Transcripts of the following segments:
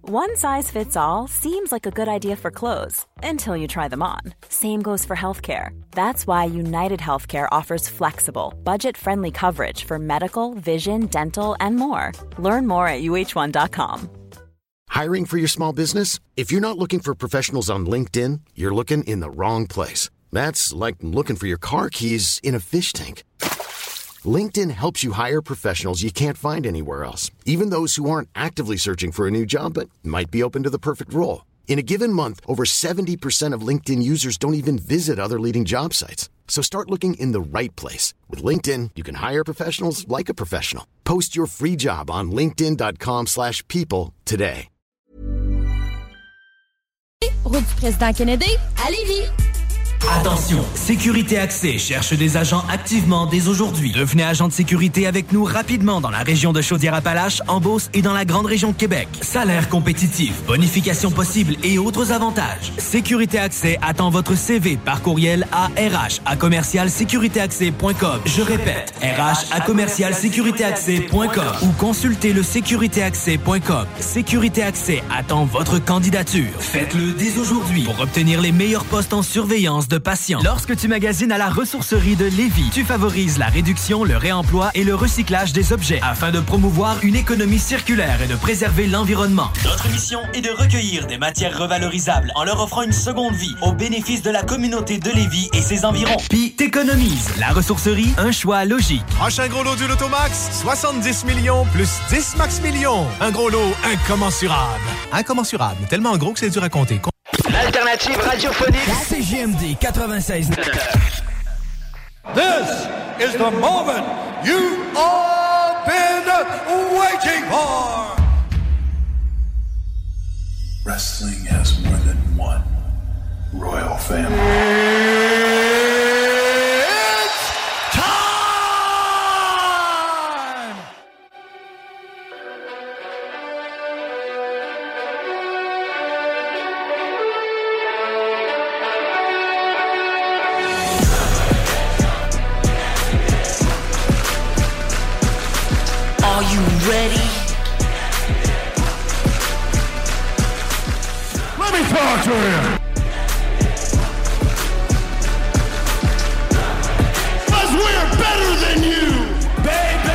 One size fits all seems like a good idea for clothes until you try them on. Same goes for healthcare. That's why United Healthcare offers flexible, budget-friendly coverage for medical, vision, dental, and more. Learn more at uh1.com. Hiring for your small business? If you're not looking for professionals on LinkedIn, you're looking in the wrong place. That's like looking for your car keys in a fish tank. LinkedIn helps you hire professionals you can't find anywhere else, even those who aren't actively searching for a new job but might be open to the perfect role. In a given month, over 70% of LinkedIn users don't even visit other leading job sites. So start looking in the right place. With LinkedIn, you can hire professionals like a professional. Post your free job on linkedin.com/people today. Route du Président Kennedy, à Lévis. Attention, Sécurité Accès cherche des agents activement dès aujourd'hui. Devenez agent de sécurité avec nous rapidement dans la région de Chaudière-Appalaches, en Beauce et dans la grande région de Québec. Salaire compétitif, bonification possible et autres avantages. Sécurité Accès attend votre CV par courriel à rh@commercialsécuritéaccès.com. Je répète, rh@commercialsécuritéaccès.com ou consultez le sécuritéaccès.com. Sécurité Accès attend votre candidature. Faites-le dès aujourd'hui pour obtenir les meilleurs postes en surveillance de patients. Lorsque tu magasines à la ressourcerie de Lévis, tu favorises la réduction, le réemploi et le recyclage des objets afin de promouvoir une économie circulaire et de préserver l'environnement. Notre mission est de recueillir des matières revalorisables en leur offrant une seconde vie au bénéfice de la communauté de Lévis et ses environs. Puis t'économises. La ressourcerie, un choix logique. Prochain gros lot du Lotomax, 70 millions plus 10 max millions. Un gros lot incommensurable. Incommensurable, tellement gros que c'est dur à compter. L'alternative radiophonique CJMD 96. This is the moment you all been waiting for. Wrestling has more than one royal family. ready? Let me talk to you. 'Cause we're better than you, baby.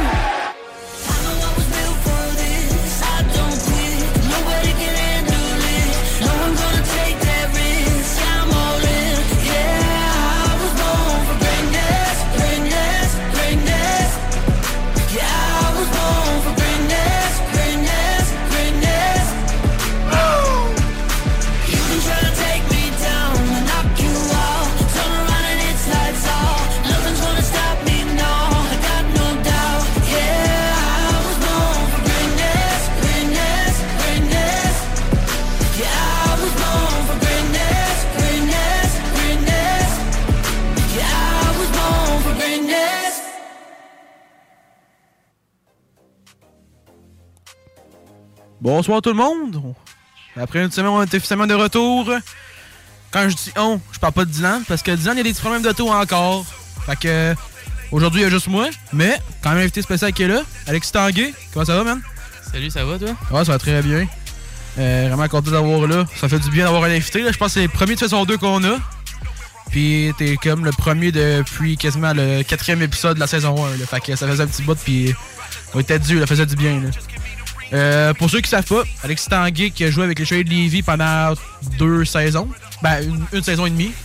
Bonsoir tout le monde. Après une semaine, on est officiellement de retour. Quand je dis on, je parle pas de Dylan, parce que Dylan, il y a des petits problèmes d'auto encore. Fait que aujourd'hui, il y a juste moi, mais quand même invité spécial qui est là, Alexis Tanguay. Comment ça va, man? Salut, ça va, toi? Ouais, ça va très bien. Vraiment content d'avoir là. Ça fait du bien d'avoir un invité. Là. Je pense que c'est le premier de saison 2 qu'on a. Puis t'es comme le premier depuis quasiment le 4e épisode de la saison 1. Là. Fait que ça faisait un petit bout, puis on était dû, ça faisait du bien. Là. Pour ceux qui savent pas, Alexis Tanguay qui a joué avec les Chevaliers de Lévis pendant 2 saisons. Ben, une saison et demie.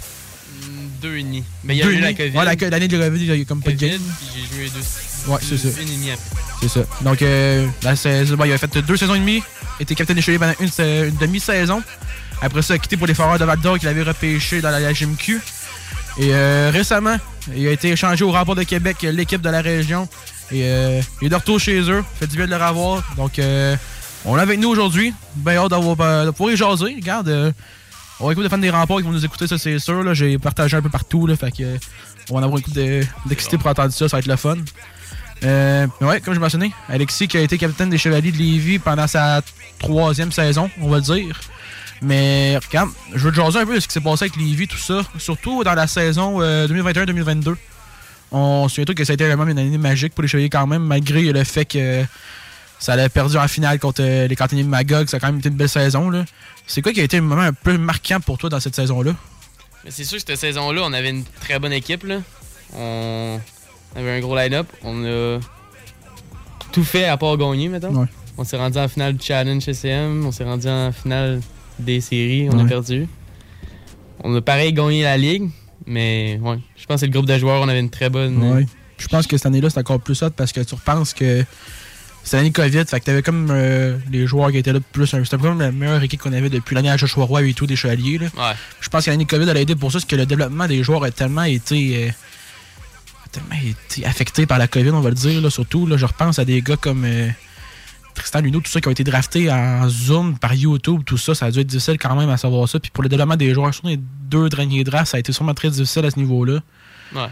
2 et demi. Mais il y a eu la COVID. Ouais, l'année de la COVID, il y a eu comme pas de game. Puis j'ai joué 2. Ouais, c'est ça. 1 et demi après. C'est ça. Donc, la saison, il avait fait 2 saisons et demie. Était capitaine des Chevaliers pendant une demi-saison. Après ça, il a quitté pour les Foreurs de Val-d'Or qu'il avait repêché dans la GMQ. Et récemment, il a été échangé au Remparts de Québec, l'équipe de la région. Et il est de retour chez eux. Fait du bien de le revoir. Donc, on l'a avec nous aujourd'hui. Bien hâte de pouvoir y jaser. Regarde, on va écouter des fans des Remparts qui vont nous écouter, ça c'est sûr. Là. J'ai partagé un peu partout. Là, fait que, on va en avoir une couple d'excités pour entendre ça. Ça va être le fun. Ouais, comme je mentionné, Alexis qui a été capitaine des Chevaliers de Lévis pendant sa 3e saison, on va le dire. Mais regarde, je veux te jaser un peu de ce qui s'est passé avec Lévis, tout ça. Surtout dans la saison 2021-2022. On se souvient tous que ça a été vraiment une année magique pour les Chevaliers quand même, malgré le fait que Ça l'a perdu en finale contre les Canadiens de Magog. Ça a quand même été une belle saison. Là. C'est quoi qui a été le moment un peu marquant pour toi dans cette saison-là? Mais c'est sûr que cette saison-là, on avait une très bonne équipe. Là. On avait un gros line-up. On a tout fait à part gagner, mettons. Ouais. On s'est rendu en finale du Challenge CCM. On s'est rendu en finale des séries. On a perdu. On a pareil gagné la Ligue. Mais ouais, je pense que c'est le groupe de joueurs. On avait une très bonne... Ouais. Je pense que cette année-là, c'est encore plus hot parce que tu repenses que c'est l'année COVID. Fait que t'avais comme les joueurs qui étaient là plus... C'était comme la meilleure équipe qu'on avait depuis l'année à Joshua Roy et tout, des Chevaliers. Là. Ouais. Je pense que l'année COVID, elle a aidé pour ça, parce que le développement des joueurs a tellement été affecté par la COVID, on va le dire. Là, surtout, là, je repense à des gars comme Tristan Luneau, tout ça, qui ont été draftés en Zoom par YouTube, tout ça. Ça a dû être difficile quand même à savoir ça. Puis pour le développement des joueurs, surtout les 2 derniers drafts, ça a été sûrement très difficile à ce niveau-là. Ouais.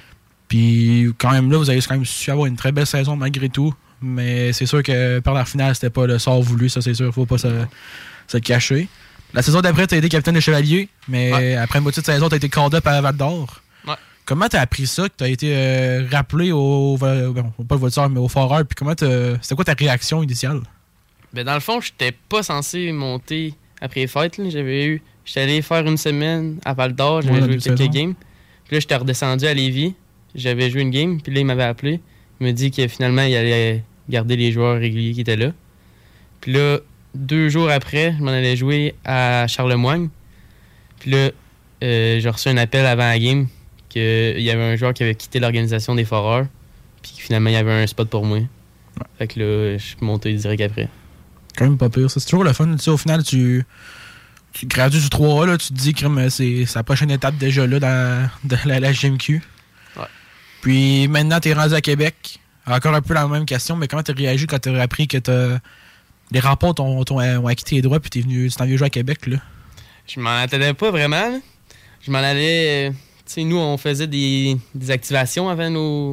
Puis quand même là, vous avez quand même su avoir une très belle saison malgré tout. Mais c'est sûr que par la finale, c'était pas le sort voulu, ça c'est sûr, faut pas se le cacher. La saison d'après, t'as été capitaine des Chevaliers, mais après une moitié de saison, t'as été call-up à Val-d'Or. Ouais. Comment t'as appris ça, que t'as été rappelé au pas le Voltigeur, mais au Foreur, puis c'était quoi ta réaction initiale? Ben dans le fond, j'étais pas censé monter après les fêtes. J'étais allé faire une semaine à Val-d'Or, j'avais joué quelques games. Puis là, j'étais redescendu à Lévis, j'avais joué une game, puis là, il m'avait appelé. Il m'a dit que finalement, il allait garder les joueurs réguliers qui étaient là. Puis là, 2 jours après, je m'en allais jouer à Charlemagne. Puis là, j'ai reçu un appel avant la game qu'il y avait un joueur qui avait quitté l'organisation des Foreurs. Puis finalement, il y avait un spot pour moi. Ouais. Fait que là, je suis monté direct après. Quand même pas pire, ça. C'est toujours le fun. Tu sais, au final, tu gradues du 3A, là, tu te dis que c'est la prochaine étape déjà là dans la GMQ. Ouais. Puis maintenant, t'es rendu à Québec. Encore un peu la même question, mais comment t'as réagi quand t'as appris que les Remparts ont acquitté les droits puis tu t'en viens jouer à Québec, là? Je m'en attendais pas vraiment, là. Je m'en allais... tu sais, nous, on faisait des activations avant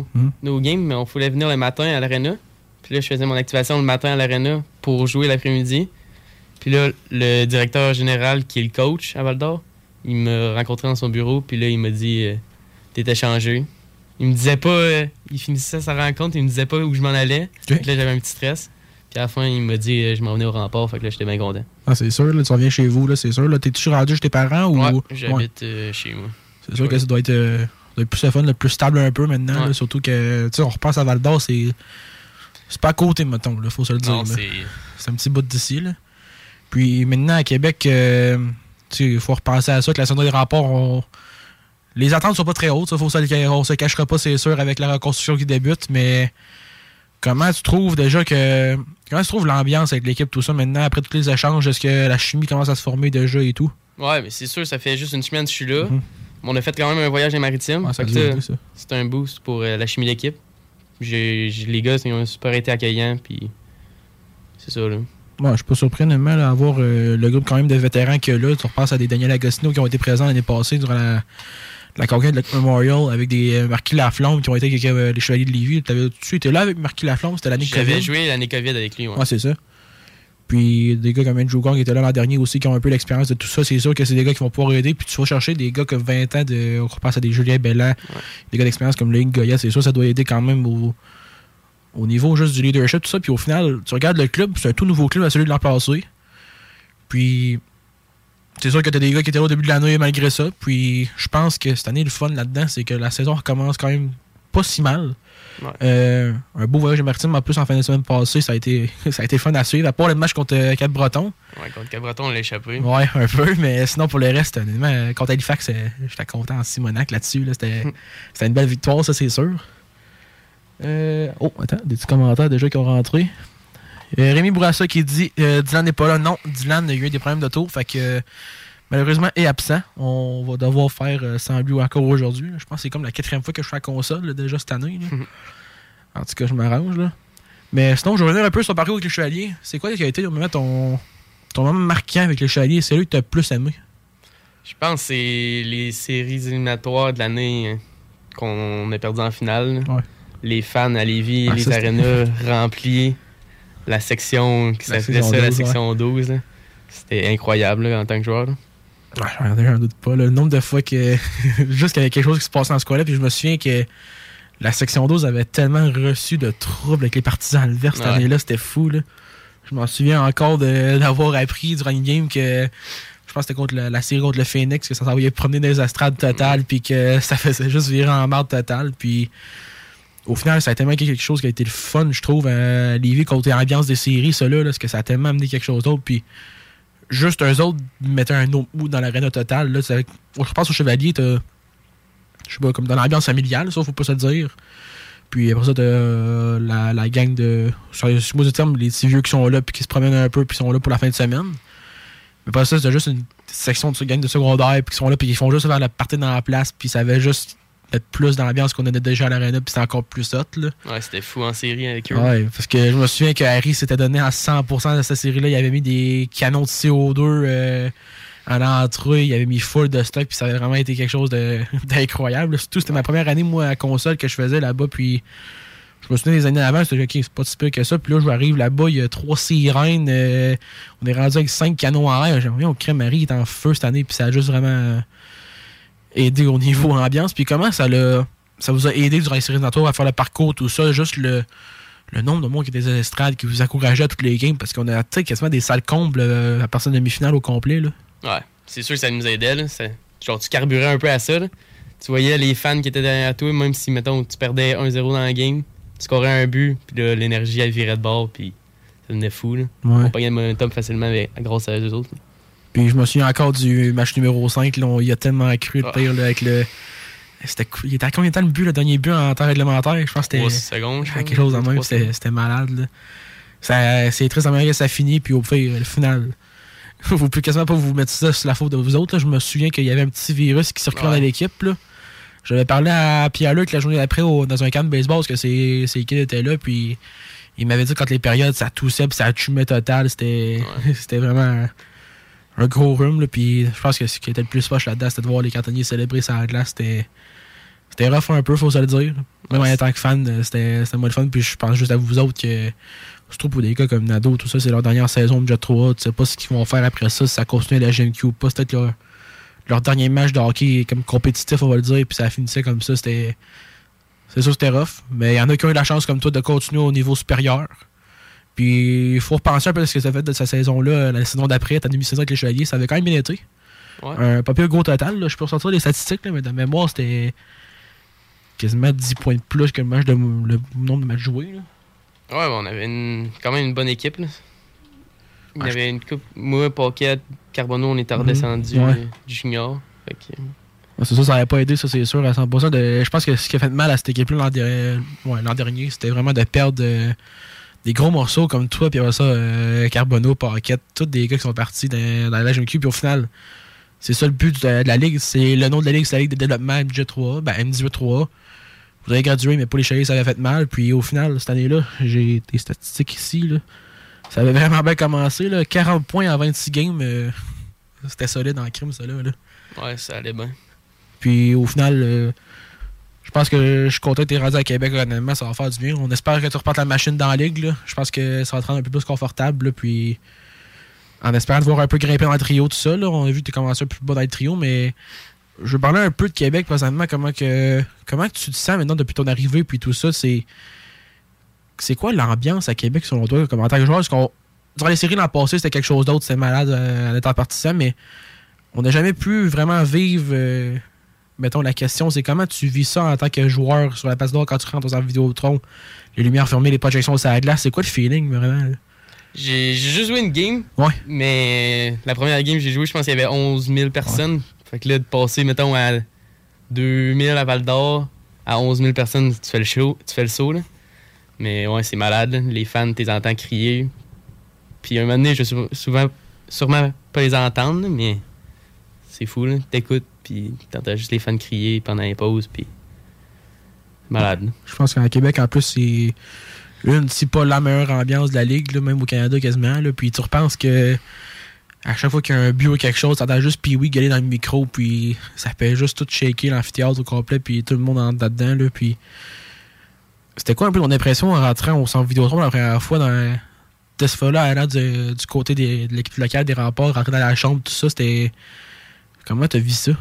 nos games, mais on voulait venir le matin à l'aréna. Puis là, je faisais mon activation le matin à l'aréna pour jouer l'après-midi. Puis là, le directeur général, qui est le coach à Val-d'Or, il m'a rencontré dans son bureau, puis là, il m'a dit t'étais changé. Il me disait pas... il finissait sa rencontre, il me disait pas où je m'en allais. Okay. Puis là, j'avais un petit stress. Puis à la fin, il m'a dit je m'en venais au Rempart, fait que là, j'étais bien content. Ah, c'est sûr, là, tu reviens chez vous, là, c'est sûr. Là, t'es-tu rendu chez tes parents ou... Ouais, j'habite chez moi. C'est sûr que ça doit être plus le fun, le plus stable un peu maintenant, là, surtout que, tu sais, on repasse à Val-d'Or, c'est pas à côté, mettons, là, faut se le dire. Non, c'est un petit bout d'ici, là. Puis maintenant, à Québec, tu sais, il faut repenser à ça, que la saison des Remparts, les attentes sont pas très hautes, ça, on se cachera pas, c'est sûr, avec la reconstruction qui débute, mais comment tu trouves l'ambiance avec l'équipe, tout ça, maintenant, après tous les échanges, est-ce que la chimie commence à se former déjà et tout? Ouais, mais c'est sûr, ça fait juste une semaine que je suis là. On a fait quand même un voyage des Maritimes. Ouais, c'est un boost pour la chimie d'équipe. Les gars, ils ont super été accueillants, puis c'est ça, là. Ouais, je suis pas surpris, honnêtement, d'avoir le groupe quand même de vétérans qu'il y a là. Tu repenses à des Daniel Agostino qui ont été présents l'année passée durant la conquête de la Memorial avec des Marquis Laflamme qui ont été avec les Chevaliers de Lévis. Tu étais là avec Marquis Laflamme, c'était l'année COVID. J'avais joué l'année COVID avec lui, ouais, c'est ça. Puis des gars comme Andrew Kong qui étaient là l'an dernier aussi, qui ont un peu l'expérience de tout ça. C'est sûr que c'est des gars qui vont pouvoir aider. Puis tu vas chercher des gars comme 20 ans, on repasse à des Julien Belland, des gars d'expérience comme Link Goya. C'est sûr, ça doit aider quand même au niveau juste du leadership, tout ça. Puis au final, tu regardes le club, c'est un tout nouveau club à celui de l'an passé. Puis c'est sûr que t'as des gars qui étaient là au début de l'année malgré ça. Puis je pense que cette année, le fun là-dedans, c'est que la saison recommence quand même pas si mal. Ouais. Un beau voyage maritime en plus en fin de semaine passée, ça a été fun à suivre. À part le match contre Cap-Breton. Ouais, contre Cap-Breton, on l'a échappé. Ouais, un peu, mais sinon pour le reste, honnêtement, contre Halifax, j'étais content en Simonac là-dessus. Là, c'était une belle victoire, ça c'est sûr. Attends, des petits commentaires déjà qui ont rentré. Rémi Bourassa qui dit Dylan n'est pas là. Non, Dylan a eu des problèmes d'auto, fait que malheureusement est absent. On va devoir faire sans lui encore aujourd'hui. Je pense que c'est comme la 4e fois que je fais la console là, déjà cette année. Là. En tout cas, je m'arrange. Là. Mais sinon, je vais revenir un peu sur ton parcours avec les Chevaliers. C'est quoi qui a été au moment ton moment marquant avec les Chevaliers? C'est lui que tu as plus aimé? Je pense que c'est les séries éliminatoires de l'année qu'on a perdu en finale. Ouais. Les fans à Lévis, les arénas remplis, la section qui s'appelait ça, la section 12. Là. C'était incroyable là, en tant que joueur. Là. Ouais, j'en doute pas. Là. Le nombre de fois que juste qu'il y avait quelque chose qui se passait dans ce coin-là, puis je me souviens que la section 12 avait tellement reçu de troubles avec les partisans adverses cette année-là, c'était fou. Là. Je m'en souviens encore d'avoir appris durant une game que je pense que c'était contre la série contre le Phoenix, que ça s'envoyait promener dans les estrades totales, puis que ça faisait juste virer en marde totale. Puis au final, ça a tellement été quelque chose qui a été le fun, je trouve, à Lévis, côté ambiance des séries, ça là, parce que ça a tellement amené quelque chose d'autre. Puis juste eux autres mettaient un autre mood dans l'aréna totale. Là, je pense au Chevalier, je sais pas, comme dans l'ambiance familiale, ça, faut pas se le dire. Puis après ça, t'as la gang de. Sur le terme, les petits vieux qui sont là, puis qui se promènent un peu, puis qui sont là pour la fin de semaine. Mais après ça, c'est juste une section de gang de secondaire, puis qui sont là, puis qui font juste faire la partie dans la place, puis ça avait juste être plus dans l'ambiance qu'on avait déjà à l'aréna, puis c'était encore plus hot, là. Ouais, c'était fou en série avec eux. Ouais, parce que je me souviens que Harry s'était donné à 100% de cette série-là. Il avait mis des canons de CO2 en entrée, il avait mis full de stock, puis ça avait vraiment été quelque chose d'incroyable. Surtout, c'était ma première année, moi, à console que je faisais là-bas, puis je me souviens des années avant, c'était OK, c'est pas si pire que ça. Puis là, j'arrive là-bas, il y a 3 sirènes, on est rendu avec 5 canons en l'air. J'ai dit, on crée Marie, il est en feu cette année, puis ça a juste vraiment aidé au niveau ambiance. Puis comment ça vous a aidé durant les séries d'entour à faire le parcours, tout ça, juste le nombre de monde qui était des estrades, qui vous encourageait à toutes les games, parce qu'on a quasiment des salles combles à partir de demi-finale au complet, là. Ouais, c'est sûr que ça nous aidait, là. Genre, tu carburais un peu à ça, là. Tu voyais les fans qui étaient derrière toi, même si, mettons, tu perdais 1-0 dans la game, tu scorais un but, puis là, l'énergie, elle virait de bord, puis ça devenait fou, là. Ouais. On pognait le momentum facilement grâce à eux autres. Là. Puis je me souviens encore du match numéro 5, là, il a tellement accru le pire, là, avec le... Il était à combien de temps le but, le dernier but en temps réglementaire? Je pense que c'était... 3 secondes, quelque chose en même, c'était malade, là. C'est triste, que ça finit, puis au pire, le final... Vous pouvez quasiment pas vous mettre ça sur la faute de vous autres. Là. Je me souviens qu'il y avait un petit virus qui circulait dans l'équipe. Là. J'avais parlé à Pierre-Luc la journée d'après dans un camp de baseball parce que ses kids étaient là. Puis il m'avait dit que quand les périodes, ça toussait puis ça chumait total. C'était vraiment un gros rhume. Là. Puis je pense que ce qui était le plus poche là-dedans, c'était de voir les cantonniers célébrer ça à la glace. C'était rough un peu, faut se le dire. Même en tant que fan, c'était moins le fun. Puis je pense juste à vous autres que... Surtout pour des gars comme Nado, tout ça, c'est leur dernière saison de Jet 3. Tu sais pas ce qu'ils vont faire après ça, si ça continue à la GMQ ou pas. C'était peut-être leur dernier match de hockey comme compétitif, on va le dire, puis ça finissait comme ça. C'est sûr que c'était rough. Mais il y en a qui ont eu la chance comme toi de continuer au niveau supérieur. Puis il faut repenser un peu à ce que ça fait de cette saison-là, la saison d'après, ta demi-saison avec les Chevaliers. Ça avait quand même bien été. Ouais. Un pas pire gros total. Là. Je peux ressortir les statistiques, là, mais de mémoire, c'était quasiment 10 points de plus que le nombre de matchs joués. Là. Ouais, on avait quand même une bonne équipe. Là. Il y avait une coupe. Moi, Paquette, Carbonneau, on était redescendu du junior. Fait que... C'est ça n'avait pas aidé, ça c'est sûr, à 100%. Je pense que ce qui a fait mal à cette équipe-là l'an dernier, c'était vraiment de perdre des gros morceaux comme toi, puis après ça, Carbonneau, Paquette, tous des gars qui sont partis dans la GMQ, puis au final, c'est ça le but de la Ligue. C'est le nom de la Ligue, c'est la Ligue de développement MJ3, M18-3. Vous avez gradué, mais pour les Chevaliers, ça avait fait mal. Puis au final, cette année-là, j'ai des statistiques ici. Là. Ça avait vraiment bien commencé. Là. 40 points en 26 games. C'était solide en crime, ça. Là. Ouais, ça allait bien. Puis au final, je pense que je suis content que tu es rendu à Québec. Honnêtement, ça va faire du bien. On espère que tu repartes la machine dans la Ligue. Là. Je pense que ça va te rendre un peu plus confortable. Là. Puis en espérant te voir un peu grimper dans le trio, tout ça. Là. On a vu que tu as commencé un peu plus bas dans le trio, mais... Je vais parler un peu de Québec présentement, comment que tu te sens maintenant depuis ton arrivée puis tout ça, c'est quoi l'ambiance à Québec selon toi comme en tant que joueur? Parce qu'on durant les séries l'an passé, c'était quelque chose d'autre, c'était malade en étant partisan, mais on n'a jamais pu vraiment vivre mettons la question, c'est comment tu vis ça en tant que joueur sur la place d'or quand tu rentres dans un Vidéotron, les lumières fermées, les projections sur la glace, c'est quoi le feeling vraiment? Là? J'ai juste joué une game, mais la première game que j'ai joué, je pense qu'il y avait 11 000 personnes. Ouais. Fait que là, de passer, mettons, à 2000 à Val-d'Or, à 11 000 personnes, tu fais le saut, là. Mais ouais, c'est malade, là. Les fans, tu les entends crier. Puis un moment donné, je vais sûrement pas les entendre, là, mais c'est fou, là. T'écoutes, puis t'entends juste les fans crier pendant les pauses, puis malade, là. Je pense qu'à Québec, en plus, c'est si pas la meilleure ambiance de la Ligue, là, même au Canada quasiment, là. Puis tu repenses que à chaque fois qu'il y a un but ou quelque chose, t'entends juste Pee-Wee gueuler dans le micro, puis ça fait juste tout shaker l'amphithéâtre au complet, puis tout le monde entre là-dedans, là, puis... C'était quoi un peu ton impression en rentrant au centre Vidéotron la première fois dans ce fois-là, allant du côté de l'équipe locale des Remparts, rentrer dans la chambre, tout ça, c'était... Comment t'as vu ça?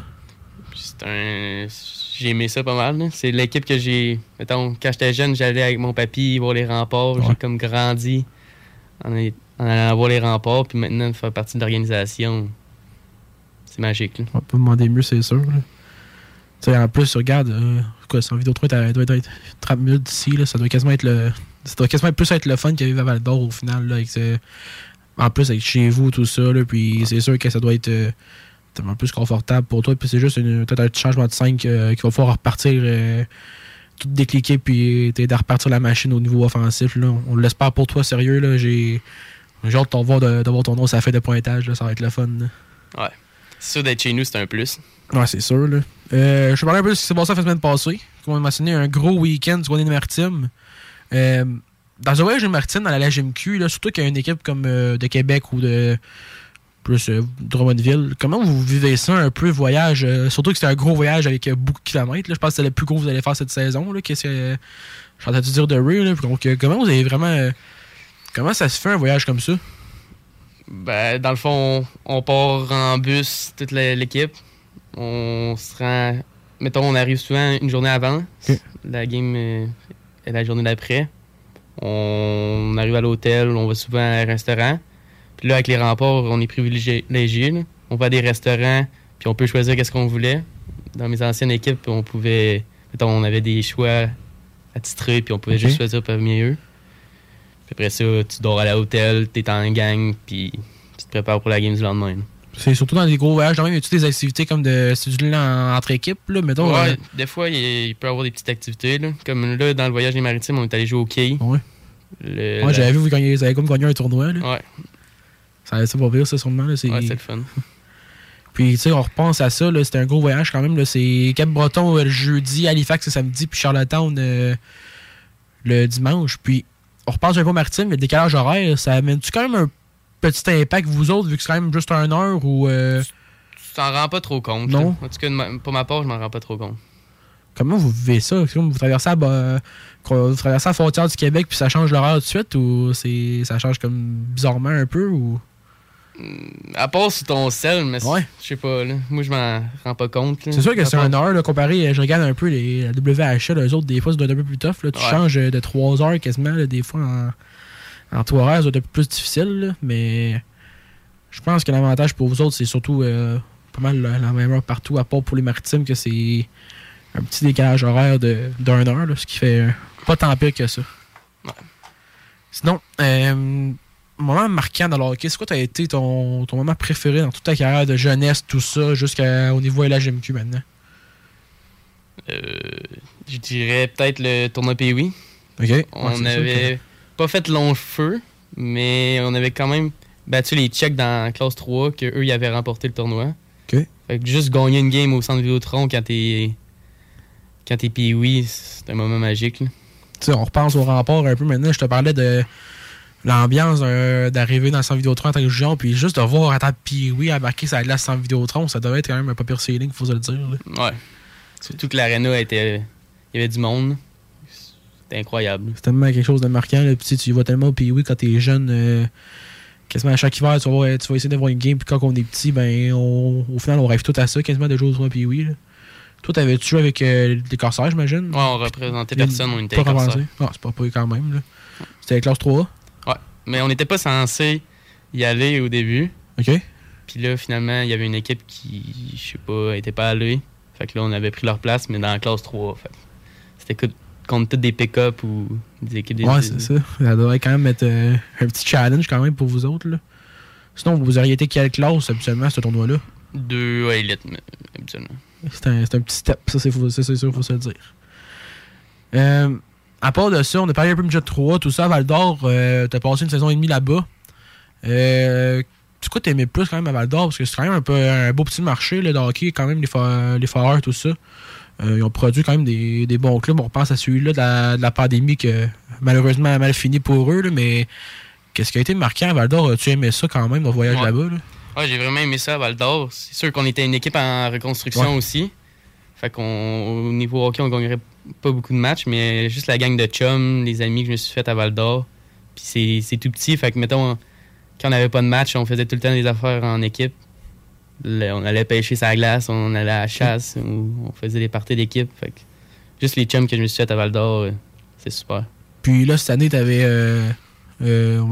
J'ai aimé ça pas mal, là. C'est l'équipe que j'ai... Mettons, quand j'étais jeune, j'allais avec mon papy voir les Remparts, j'ai comme grandi en allant voir les remparts, puis maintenant, faire partie de l'organisation, c'est magique. Là. On peut demander mieux, c'est sûr. Tu sais, en plus, regarde, sur Vidéotron, ça doit être 30 minutes d'ici, là, ça doit quasiment être plus être le fun qu'il y avait à Val-d'Or au final, là, avec en plus avec chez vous, tout ça, là, puis c'est sûr que ça doit être tellement plus confortable pour toi, puis c'est juste peut-être un petit changement de 5 qu'il va falloir repartir, tout décliquer, puis de repartir la machine au niveau offensif, là. On l'espère pour toi, sérieux, là, j'ai hâte de voir ton nom, ça fait de pointage, là, ça va être le fun. Là. Ouais. C'est sûr d'être chez nous, c'est un plus. Ouais, c'est sûr, là. Je vais parler un peu de ce qui s'est passé la semaine passée. Comme on m'a mentionné, un gros week-end du côté de Maritime. Dans un voyage de Maritime, dans la GMQ, là, surtout qu'il y a une équipe comme de Québec ou de plus Drummondville, comment vous vivez ça un peu, voyage? Surtout que c'était un gros voyage avec beaucoup de kilomètres. Là. Je pense que c'est le plus gros que vous allez faire cette saison. Là. Qu'est-ce que je suis en train de dire de Ray? Là. Donc, comment vous avez vraiment... comment ça se fait un voyage comme ça? Ben, dans le fond, on part en bus, toute l'équipe. On se rend... Mettons, on arrive souvent une journée avant. Okay. La game est la journée d'après. On arrive à l'hôtel, on va souvent à un restaurant. Puis là, avec les remparts, on est privilégié. On va à des restaurants, puis on peut choisir qu'est-ce qu'on voulait. Dans mes anciennes équipes, on pouvait... Mettons, on avait des choix attitrés, puis on pouvait juste choisir parmi eux. Puis après ça, tu dors à l'hôtel, t'es en gang, puis tu te prépares pour la game du lendemain. Là. C'est surtout dans des gros voyages. Même, y a-tu des activités comme de céduler entre équipes, là, mettons? Ouais, des fois, il peut y avoir des petites activités. Là. Comme là, dans le voyage des Maritimes, on est allé jouer au quai. Ouais. J'avais vu, vous avez comme gagné un tournoi. Là. Ouais. Ça va bien, ça, sûrement. Là, ouais, c'est le fun. Puis, tu sais, on repense à ça. Là, c'était un gros voyage quand même. Là, c'est Cap-Breton le jeudi, Halifax le samedi, puis Charlottetown le dimanche. Puis, on repense un peu au Maritime, le décalage horaire, ça amène-tu quand même un petit impact, vous autres, vu que c'est quand même juste 1 heure ou... Tu t'en rends pas trop compte. Non. Là. En tout cas, pour ma part, je m'en rends pas trop compte. Comment vous vivez ça? Vous traversez la frontière du Québec puis ça change l'horaire tout de suite ou ça change comme bizarrement un peu ou... À part sur ton sel, mais je sais pas, là. Moi je m'en rends pas compte. Là. C'est sûr que c'est 1 heure, là, comparé, je regarde un peu la WHL, eux autres, des fois ça doit être un peu plus tough. Là. Tu changes de 3 heures quasiment, là, des fois en 3 heures, ça doit être un peu plus difficile, là, mais je pense que l'avantage pour vous autres, c'est surtout pas mal la même heure partout, à part pour les Maritimes, que c'est un petit décalage horaire d'1 heure, là, ce qui fait pas tant pire que ça. Ouais. Sinon, moment marquant dans le hockey, c'est quoi a été ton moment préféré dans toute ta carrière de jeunesse, tout ça, jusqu'au niveau de la GMQ maintenant? Je dirais peut-être le tournoi Pee-Wee. OK. On avait pas fait long feu, mais on avait quand même battu les Tchèques dans la classe 3, qu'eux, ils avaient remporté le tournoi. OK. Fait que juste gagner une game au centre Vidéotron quand t'es Pee-Wee, c'est un moment magique. Tu sais, on repense au rempart un peu maintenant. Je te parlais de l'ambiance d'arriver dans le centre Vidéotron en tant que joueur, puis juste de voir à ta Pee-Wee embarquer sa glace sans Vidéotron, ça devait être quand même un pas pire feeling, faut se le dire. Là. Ouais. Surtout que l'aréna était... Il y avait du monde. C'était incroyable. C'est tellement quelque chose de marquant. Là. Puis, tu y vas tellement au Pee-Wee quand t'es jeune. Quasiment à chaque hiver, tu vas essayer d'avoir une game. Puis quand on est petit, ben au final, on rêve tout à ça, quasiment de jouer au Pee-Wee. Là. Toi, t'avais-tu joué avec des Corsaires, j'imagine? Ouais, on représentait personne, on était avec Corsaires. Ah, c'est pas pire quand même. Là. C'était avec classe 3A? Ouais, mais on n'était pas censé y aller au début. OK. Puis là, finalement, il y avait une équipe qui, je sais pas, était pas allée. Fait que là, on avait pris leur place, mais dans la classe 3. Fait c'était contre toutes des pick-up ou des équipes des... Ouais, c'est ça. Ça devrait quand même être un petit challenge quand même pour vous autres. Là. Sinon, vous auriez été quelle classe habituellement, ce tournoi-là? 2 élite, habituellement. C'est un petit step, ça c'est sûr, faut se le dire. À part de ça, on a parlé un peu de Jet 3, tout ça, à Val-d'Or, t'as passé une saison et demie là-bas. Du coup, t'aimais plus quand même à Val-d'Or, parce que c'est quand même un beau petit marché là, de hockey, quand même, les Foreurs, tout ça. Ils ont produit quand même des bons clubs. On repense à celui-là de la pandémie que malheureusement a mal fini pour eux, là, mais qu'est-ce qui a été marquant à Val-d'Or? As-tu aimé ça quand même, le voyage là-bas? Là? Ouais, j'ai vraiment aimé ça à Val-d'Or. C'est sûr qu'on était une équipe en reconstruction aussi. Fait qu'au niveau hockey, on gagnerait pas beaucoup de matchs, mais juste la gang de chums, les amis que je me suis fait à Val-d'Or. Puis c'est tout petit. Fait que, mettons, quand on n'avait pas de match, on faisait tout le temps des affaires en équipe. Là, on allait pêcher sa glace, on allait à la chasse, on faisait des parties d'équipe. Fait que juste les chums que je me suis fait à Val-d'Or, c'est super. Puis là, cette année, t'avais...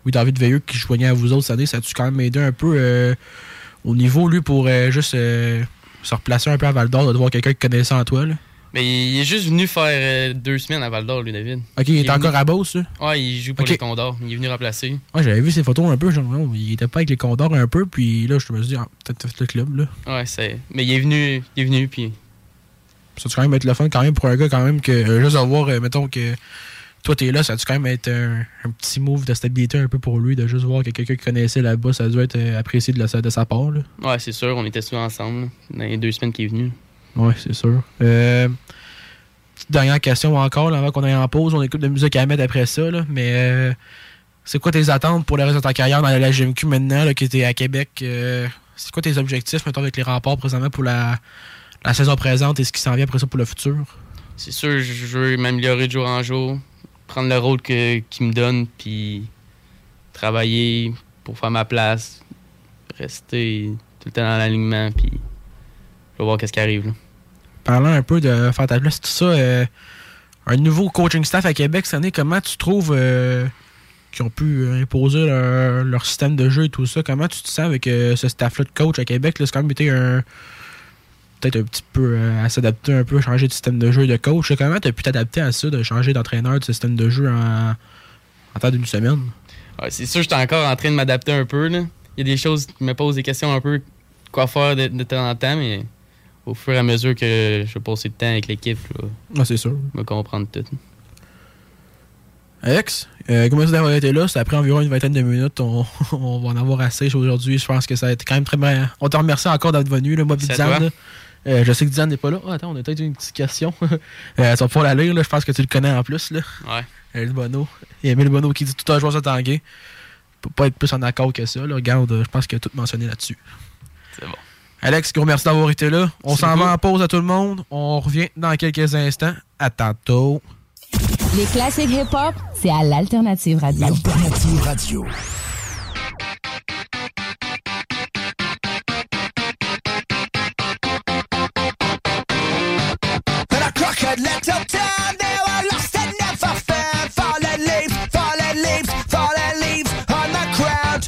David Veilleux qui joignait à vous autres cette année, ça a-tu quand même aidé un peu au niveau, lui, pour juste se replacer un peu à Val-d'Or, de voir quelqu'un qui connaissait en toi, là? Mais il est juste venu faire 2 semaines à Val-d'Or, lui, David. OK, il est encore à Beauce, là? Ouais, il joue pour les Condors. Il est venu remplacer. Ouais, j'avais vu ses photos un peu. Genre, il était pas avec les Condors un peu, puis là, je me suis dit, peut-être le club, là. Ouais, c'est... Mais il est venu, puis... Ça a-tu quand même être le fun, quand même, pour un gars, quand même, que juste avoir, mettons, que toi, t'es là, ça a-tu quand même être un petit move de stabilité un peu pour lui, de juste voir que quelqu'un qui connaissait là-bas, ça a dû être apprécié de sa part, là. Ouais, c'est sûr, on était souvent ensemble, là, dans les 2 semaines qu'il est venu. Ouais, c'est sûr. Petite dernière question encore, là, avant qu'on aille en pause. On écoute de musique à mettre après ça, là, mais c'est quoi tes attentes pour le reste de ta carrière dans la GMQ maintenant, là, qui était à Québec? C'est quoi tes objectifs, mettons, avec les Remparts présentement pour la saison présente et ce qui s'en vient après ça pour le futur? C'est sûr, je veux m'améliorer de jour en jour, prendre le rôle qu'il me donne, puis travailler pour faire ma place, rester tout le temps dans l'alignement, puis je vais voir qu'est-ce qui arrive, là. Parlant un peu de faire ta place, tout ça, un nouveau coaching staff à Québec cette année, comment tu trouves qu'ils ont pu imposer leur système de jeu et tout ça? Comment tu te sens avec ce staff-là de coach à Québec? Là, c'est quand même été peut-être un petit peu à s'adapter un peu, changer de système de jeu et de coach. Comment tu as pu t'adapter à ça, de changer d'entraîneur, de système de jeu en temps d'une semaine? Ouais, c'est sûr, j'étais encore en train de m'adapter un peu, là. Il y a des choses qui me posent des questions un peu quoi faire de temps en temps, mais au fur et à mesure que je vais passer de temps avec l'équipe, là, c'est sûr. Je vais comprendre tout. Alex, merci d'avoir été là. C'est après environ une vingtaine de minutes. On va en avoir assez aujourd'hui. Je pense que ça a été quand même très bien. On te remercie encore d'être venu, là, moi et Diane. Je sais que Diane n'est pas là. Attends, on a peut-être une petite question. Tu vas pouvoir la lire. Là. Je pense que tu le connais en plus. Là. Ouais. Le Bono. Il y a Emile Bono qui dit tout un joueur se tanguer. Peut pas être plus en accord que ça. Là. Regarde, je pense qu'il a tout mentionné là-dessus. C'est bon. Alex, gros merci d'avoir été là. On s'en va en pause à tout le monde. On revient dans quelques instants. À tantôt. Les classiques hip-hop, c'est à l'Alternative Radio. L'Alternative Radio. And a crooked little town, they were lost and never found. Fallen leaves, fallen leaves, fallen leaves on the ground.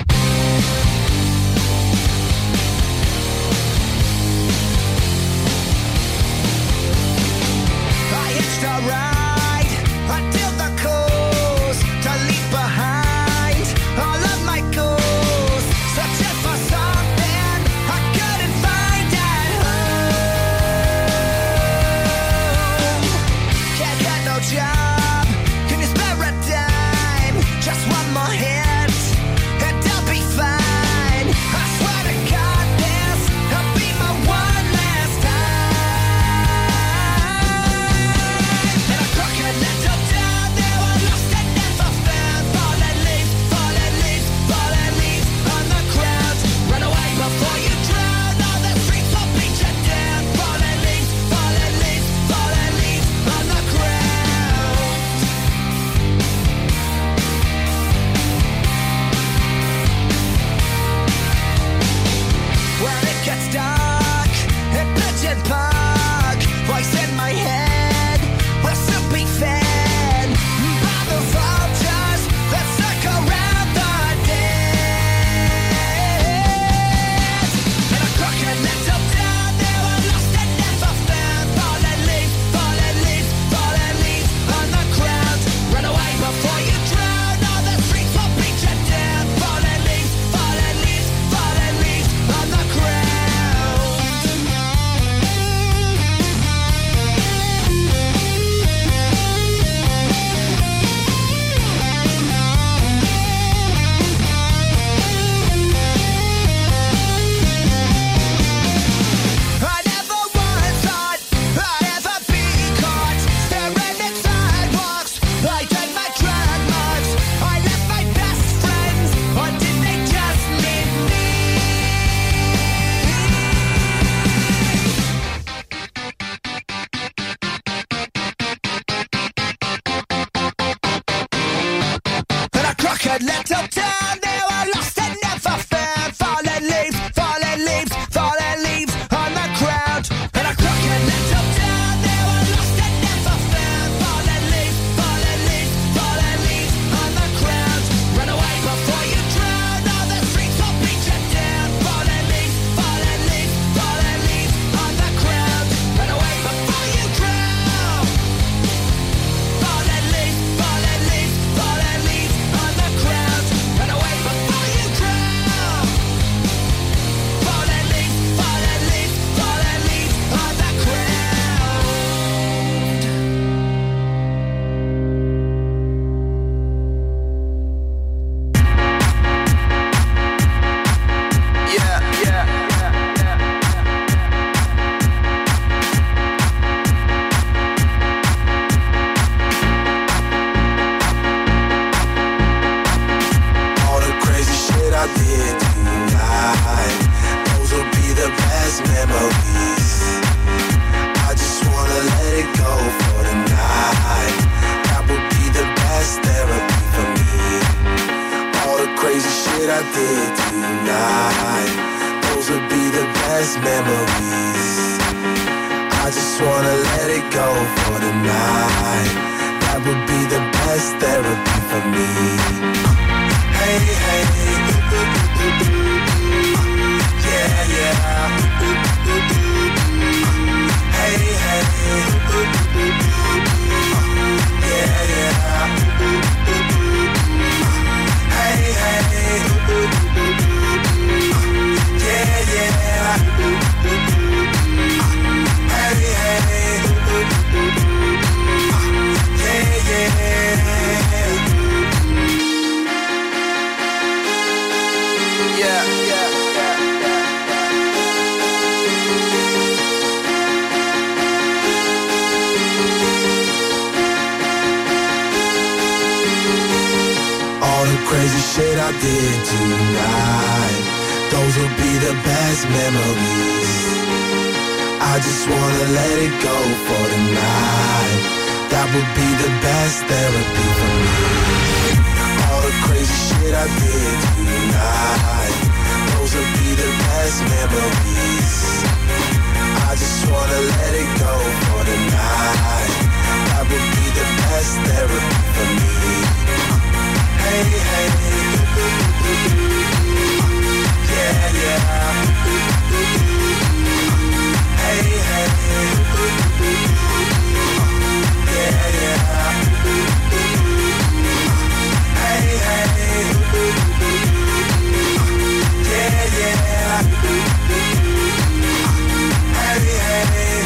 I hitched a ride until the coast to leave behind all of my goals. Searching for something I couldn't find at home. Can't get no job, can you spare a dime? Just one more hit and I'll be fine. I swear to God this'll be my one last time. In a crooked little town, they were lost and never found. Fallen leaves, fallen leaves, fallen leaves on the ground. Run away before you drown. All the streets will beat you down. Fallen leaves, fallen leaves, fallen leaves on the ground. When it gets dark in Pigeon Park, voice in my head will soon be fed by the vultures that circle around the dead. In a crooked little town, they were lost and never found. Fallen leaves, fallen leaves, fallen leaves on the ground. Run away before you drown. All the streets will beat you down. Fallen leaves, fallen leaves, fallen leaves on the ground. I never once thought I'd ever be caught staring at sidewalks, lighting my drag marks. I left my best friends, or did they just leave me? In a crooked little town, they were lost and never found. Fallen leaves, fallen leaves, fallen leaves on the ground. In a crooked little town, they were lost and never found. Fallen leaves, fallen leaves, fallen leaves on the ground. Run away best memories. I just wanna let it go for the night. That would be the best therapy for me. Hey, hey, yeah, yeah. Hey, hey, yeah, yeah. Hey, hey, yeah, yeah. Hey, hey, yeah, yeah. Yeah, yeah. All the crazy shit I did tonight, those will be the best memories. I just wanna let it go for the night. That would be the best therapy for me. All the crazy shit I did tonight, those will be the best memories. I just wanna let it go for the night. That would be the best therapy for me. Hey, hey, yeah, yeah. Hey, hey, yeah, yeah. Hey, hey, yeah, yeah. Hey, hey,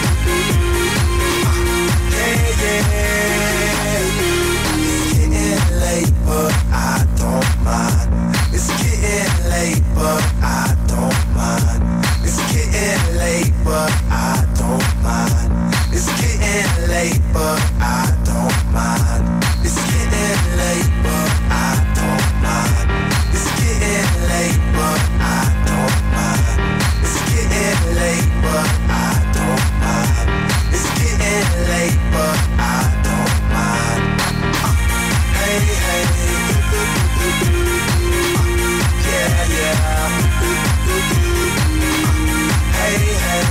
yeah, yeah. Getting late, but I don't mind. It's getting late, but I don't mind. It's getting late, but I don't mind. It's getting late, but I don't mind. It's getting late, but I don't mind. It's getting late, but I don't mind. It's getting late, but I don't mind. It's getting late, but I don't mind. Hey, hey, yeah, yeah. Hey, hey,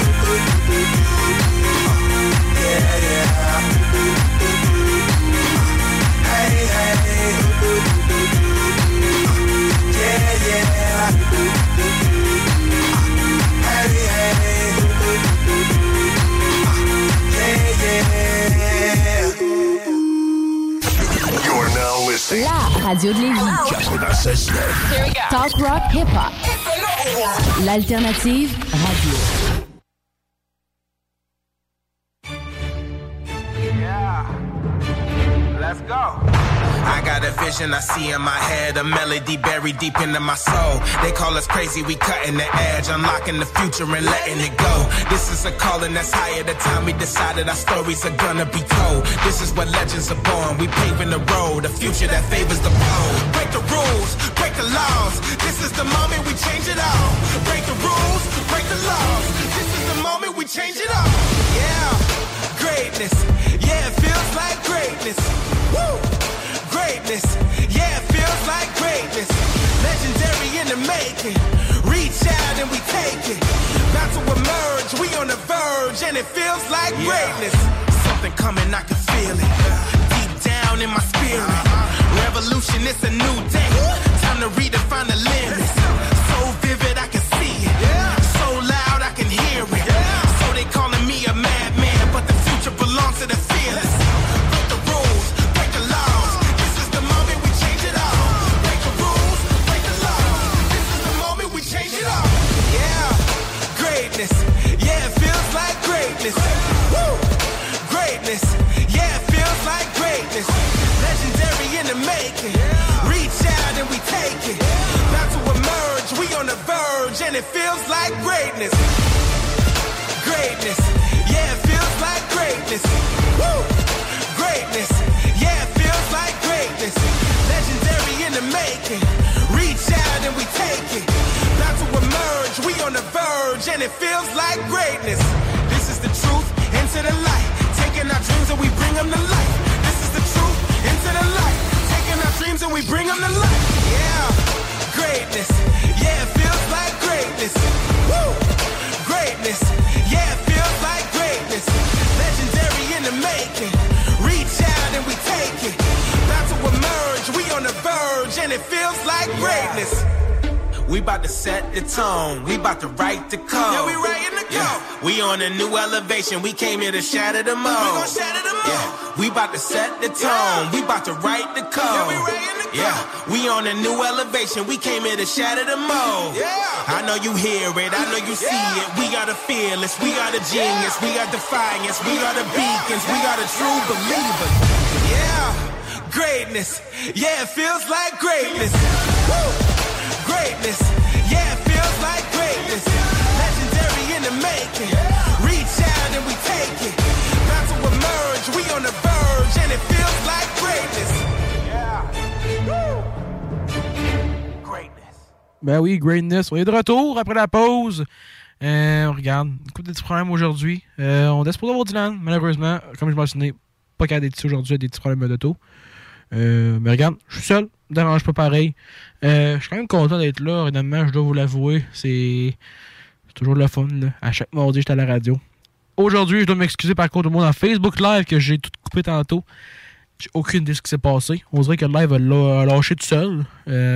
yeah, yeah. Hey, hey, yeah, yeah. Hey, hey, yeah, yeah. You're now listening. La radio de Lévis. 96.9. Here we go. Talk rock hip hop. L'alternative radio. Yeah. Let's go. I got a vision I see in my head, a melody buried deep into my soul. They call us crazy, we cutting the edge, unlocking the future and letting it go. This is a calling that's higher, the time we decided our stories are gonna be told. This is where legends are born, we paving the road, a future that favors the bold. Break the rules, break the laws, this is the moment we change it all. Break the rules, break the laws, this is the moment we change it all. Yeah, greatness, yeah, it feels like greatness. Woo! Greatness, yeah, it feels like greatness. Legendary in the making. Reach out and we take it. About to emerge, we on the verge, and it feels like greatness. Something coming, I can feel it. Deep down in my spirit. Revolution, it's a new day. Time to redefine the limits. So vivid, I can see it. So loud, I can hear it. So they calling me a madman, but the future belongs to the fearless. Break the rules, break the laws. This is the moment we change it all. Break the rules, break the laws. This is the moment we change it all. Yeah, greatness. Yeah, it feels like greatness. Woo! Greatness. Yeah, it feels like greatness. Legendary in the making. Reach out and we take it. About to emerge, we on the verge, and it feels like greatness. Greatness. Yeah, it feels like greatness. Woo! Greatness. Yeah, it feels like greatness. Legendary in the making. Reach out and we take it. About to emerge, we on the verge, and it feels like greatness. This is the truth, into the light. Taking our dreams and we bring them to life. This is the truth, into the light. Taking our dreams and we bring them to life. Yeah, greatness. Yeah, it feels like greatness. Woo! verge, and it feels like greatness. We about to set the tone. We about to write the code. Yeah, we writing the code. We on a new elevation. We came here to shatter the mold. We gon' shatter the mold. Yeah, we about to set the tone. We about to write the code. Yeah, we writing the code. Yeah, we on a new elevation. We came here to shatter the mold. Yeah, I know you hear it. I know you see it. We are the fearless. We are the genius. We are defiance. We are the beacons. We are the true believers. Yeah, greatness. Yeah, it feels like greatness. Woo. Greatness, yeah, it feels like greatness. Legendary in the making. Reach out and we take it. About to emerge, we on the verge, and it feels like greatness. Yeah. Woo. Greatness. Ben oui, greatness. On est de retour après la pause. Regarde, écoute des petits problèmes aujourd'hui. On est supposé avoir Dylan, malheureusement. Comme je mentionnais, pas qu'à d'être ici aujourd'hui, des petits problèmes d'auto. Mais regarde, je suis seul. Me dérange pas pareil. Je suis quand même content d'être là, honnêtement, je dois vous l'avouer. C'est toujours le fun, là. À chaque mardi, j'étais à la radio. Aujourd'hui, je dois m'excuser par contre au monde en Facebook Live que j'ai tout coupé tantôt. J'ai aucune idée de ce qui s'est passé. On dirait que le live a lâché tout seul.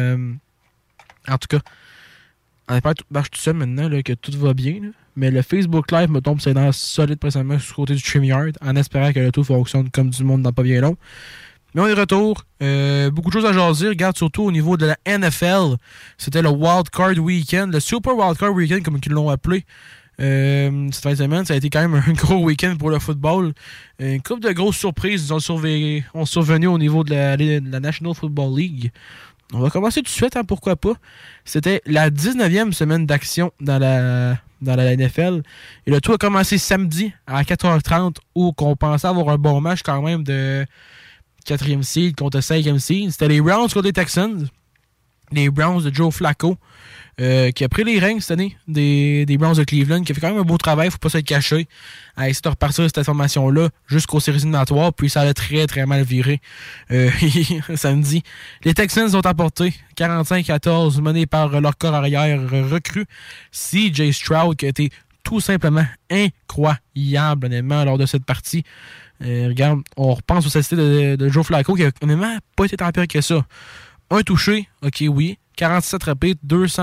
En tout cas, on espère que tout marche tout seul maintenant, là, que tout va bien. Là. Mais le Facebook Live me tombe c'est dans solide précisément sur le côté du StreamYard, en espérant que le tout fonctionne comme du monde dans pas bien long. Mais on est de retour. Beaucoup de choses à jaser. Regarde surtout au niveau de la NFL. C'était le Wild Card Weekend. Le Super Wild Card Weekend, comme ils l'ont appelé. Cette fin de semaine, ça a été quand même un gros week-end pour le football. Une couple de grosses surprises ont survenu au niveau de la National Football League. On va commencer tout de suite, hein, pourquoi pas. C'était la 19e semaine d'action dans la NFL. Et le tout a commencé samedi à 4h30 où on pensait avoir un bon match quand même de 4e seed contre 5e seed. C'était les Browns contre les Texans. Les Browns de Joe Flacco qui a pris les règnes cette année des Browns de Cleveland, qui a fait quand même un beau travail, faut pas se le cacher, à essayer de repartir de cette formation-là jusqu'aux séries éliminatoires, puis ça allait très très mal virer samedi. Les Texans ont emporté 45-14, menés par leur corps arrière recru CJ Stroud, qui a été tout simplement incroyable honnêtement lors de cette partie. Regarde, on repense aux statistiques de Joe Flacco qui a honnêtement pas été tant pire que ça. Un touché, ok oui, 47 rapides,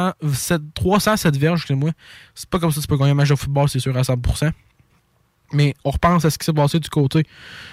307 verges, excusez-moi. C'est pas comme ça que tu peux gagner un match de football, c'est sûr, à 100%. Mais on repense à ce qui s'est passé du côté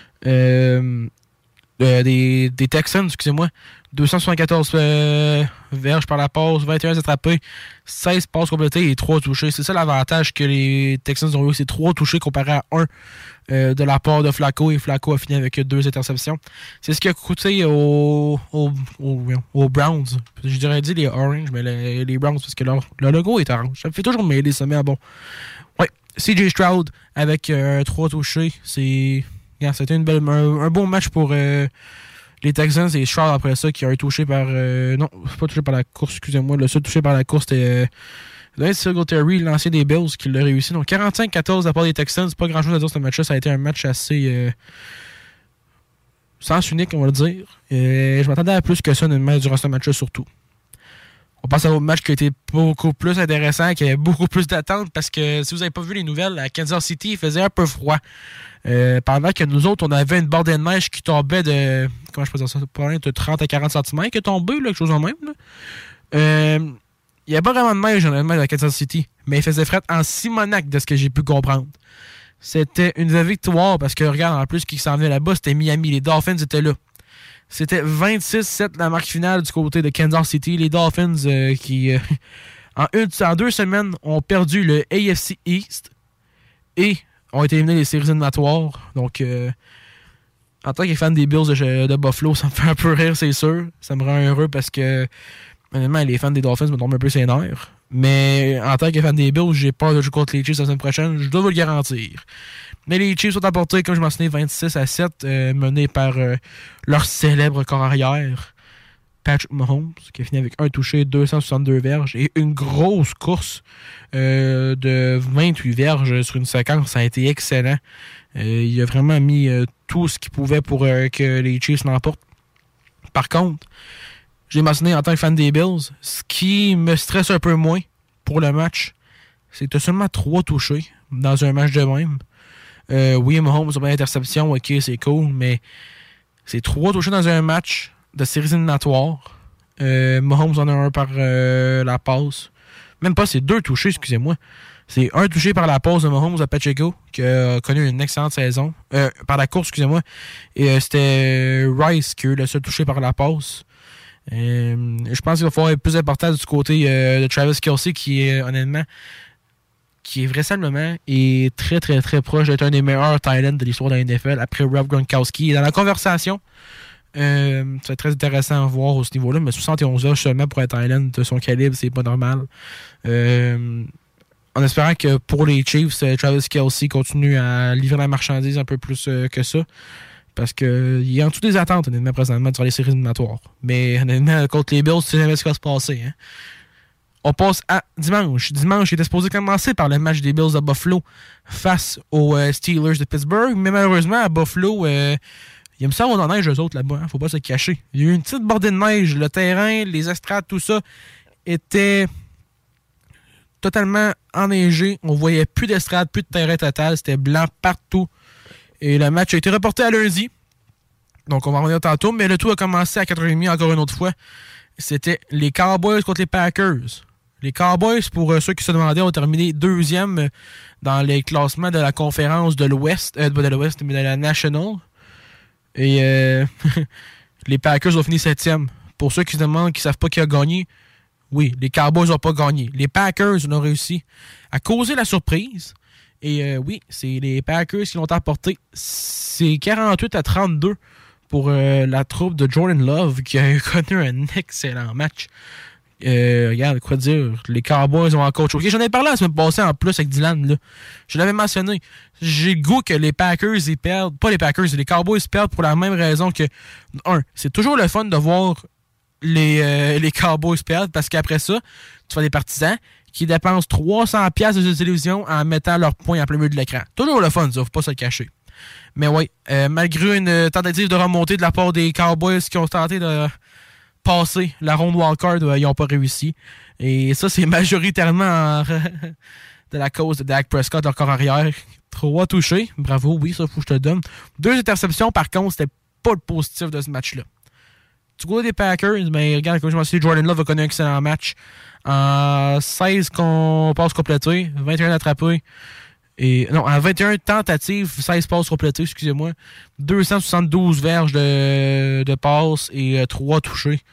des Texans, excusez-moi. 274 verges par la passe, 21 attrapés, 16 passes complétées et 3 touchés. C'est ça l'avantage que les Texans ont eu, c'est 3 touchés comparé à 1 de la part de Flacco, et Flacco a fini avec 2 interceptions. C'est ce qui a coûté aux Browns. Je dirais dit les Orange, mais les Browns, parce que leur logo est orange. Ça me fait toujours mêler ça, mais bon. Ouais, CJ Stroud avec 3 touchés. C'était un bon match pour les Texans. Et Stroud après ça qui a touché par... non, pas touché par la course, excusez-moi. Le seul touché par la course, c'était... Singletary, l'ancien des Bills, qui l'a réussi. Donc 45-14 de la part des Texans. C'est pas grand-chose à dire sur ce match-là. Ça a été un match assez... sens unique, on va le dire. Je m'attendais à plus que ça durant ce match-là, surtout. On passe à un autre match qui a été beaucoup plus intéressant, qui avait beaucoup plus d'attentes, parce que si vous n'avez pas vu les nouvelles, à Kansas City, il faisait un peu froid. Pendant que nous autres, on avait une bordée de neige qui tombait de... Comment je peux dire ça? De 30 à 40 cm qui est tombé, là, quelque chose en même. Il n'y avait pas vraiment de neige, honnêtement, à Kansas City, mais il faisait fret en Simonac, de ce que j'ai pu comprendre. C'était une victoire, parce que, regarde, en plus, qui s'en venait là-bas, c'était Miami. Les Dolphins étaient là. C'était 26-7 la marque finale du côté de Kansas City. Les Dolphins qui, en 2 semaines, ont perdu le AFC East et ont été éliminés des séries éliminatoires. Donc, en tant que fan des Bills de Buffalo, ça me fait un peu rire, c'est sûr. Ça me rend heureux parce que, honnêtement, les fans des Dolphins me tombent un peu ses nerfs. Mais en tant que fan des Bills, j'ai peur de jouer contre les Chiefs la semaine prochaine. Je dois vous le garantir. Mais les Chiefs sont emportés, comme je mentionnais, 26-7, menés par leur célèbre corps arrière, Patrick Mahomes, qui a fini avec un touché, 262 verges, et une grosse course de 28 verges sur une séquence. Ça a été excellent. Il a vraiment mis tout ce qu'il pouvait pour que les Chiefs l'emportent. Par contre, j'ai mentionné en tant que fan des Bills, ce qui me stresse un peu moins pour le match, c'est que tu as seulement 3 touchés dans un match de même. Oui, Mahomes a pas d'interception, ok, c'est cool, mais c'est 3 touchés dans un match de séries éliminatoires. Mahomes en a un par la passe. Même pas, c'est 2 touchés, excusez-moi. C'est un touché par la passe de Mahomes à Pacheco, qui a connu une excellente saison. Par la course, excusez-moi. Et c'était Rice qui a eu le seul touché par la passe. Je pense qu'il va falloir être plus important du côté de Travis Kelce, qui est honnêtement, qui est vraisemblablement et très très très proche d'être un des meilleurs tight ends de l'histoire de la NFL après Rob Gronkowski. Et dans la conversation, c'est très intéressant à voir à ce niveau-là, mais 71 heures seulement pour un tight end de son calibre, c'est pas normal. En espérant que pour les Chiefs, Travis Kelce continue à livrer la marchandise un peu plus que ça. Parce qu'il est en dessous des attentes, honnêtement, présentement, sur les séries éliminatoires. Mais honnêtement, contre les Bills, tu sais jamais ce qui va se passer. Hein? On passe à dimanche. Dimanche, il était supposé commencer par le match des Bills de Buffalo face aux Steelers de Pittsburgh. Mais malheureusement, à Buffalo, il aime ça avoir de la neige, eux autres, là-bas. Hein? Faut pas se cacher. Il y a eu une petite bordée de neige. Le terrain, les estrades, tout ça était totalement enneigé. On voyait plus d'estrade, plus de terrain total. C'était blanc partout. Et le match a été reporté à lundi. Donc, on va en revenir tantôt. Mais le tout a commencé à 4h30 encore une autre fois. C'était les Cowboys contre les Packers. Les Cowboys, pour ceux qui se demandaient, ont terminé 2e dans les classements de la conférence de l'Ouest. Pas de l'Ouest, mais de la National. Et les Packers ont fini 7e. Pour ceux qui se demandent, qui ne savent pas qui a gagné, oui, les Cowboys n'ont pas gagné. Les Packers ont réussi à causer la surprise. Et oui, c'est les Packers qui l'ont emporté. C'est 48-32 pour la troupe de Jordan Love qui a connu un excellent match. Regarde, quoi dire, les Cowboys ont encore choqué. J'en ai parlé la semaine passée en plus avec Dylan. Là. Je l'avais mentionné. J'ai le goût que les Packers ils perdent. Pas les Packers, les Cowboys perdent pour la même raison que... c'est toujours le fun de voir les Cowboys perdre parce qu'après ça, tu vois des partisans qui dépensent 300$ de télévision en mettant leurs points en plein milieu de l'écran. Toujours le fun, ça, faut pas se le cacher. Mais oui, malgré une tentative de remontée de la part des Cowboys qui ont tenté de passer la ronde wildcard, ils n'ont pas réussi. Et ça, c'est majoritairement de la cause de Dak Prescott, leur corps arrière. 3 touchés, bravo, oui, ça, faut que je te donne. 2 interceptions, par contre, c'était pas le positif de ce match-là. Du côté des Packers, mais regarde, comme je m'en suis dit, Jordan Love a connu un excellent match. 16 passes complétées, 21 attrapés. En 21 tentatives, 16 passes complétées, excusez-moi. 272 verges de passes et 3 touchés.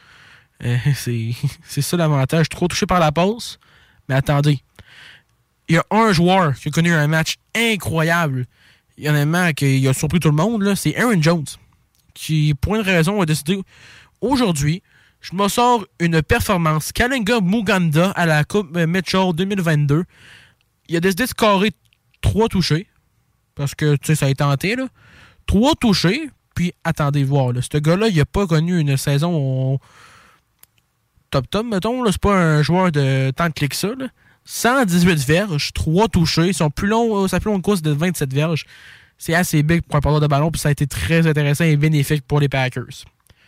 C'est ça l'avantage. 3 touchés par la passe. Mais attendez. Il y a un joueur qui a connu un match incroyable. Honnêtement, qui a surpris tout le monde. Là, c'est Aaron Jones. Qui, pour une raison, a décidé aujourd'hui, je me sors une performance Kalinga Muganda à la Coupe Mitchell 2022. Il a décidé de scorer 3 touchés. Parce que, tu sais, ça a été tenté, là. 3 touchés. Puis, attendez voir, là. Ce gars-là, il n'a pas connu une saison top, mettons. Là. C'est pas un joueur de tant de clics que ça, là. 118 verges, 3 touchés. Sa plus longue course de 27 verges. C'est assez big pour un porteur de ballon. Puis, ça a été très intéressant et bénéfique pour les Packers.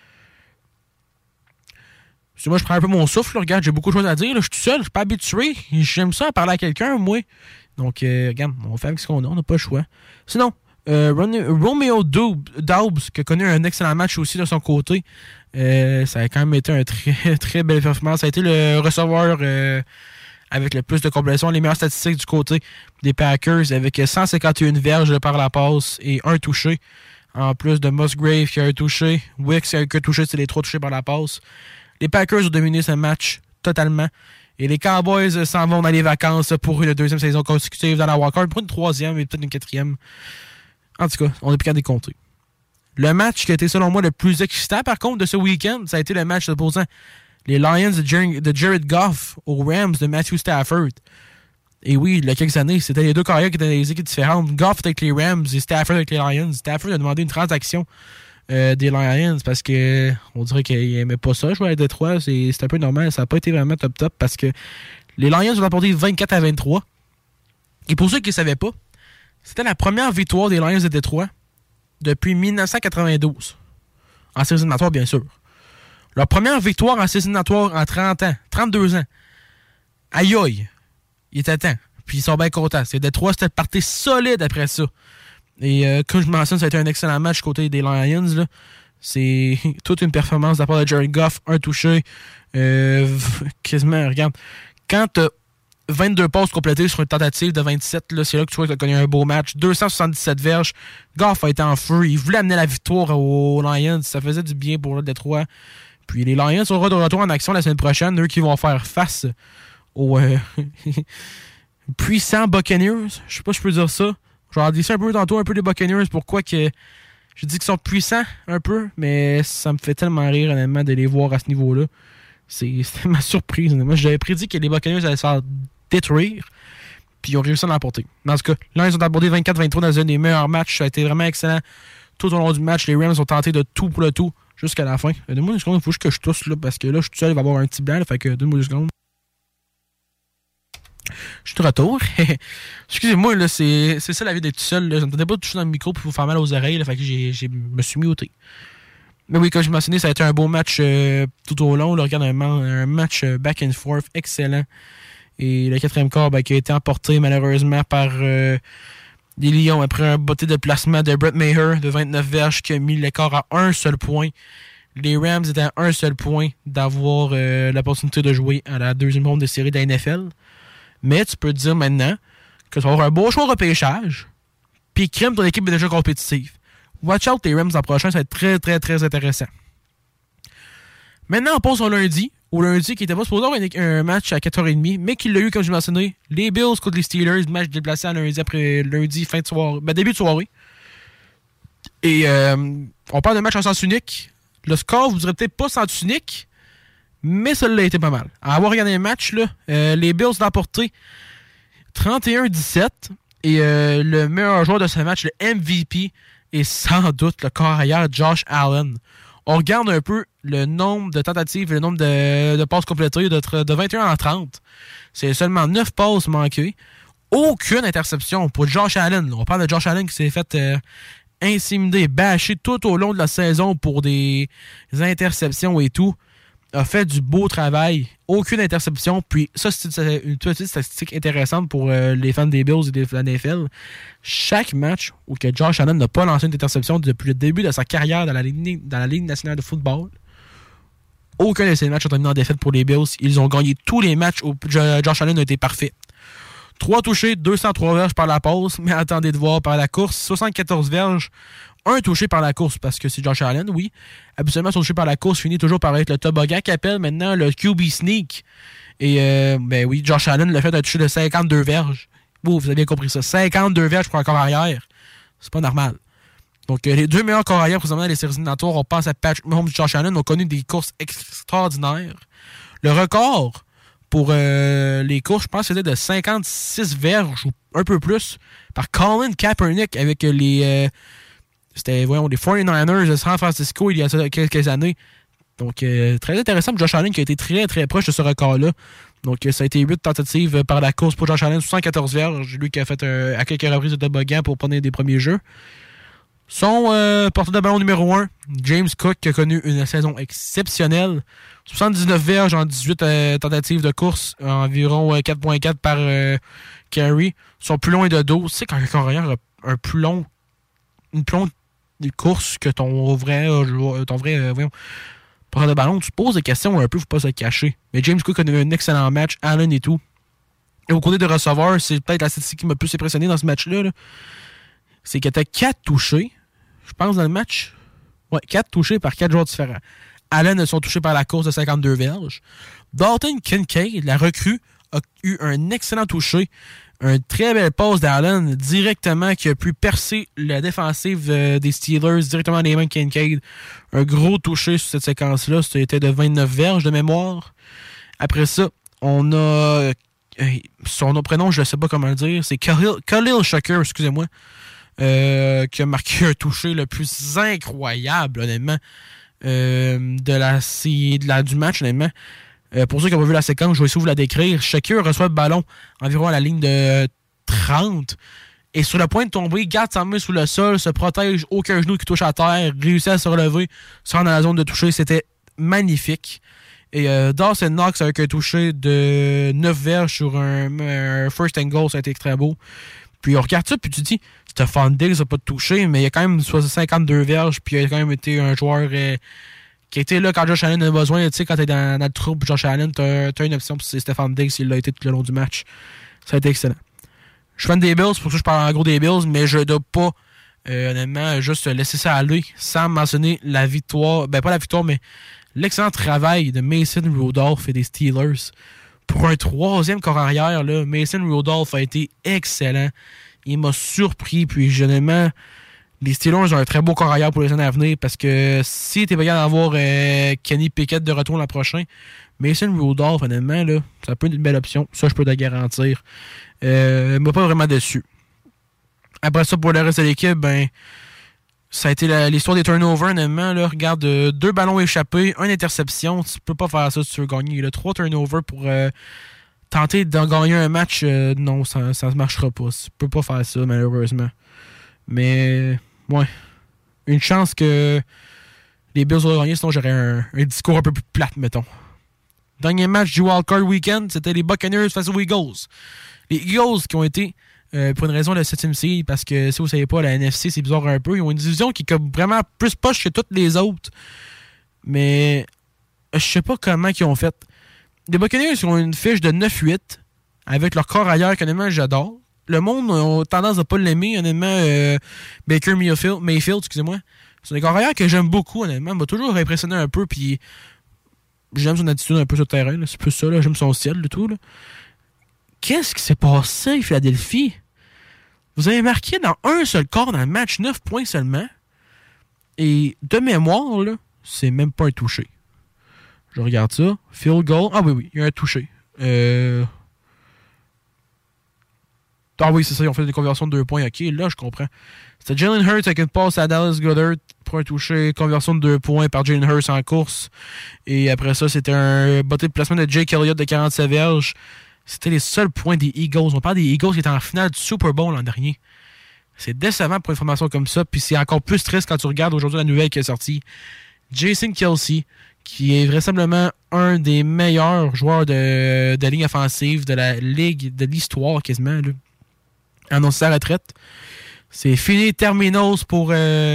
Moi, je prends un peu mon souffle. Là. Regarde, j'ai beaucoup de choses à dire. Là. Je suis tout seul, je suis pas habitué. J'aime ça à parler à quelqu'un, moi. Donc, regarde, on va faire ce qu'on a. On n'a pas le choix. Sinon, Romeo Doubs, qui a connu un excellent match aussi de son côté. Ça a quand même été un très, très belle performance. Ça a été le receveur avec le plus de complétions, les meilleures statistiques du côté des Packers, avec 151 verges par la passe et 1 touché. En plus de Musgrave qui a un touché. Wicks qui a un touché, c'est les 3 touchés par la passe. Les Packers ont dominé ce match totalement. Et les Cowboys s'en vont dans les vacances pour une 2e saison consécutive dans la wildcard, pour une 3e et peut-être une 4e. En tout cas, on est plus qu'à décompter. Le match qui a été, selon moi, le plus excitant, par contre, de ce week-end, ça a été le match opposant les Lions de Jared Goff aux Rams de Matthew Stafford. Et oui, il y a quelques années, c'était les deux carrières qui étaient des équipes différentes. Goff était avec les Rams et Stafford avec les Lions. Stafford a demandé une transaction des Lions parce que on dirait qu'il aimait pas ça jouer à Détroit. C'est un peu normal. Ça n'a pas été vraiment top parce que les Lions ont apporté 24-23. Et pour ceux qui ne savaient pas, c'était la première victoire des Lions de Détroit depuis 1992. En séries éliminatoires, bien sûr. Leur première victoire en séries éliminatoires en 30 ans, 32 ans. Aïe aïe. Il était temps. Puis ils sont bien contents. C'est Détroit, c'était parti solide après ça. Et comme je mentionne, ça a été un excellent match côté des Lions. Là. C'est toute une performance de la part de Jared Goff, un touché, quasiment, regarde, quand tu as 22 passes complétées sur une tentative de 27, là, c'est là que tu vois que tu as connu un beau match. 277 verges. Goff a été en feu. Il voulait amener la victoire aux Lions. Ça faisait du bien pour le Détroit. Puis les Lions seront de retour en action la semaine prochaine. Eux qui vont faire face aux puissants Buccaneers. Je sais pas si je peux dire ça. J'en ai dit ça un peu tantôt, un peu des Buccaneers. Pourquoi que je dis qu'ils sont puissants un peu, mais ça me fait tellement rire honnêtement de les voir à ce niveau-là. C'était ma surprise. Moi, j'avais prédit que les Buccaneers allaient se faire détruire, puis ils ont réussi à l'emporter. Dans ce cas, là, ils ont abordé 24-23 dans un des meilleurs matchs. Ça a été vraiment excellent tout au long du match. Les Rams ont tenté de tout pour le tout jusqu'à la fin. Donne-moi une seconde, il faut que je tousse, là, parce que là, je suis tout seul, il va y avoir un petit blanc, là, fait que donne-moi une seconde. Je suis de retour. Excusez-moi, là, c'est ça la vie d'être tout seul. Là. Je ne tenais pas de toucher dans le micro pour vous faire mal aux oreilles, là, fait que je me suis muté. Mais oui, comme je mentionné, ça a été un beau match tout au long. Là, regarde, un match back and forth excellent. Et le quatrième quart qui a été emporté malheureusement par les Lions après un botté de placement de Brett Maher de 29 verges qui a mis l'écart à un seul point. Les Rams étaient à un seul point d'avoir l'opportunité de jouer à la deuxième ronde de série de la NFL. Mais tu peux te dire maintenant que tu vas avoir un beau choix de repêchage puis crème ton équipe est déjà compétitive. Watch out les Rams l'an prochain, ça va être très très très intéressant. Maintenant on passe au lundi. Au lundi, qui était pas supposé avoir un match à 4h30, mais qui l'a eu, comme je mentionné, les Bills contre les Steelers, match déplacé à lundi, fin de soirée, début de soirée. Et on parle de match en sens unique. Le score, vous direz peut-être pas sens unique, mais ça l'a été pas mal. À avoir regardé le match, là, les Bills l'ont emporté 31-17, et le meilleur joueur de ce match, le MVP, est sans doute le carrière Josh Allen. On regarde un peu le nombre de tentatives et le nombre de passes complétées de 21 en 30. C'est seulement 9 passes manquées. Aucune interception pour Josh Allen. On parle de Josh Allen qui s'est fait intimider, bâcher tout au long de la saison pour des interceptions et tout. A fait du beau travail. Aucune interception. Puis ça, c'est une petite statistique intéressante pour les fans des Bills et de la NFL. Chaque match où que Josh Allen n'a pas lancé une interception depuis le début de sa carrière dans la Ligue nationale de football, aucun de ces matchs ont terminé en défaite pour les Bills. Ils ont gagné tous les matchs où Josh Allen a été parfait. 3 touchés, 203 verges par la passe, mais attendez de voir par la course. 74 verges, 1 touché par la course, parce que c'est Josh Allen, oui. Habituellement, son touché par la course finit toujours par être le toboggan qu'appelle maintenant le QB sneak. Et, ben oui, Josh Allen l'a fait un touché de 52 verges. Vous avez bien compris ça. 52 verges pour un corps arrière. C'est pas normal. Donc, les deux meilleurs corps arrière présentement dans les séries éliminatoires, on pense à Patrick Mahomes et Josh Allen, ont connu des courses extraordinaires. Le record pour les courses, je pense que c'était de 56 verges ou un peu plus par Colin Kaepernick avec les 49ers de San Francisco il y a quelques années. Donc, très intéressant pour Josh Allen qui a été très très proche de ce record-là. Donc, ça a été 8 tentatives par la course pour Josh Allen, 74 verges. Lui qui a fait à quelques reprises de toboggan pour prendre des premiers jeux. Son porteur de ballon numéro 1, James Cook, qui a connu une saison exceptionnelle. 79 verges en 18 tentatives de course, environ 4.4 par carry. Son plus long est de 12. Tu sais, quand un carrière a une plus longue course que ton vrai porteur de ballon, tu te poses des questions un peu, il ne faut pas se cacher. Mais James Cook a eu un excellent match, Allen et tout. Et au côté de receveur, c'est peut-être la statistique qui m'a plus impressionné dans ce match-là. Là. C'est qu'il y a 4 touchés, je pense, dans le match. Ouais, 4 touchés par 4 joueurs différents. Allen a son touché par la course de 52 verges. Dalton Kincaid, la recrue, a eu un excellent touché. Un très belle passe d'Allen directement qui a pu percer la défensive des Steelers directement dans les mains de Kincaid. Un gros touché sur cette séquence-là. C'était de 29 verges de mémoire. Après ça, on a... son nom, prénom, je ne sais pas comment le dire. C'est Khalil Shakir, excusez-moi. Qui a marqué un touché le plus incroyable, honnêtement, du match, honnêtement. Pour ceux qui n'ont pas vu la séquence, je vais essayer de vous la décrire. Shakir reçoit le ballon environ à la ligne de 30. Et sur le point de tomber, garde sa main sous le sol, se protège, aucun genou qui touche à terre, réussit à se relever, se rend dans la zone de toucher. C'était magnifique. Et Dawson Knox avec un touché de 9 verges sur un first and goal, ça a été très beau. Puis on regarde ça, puis tu dis, Stephon Diggs n'a pas de touché, mais il a quand même 52 verges, puis il a quand même été un joueur qui a été là quand Josh Allen a besoin. Tu sais, quand t'es dans le troupe, Josh Allen, t'as une option, puis c'est Stephon Diggs, il l'a été tout le long du match. Ça a été excellent. Je suis fan des Bills, c'est pour ça que je parle en gros des Bills, mais je ne dois pas, honnêtement, juste laisser ça aller sans mentionner la victoire, ben pas la victoire, mais l'excellent travail de Mason Rudolph et des Steelers. Pour un troisième corps arrière, là, Mason Rudolph a été excellent. Il m'a surpris, puis honnêtement, les Steelers ont un très beau corps arrière pour les années à venir, parce que si t'es pas capable d'avoir Kenny Pickett de retour l'an prochain, Mason Rudolph, honnêtement, là, ça peut être une belle option. Ça, je peux te le garantir. Il m'a pas vraiment déçu. Après ça, pour le reste de l'équipe, ben, ça a été l'histoire des turnovers, honnêtement. Là, regarde, 2 ballons échappés, 1 interception. Tu peux pas faire ça si tu veux gagner. Il y a 3 turnovers pour tenter de gagner un match. Non, ça ne marchera pas. Tu peux pas faire ça, malheureusement. Mais, ouais. Une chance que les Bills vont gagner, sinon j'aurais un discours un peu plus plate, mettons. Dernier match du Wildcard Weekend, c'était les Buccaneers face aux Eagles. Les Eagles qui ont été, pour une raison, le 7e seed, parce que si vous ne savez pas, la NFC, c'est bizarre un peu. Ils ont une division qui est comme vraiment plus poche que toutes les autres. Mais je sais pas comment ils ont fait. Les Buccaneers ont une fiche de 9-8 avec leur corps ailleurs qu'honnêtement j'adore. Le monde a tendance à pas l'aimer, honnêtement. Baker Mayfield, excusez-moi. C'est des corps ailleurs que j'aime beaucoup, honnêtement. Il m'a toujours impressionné un peu, puis j'aime son attitude un peu sur le terrain. Là. C'est plus ça, là. J'aime son style, du tout. Là. Qu'est-ce qui s'est passé, Philadelphie? Vous avez marqué dans un seul quart dans le match, 9 points seulement. Et de mémoire, là, c'est même pas un touché. Je regarde ça. Field goal. Ah oui, il y a un touché. Ah oui, c'est ça, ils ont fait des conversions de 2 points. Ok, là, je comprends. C'était Jalen Hurts avec une passe à Dallas Goedert pour un touché. Conversion de 2 points par Jalen Hurts en course. Et après ça, c'était un botté de placement de Jake Elliott de 47 verges. C'était les seuls points des Eagles. On parle des Eagles qui étaient en finale du Super Bowl l'an dernier. C'est décevant pour une formation comme ça. Puis c'est encore plus triste quand tu regardes aujourd'hui la nouvelle qui est sortie. Jason Kelce, qui est vraisemblablement un des meilleurs joueurs de ligne offensive de la ligue, de l'histoire quasiment, là. Annoncé sa retraite. C'est fini terminos pour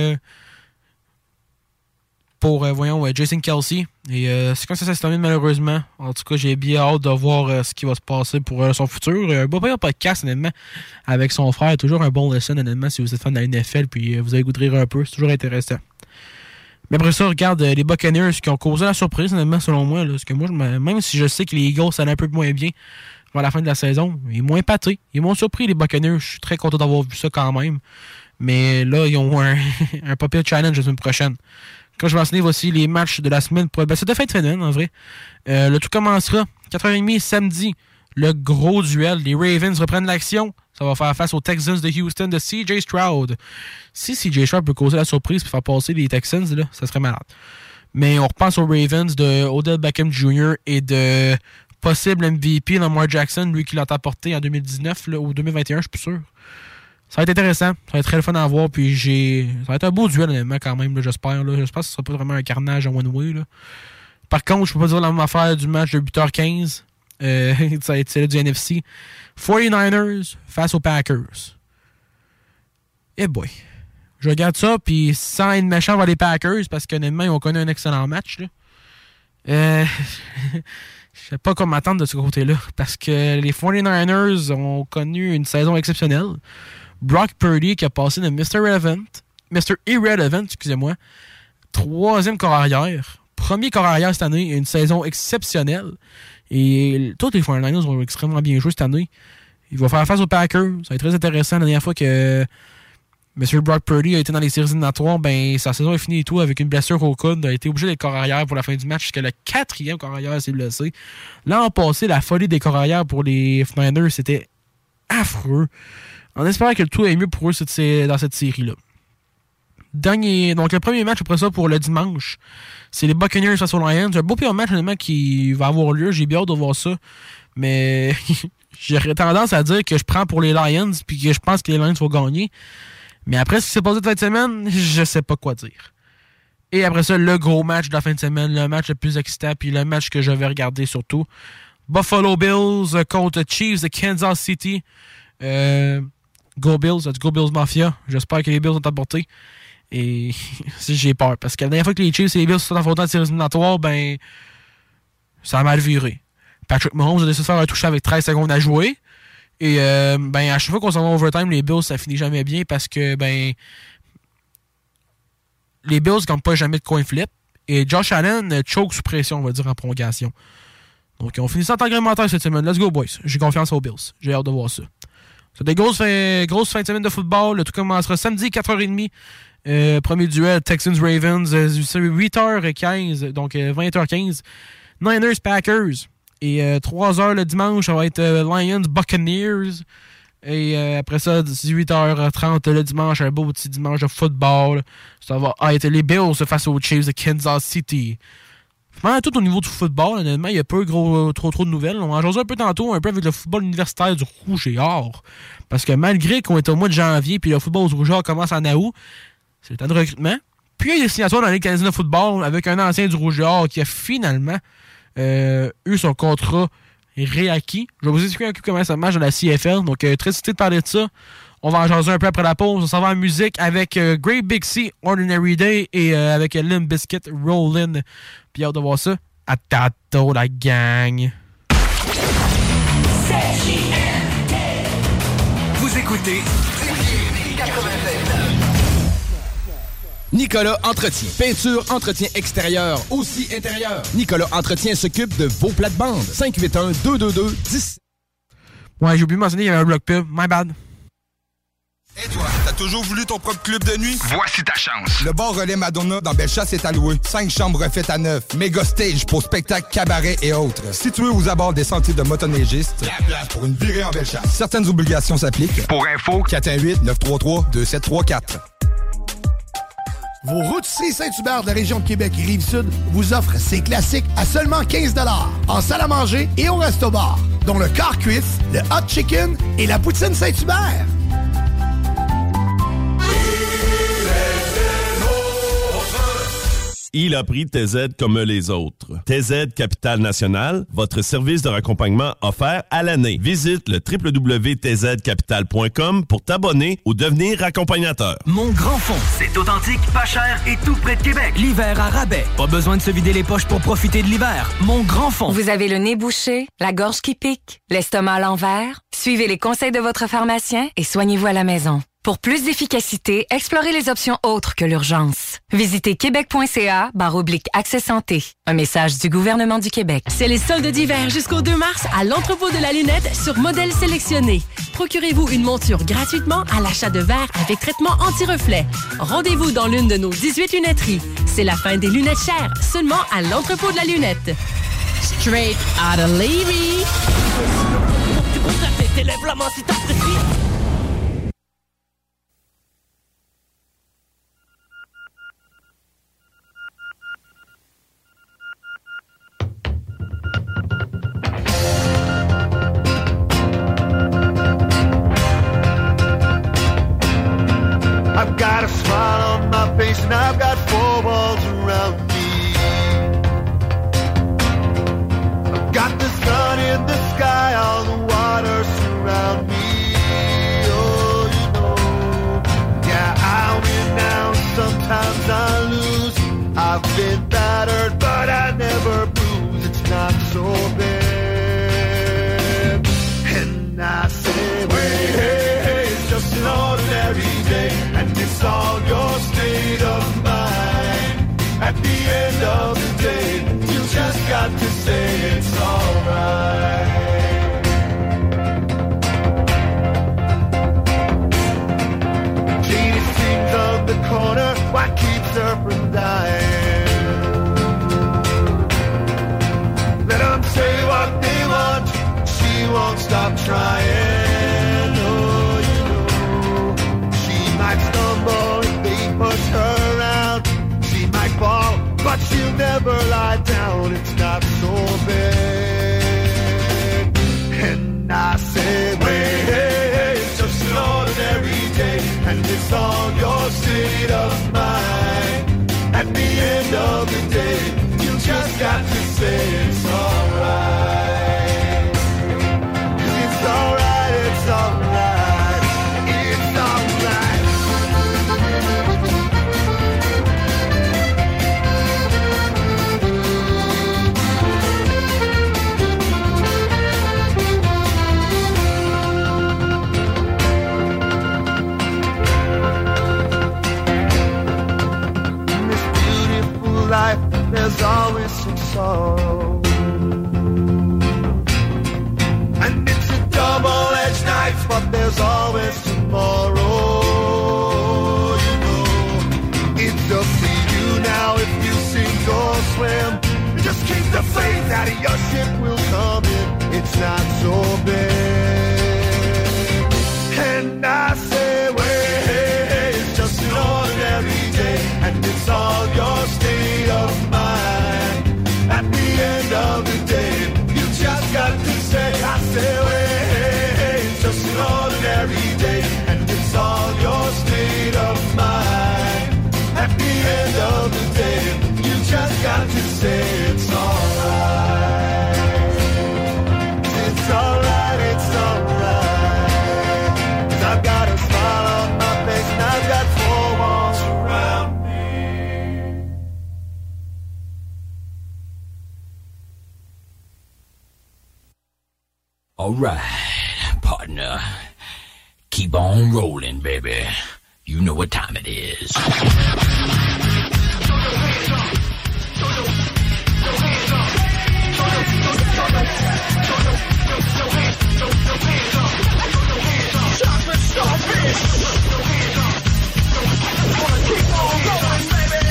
Jason Kelce. Et c'est comme ça se termine malheureusement. En tout cas, j'ai bien hâte de voir ce qui va se passer pour son futur. Un beau podcast, honnêtement, avec son frère. Toujours un bon lesson, honnêtement, si vous êtes fan de la NFL, puis vous allez goûter rire un peu. C'est toujours intéressant. Mais après ça, regarde les Buccaneers qui ont causé la surprise, honnêtement, selon moi. Là, parce que moi, même si je sais que les Eagles, ça allait un peu moins bien à la fin de la saison, ils m'ont épaté. Ils m'ont surpris, les Buccaneers. Je suis très content d'avoir vu ça quand même. Mais là, ils ont un papier challenge la semaine prochaine. Quand je vais mentionner, voici les matchs de la semaine. C'est de fin de semaine, en vrai. Le tout commencera 4h30 samedi. Le gros duel. Les Ravens reprennent l'action. Ça va faire face aux Texans de Houston de CJ Stroud. Si CJ Stroud peut causer la surprise et faire passer les Texans, là, ça serait malade. Mais on repense aux Ravens de Odell Beckham Jr. et de possible MVP Lamar Jackson, lui qui l'a apporté en 2019 là, ou 2021, je suis plus sûr. Ça va être intéressant. Ça va être très le fun à voir. Puis ça va être un beau duel, honnêtement, quand même, là, j'espère. Là. J'espère que ce sera pas vraiment un carnage en one-way. Là. Par contre, je peux pas dire la même affaire du match de 8h15. Ça va être celle du NFC. 49ers face aux Packers. Eh boy. Je regarde ça, puis sans être méchant vers les Packers, parce qu'honnêtement, ils ont connu un excellent match. Là. Je sais pas comment m'attendre de ce côté-là, parce que les 49ers ont connu une saison exceptionnelle. Brock Purdy qui a passé de Mr. Irrelevant, excusez-moi, 3e corps arrière, 1er corps arrière cette année, une saison exceptionnelle. Et tous les 49ers ont extrêmement bien joué cette année. Il va faire face aux Packers. Ça va être très intéressant. La dernière fois que M. Brock Purdy a été dans les séries éliminatoires, ben, sa saison est finie et tout avec une blessure au coude. Il a été obligé d'être corps arrière pour la fin du match puisque le 4e corps arrière s'est blessé. L'an passé, la folie des corps arrière pour les Niners, c'était affreux. En espérant que le tout est mieux pour eux dans cette série-là. Donc, le premier match après ça pour le dimanche, c'est les Buccaneers face aux Lions. Un beau pire match, honnêtement, qui va avoir lieu. J'ai bien hâte de voir ça. Mais j'aurais tendance à dire que je prends pour les Lions puis que je pense que les Lions vont gagner. Mais après ce qui s'est passé de fin de semaine, je sais pas quoi dire. Et après ça, le gros match de la fin de semaine, le match le plus excitant, puis le match que je vais regarder surtout. Buffalo Bills contre Chiefs de Kansas City. Go Bills, let's go Bills Mafia. J'espère que les Bills ont apporté. Et si j'ai peur. Parce que la dernière fois que les Chiefs et les Bills sont affrontés en séries éliminatoires, ben ça a mal viré. Patrick Mahomes a décidé de faire un toucher avec 13 secondes à jouer. Et ben à chaque fois qu'on s'en va en overtime, les Bills, ça finit jamais bien parce que ben les Bills ne gagnent pas jamais de coin flip. Et Josh Allen choke sous pression, on va dire, en prolongation. Donc, on finit ça en temps réglementaire cette semaine. Let's go, boys. J'ai confiance aux Bills. J'ai hâte de voir ça. C'est des grosses fins de semaine de football. Le tout commencera samedi, 4h30. Premier duel, Texans-Ravens, 8h15, donc 20h15. Niners-Packers. Et 3h le dimanche, ça va être Lions-Buccaneers. Et après ça, 18h30 le dimanche, un beau petit dimanche de football. Ça va être les Bills face aux Chiefs de Kansas City. Vraiment, tout au niveau du football, honnêtement, il n'y a pas trop de nouvelles. On en jasait un peu tantôt, un peu avec le football universitaire du Rouge et Or. Parce que malgré qu'on est au mois de janvier puis le football du Rouge et Or commence en août, c'est le temps de recrutement. Puis il y a des signatures dans la Ligue canadienne de football avec un ancien du Rouge et Or qui a finalement eu son contrat réacquis. Je vais vous expliquer un peu comment ça marche dans la CFL. Donc, très excité de parler de ça. On va en jaser un peu après la pause. On s'en va en musique avec Great Big Sea, Ordinary Day, et avec Limp Bizkit, Rollin'. Puis hâte de voir ça. À tantôt, la gang. Vous écoutez Nicolas Entretien. Peinture, entretien extérieur, aussi intérieur. Nicolas Entretien s'occupe de vos plates-bandes. 581-222-10. Ouais, j'ai oublié de mentionner qu'il y avait un bloc pub. My bad. Et toi, t'as toujours voulu ton propre club de nuit? Voici ta chance. Le bar Relais Madonna dans Bellechasse est alloué. 5 chambres refaites à neuf. Méga stage pour spectacles, cabarets et autres. Situé aux abords des sentiers de motoneigistes. La place pour une virée en Bellechasse. Certaines obligations s'appliquent. Pour info, 418-933-2734. Vos rôtisseries Saint-Hubert de la région de Québec et Rive-Sud vous offrent ces classiques à seulement 15 $ en salle à manger et au resto-bar, dont le quart cuisse, le hot chicken et la poutine Saint-Hubert. Il a pris TZ comme les autres. TZ Capital National, votre service de raccompagnement offert à l'année. Visite le www.tzcapital.com pour t'abonner ou devenir accompagnateur. Mon Grand Fond, c'est authentique, pas cher et tout près de Québec. L'hiver à rabais. Pas besoin de se vider les poches pour profiter de l'hiver. Mon Grand Fond. Vous avez le nez bouché, la gorge qui pique, l'estomac à l'envers? Suivez les conseils de votre pharmacien et soignez-vous à la maison. Pour plus d'efficacité, explorez les options autres que l'urgence. Visitez québec.ca/accès santé. Un message du gouvernement du Québec. C'est les soldes d'hiver jusqu'au 2 mars à l'entrepôt de la lunette sur modèle sélectionné. Procurez-vous une monture gratuitement à l'achat de verres avec traitement anti-reflet. Rendez-vous dans l'une de nos 18 lunetteries. C'est la fin des lunettes chères, seulement à l'entrepôt de la lunette. Straight out of Levy. I've got a smile on my face and I've got 4 walls around me. I've got the sun in the sky, all the water surround me. Oh, you know, yeah, I win now, sometimes I lose. I've been battered, but I never bruise. It's not so bad. And I say, hey, hey, hey, it's just an ordinary day. And it's all your state of mind. At the end of the day, you just got to say it's alright. Jaded sings on the corner, why keeps her from dying? Let them say what they want, she won't stop trying. Oh, you know, she might stumble if they push her out. She might fall, but she'll never lie down. It's not so bad. And I say, hey, hey, hey, it's just an ordinary day. And it's all your state of mind. At the end of the day, you just got to say it's alright. It's alright, it's alright. Daddy, your ship will come in. It's not so big. And I say, well, it's just an ordinary day, and it's all your state of mind. At the end of the day, you just got to say, I say, well, it's just an ordinary day, and it's all your state of mind. At the end of the day, you just got to say it's alright. It's alright, it's alright. 'Cause I've got a smile on my face and I've got four walls around me. Alright, partner. Keep on rolling, baby. You know what time it is. Chocolate starfish. Wanna keep on going, baby.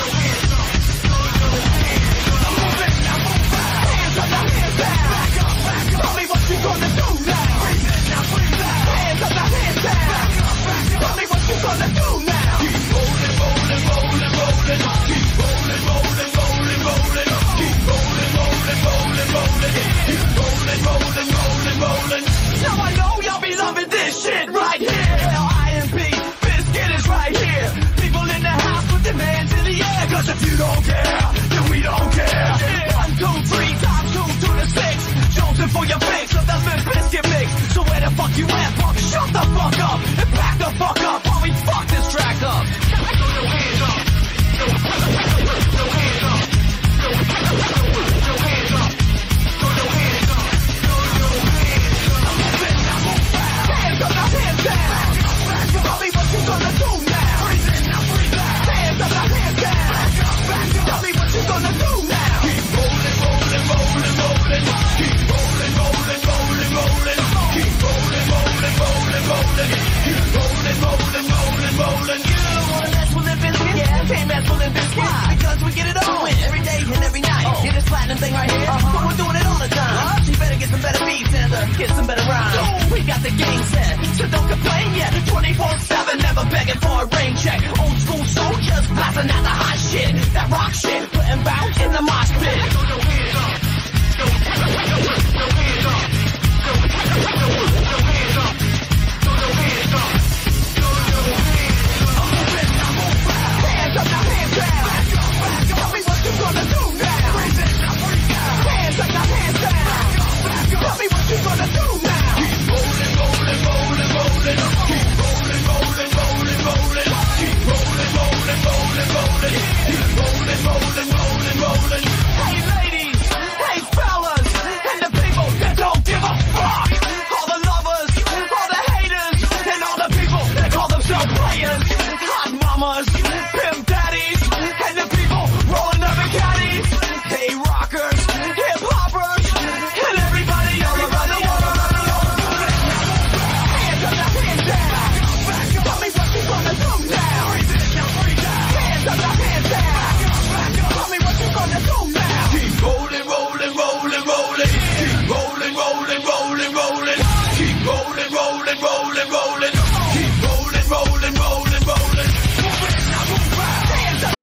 Hands up, now hands down. Tell me what you gonna do now. Hands up, now hands down. Tell me what you gonna do now. Keep rolling, rolling, rolling, rolling. Keep rolling, rolling, rolling, rolling. Keep rolling, rolling, rolling, rolling. Keep rolling, rolling, rolling, rolling. Now I know y'all be loving this shit right here. L.I.M.P. Biscuit is right here. People in the house put their hands in the air. 'Cause if you don't care, then we don't care. 1, 2, 3, times 2 to the 6. Jonesing for your fix of the Limp Biscuit mix. So where the fuck you at, punk? Shut the fuck up and back the fuck up while we fuck this track up. Throw your hands up. Throw your hands up. Throw your hands up. Throw your hands up. Throw your hands up. Hands up, now hands down. Tell me what you gonna do now. Hands up, now hands down. Tell me what you gonna do now. Keep rolling, rolling, rolling, rolling. Keep rolling, rolling, rolling, rolling. Keep rolling, rolling, rolling, rolling. Keep rolling, rolling, rolling, rolling. You don't wanna mess with Limp Bizkit? Yeah, can't mess with Limp Bizkit. Because we get it on every day and every night. Hear this platinum thing right here? But we're doing it all the time. You better get some better beats and get some better rhymes. We got the game set, so don't complain yet. 24/7, never begging for a rain check. Old school soldiers blasting out the hot shit. That rock shit, putting bounce in the mosh pit. Throw your hands up. Throw your hands up. Throw your hands up. Throw your hands up. Throw your hands up. Hands up, now hands down. Tell me what you gonna do now. Hands up, now hands down. Tell me what you gonna do now. Keep rolling, rolling, rolling, rolling. Keep rolling, rolling, rolling, rolling. Keep rolling, rolling, rolling, rolling. Keep rolling, rolling, rolling, rolling. Hey ladies, hey fellas, and the people that don't give a fuck. All the lovers, all the haters, and all the people that call themselves players. Hot mamas, pimp daddies, and the people rolling up in caddies. Hey rockers, hip hoppers, and everybody all around the world. Hands up, now hands down. Tell me what you gonna do now. Hands up, now hands down. Tell me what you gonna do now. Keep rolling, rolling, rolling, rolling. Keep rolling, rolling, rolling, rolling. Keep rolling, rolling, rolling, rolling. Keep rolling, rolling, rolling, rolling. Hands up.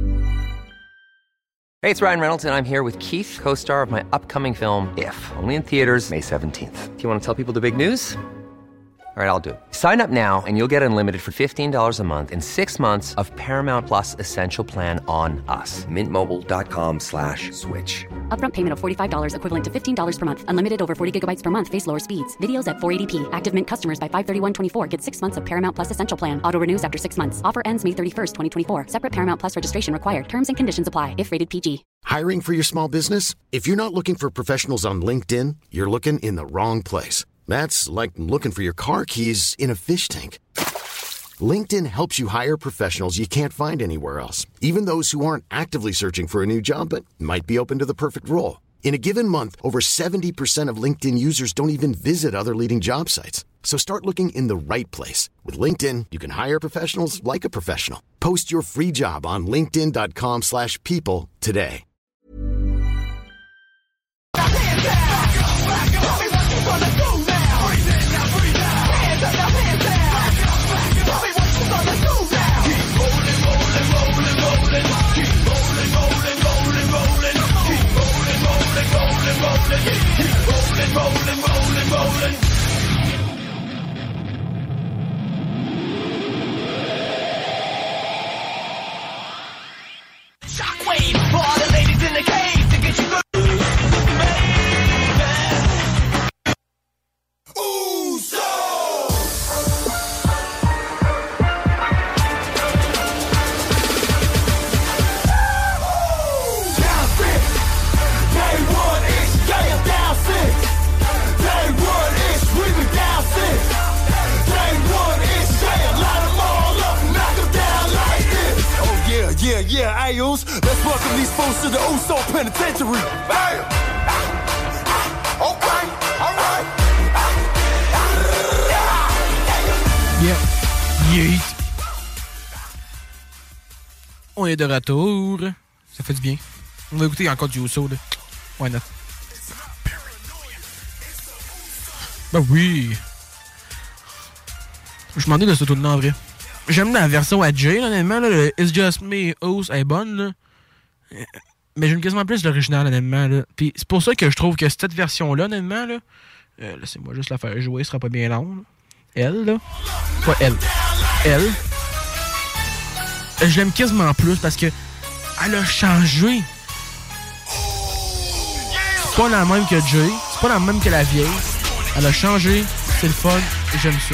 Hey, it's Ryan Reynolds, and I'm here with Keith, co-star of my upcoming film, If, only in theaters May 17th. Do you want to tell people the big news? All right, I'll do it. Sign up now and you'll get unlimited for $15 a month and 6 months of Paramount Plus Essential Plan on us. MintMobile.com/switch. Upfront payment of $45 equivalent to $15 per month. Unlimited over 40 gigabytes per month. Face lower speeds. Videos at 480p. Active Mint customers by 531.24 get 6 months of Paramount Plus Essential Plan. Auto renews after 6 months. Offer ends May 31st, 2024. Separate Paramount Plus registration required. Terms and conditions apply if rated PG. Hiring for your small business? If you're not looking for professionals on LinkedIn, you're looking in the wrong place. That's like looking for your car keys in a fish tank. LinkedIn helps you hire professionals you can't find anywhere else, even those who aren't actively searching for a new job but might be open to the perfect role. In a given month, over 70% of LinkedIn users don't even visit other leading job sites. So start looking in the right place. With LinkedIn, you can hire professionals like a professional. Post your free job on linkedin.com/people today. styles. Let's welcome these fools to the Uso Penitentiary. Bam! Okay, alright. Yeah. Yeet. On est de retour. Ça fait du bien. On va écouter encore du Uso, là. Why not? Ben oui. Je m'en ai de ce tour-là en vrai. J'aime la version à Jay, honnêtement. Là, le It's Just Me Us est bonne. Là. Mais j'aime quasiment plus l'original, honnêtement. Là. Puis c'est pour ça que je trouve que cette version-là, honnêtement, là, laissez-moi juste la faire jouer, ce sera pas bien long. Là. Elle, là. Pas elle. Elle. Je l'aime quasiment plus parce que elle a changé. C'est pas la même que Jay. C'est pas la même que la vieille. Elle a changé. C'est le fun. Et j'aime ça.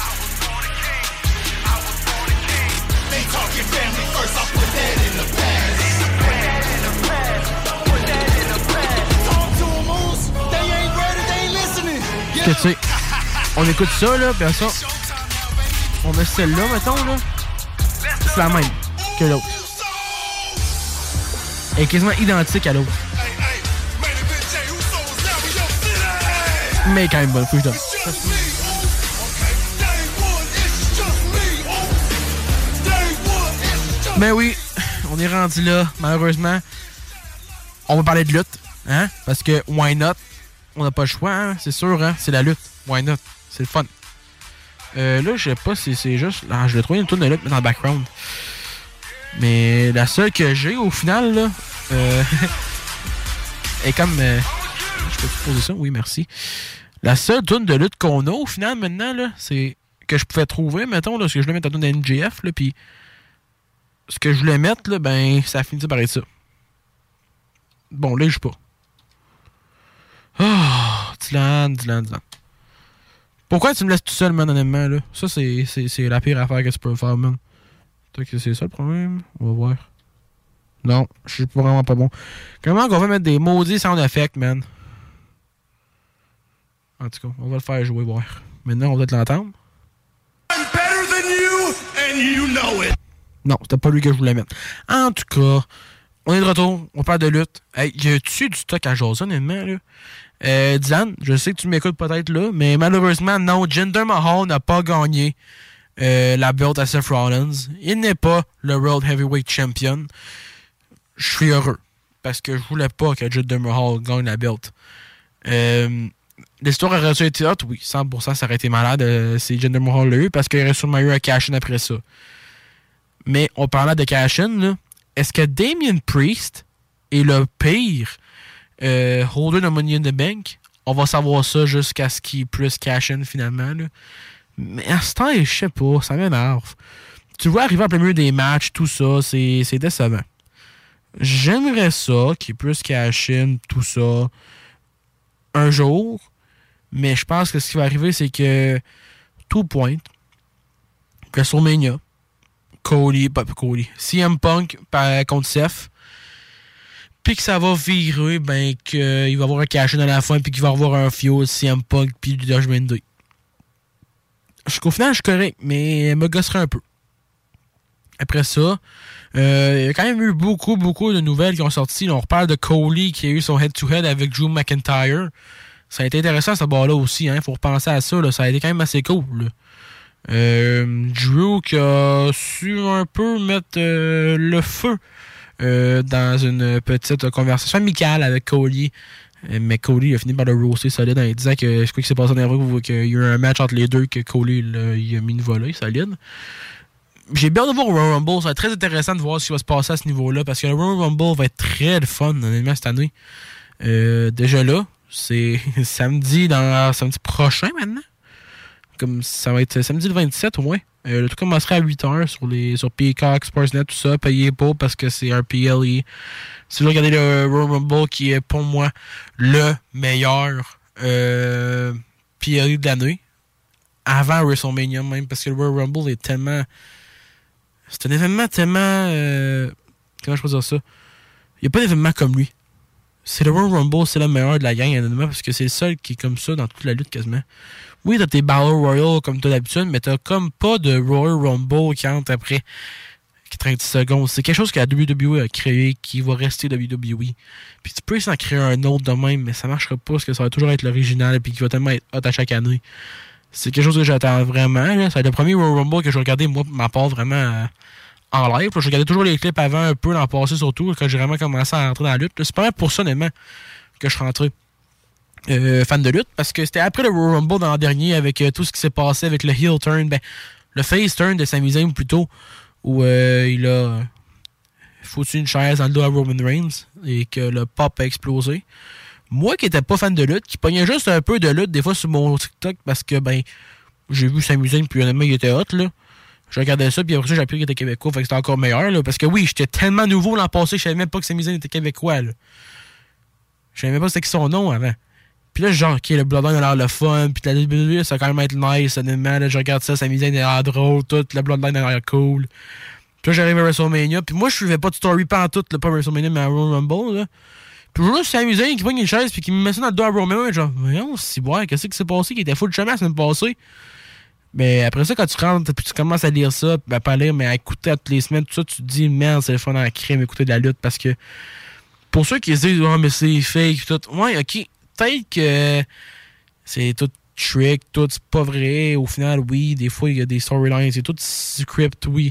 Que tu sais, on écoute ça, là, puis ça, on met celle-là, mettons, là. C'est la même que l'autre. Elle est quasiment identique à l'autre. Mais quand même bonne, faut que je donne. Ben oui, on est rendu là, malheureusement. On va parler de lutte, hein? Parce que why not? On n'a pas le choix, hein? C'est sûr, hein? C'est la lutte. Why not? C'est le fun. Là, je sais pas si c'est juste... Ah, je l'ai trouvé une tourne de lutte dans le background. Mais la seule que j'ai, au final, là... est comme... je peux te poser ça? Oui, merci. La seule tourne de lutte qu'on a, au final, maintenant, là, c'est... Que je pouvais trouver, mettons, là, ce que je voulais mettre la tourne de NGF, là, puis... Ce que je voulais mettre, là, ben, ça a fini par être ça. Bon, là, je joue pas. Oh, Dylan. Pourquoi tu me laisses tout seul, man, honnêtement, là? Ça, c'est la pire affaire que tu peux faire, man. Peut-être que c'est ça le problème. On va voir. Non, je suis vraiment pas bon. Comment qu'on va mettre des maudits sound effects, man? En tout cas, on va le faire jouer, voir. Maintenant, on va peut-être l'entendre. I'm better than you, and you know it. Non, c'était pas lui que je voulais mettre. En tout cas, on est de retour. On parle de lutte. Hey, y a-tu du stock à jaser, honnêtement, là? Dylan, je sais que tu m'écoutes peut-être là, mais malheureusement, non, Jinder Mahal n'a pas gagné la belt à Seth Rollins. Il n'est pas le World Heavyweight Champion. Je suis heureux, parce que je voulais pas que Jinder Mahal gagne la belt. L'histoire aurait été hot, oui, 100%, ça aurait été malade si Jinder Mahal l'a eu, parce qu'il aurait sûrement eu un cash-in après ça. Mais on parlait de cash-in, là. Est-ce que Damien Priest est le pire holder de Money in the Bank? On va savoir ça jusqu'à ce qu'il puisse cash-in finalement, là. Mais à ce temps, je sais pas, ça m'énerve. Tu vois arriver en plein milieu des matchs, tout ça, c'est décevant. J'aimerais ça qu'il puisse cash-in tout ça un jour, mais je pense que ce qui va arriver, c'est que tout pointe que sur Mania, CM Punk contre Seth, puis que ça va virer, ben qu'il va y avoir un cash-in à la fin, puis qu'il va y avoir un feud CM Punk puis du Judgment Day. Jusqu'au final, je suis correct, mais elle me gosserait un peu. Après ça, il y a quand même eu beaucoup de nouvelles qui ont sorti. Là, on reparle de Cody qui a eu son head-to-head avec Drew McIntyre. Ça a été intéressant, ce bar-là aussi. Il faut repenser à ça. Là. Ça a été quand même assez cool. Là. Drew qui a su un peu mettre le feu dans une petite conversation amicale avec Cody. Mais Cody a fini par le roaster solide en disant que je crois qu'il s'est passé dans la rue, qu'il y a eu un match entre les deux, que Cody il a mis une volée solide. J'ai bien de voir Royal Rumble. Ça va être très intéressant de voir ce qui va se passer à ce niveau-là, parce que le Royal Rumble va être très fun, honnêtement, cette année. Déjà là, c'est samedi prochain maintenant. Comme ça va être samedi le 27 au moins. Le tout commencera à 8h sur Peacock, Sportsnet, tout ça. Payez pas parce que c'est un PLE. Si vous regardez le Royal Rumble, qui est pour moi le meilleur PLE de l'année, avant WrestleMania même, parce que le Royal Rumble est tellement... C'est un événement tellement... comment je peux dire ça? Il n'y a pas d'événement comme lui. C'est le Royal Rumble, c'est le meilleur de la gang, honnêtement, parce que c'est le seul qui est comme ça dans toute la lutte quasiment. Oui, t'as tes Battle Royale comme t'as d'habitude, mais t'as comme pas de Royal Rumble qui entre après. 90 secondes. C'est quelque chose que la WWE a créé, qui va rester WWE. Puis tu peux essayer d'en créer un autre de même, mais ça marchera pas, parce que ça va toujours être l'original, puis qui va tellement être hot à chaque année. C'est quelque chose que j'attends vraiment. Là. C'est le premier Royal Rumble que je regardais, moi, ma part vraiment en live. Là. Je regardais toujours les clips avant, un peu l'an passé, surtout, quand j'ai vraiment commencé à rentrer dans la lutte. Là. C'est pas mal pour ça, honnêtement, que je suis rentré fan de lutte, parce que c'était après le Royal Rumble dans l'an dernier, avec tout ce qui s'est passé avec le heel turn, le face turn de Sami Zayn plutôt, où il a foutu une chaise dans le dos à Roman Reigns et que le pop a explosé. Moi qui n'étais pas fan de lutte, qui pognais juste un peu de lutte des fois sur mon TikTok parce que j'ai vu Sami Zayn puis honnêtement il était hot là. Je regardais ça puis après ça j'ai appris qu'il était québécois, fait que c'était encore meilleur là, parce que oui, j'étais tellement nouveau l'an passé, je savais même pas que Sami Zayn était québécois là. Je savais même pas c'était qui son nom avant. Puis là, genre, OK, le Bloodline a l'air le fun, puis la WWE, ça va quand même être nice, honnêtement. Là, je regarde ça, Sami Zayn a l'air drôle, tout, le Bloodline a l'air cool. Puis là, j'arrive à WrestleMania, puis moi, je suivais pas de story pas en tout, là, pas WrestleMania, mais à Royal Rumble, là. Puis je vois Sami Zayn qui prend une chaise, puis qui me met ça dans le dos à Roman, genre, voyons, c'est bon, qu'est-ce qui s'est passé, qui était full de chemin la semaine passée. Mais après ça, quand tu rentres, puis tu commences à lire ça, puis pas lire, mais à écouter à toutes les semaines, tout ça, tu te dis, merde, c'est le fun en crème, écouter de la lutte, parce que pour ceux qui se disent, oh, mais c'est fake, tout, ouais, OK. Peut-être que c'est tout trick, tout c'est pas vrai. Au final, oui, des fois, il y a des storylines, c'est tout script, oui.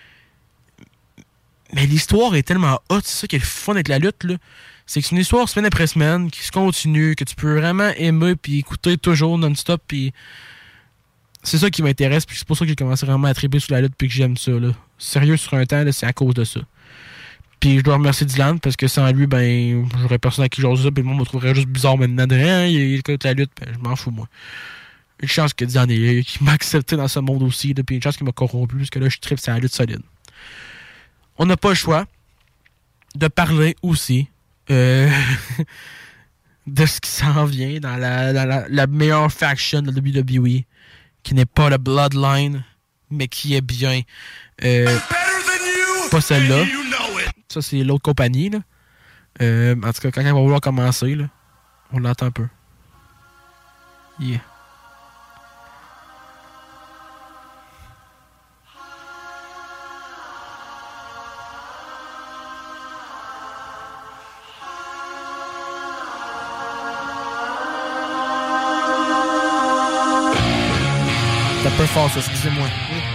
Mais l'histoire est tellement hot, c'est ça qui est le fun avec la lutte, là. C'est que c'est une histoire semaine après semaine, qui se continue, que tu peux vraiment aimer, puis écouter toujours non-stop, puis c'est ça qui m'intéresse, puis c'est pour ça que j'ai commencé vraiment à triper sur la lutte, puis que j'aime ça, là. Sérieux, sur un temps, là, c'est à cause de ça. Puis je dois remercier Dylan parce que sans lui, j'aurais personne à qui j'ose ça, puis le monde me trouverait juste bizarre maintenant de rien, il écoute la lutte, je m'en fous, moi. Une chance que Dylan qui m'a accepté dans ce monde aussi, puis une chance qu'il m'a corrompu, parce que là, je tripe sur la lutte solide. On n'a pas le choix de parler aussi de ce qui s'en vient dans la meilleure faction de la WWE, qui n'est pas le Bloodline, mais qui est bien pas celle-là. Ça, c'est l'autre compagnie, là. En tout cas, quand elle va vouloir commencer, là, on l'entend un peu. Yeah. C'est un peu fort, ça, excusez-moi.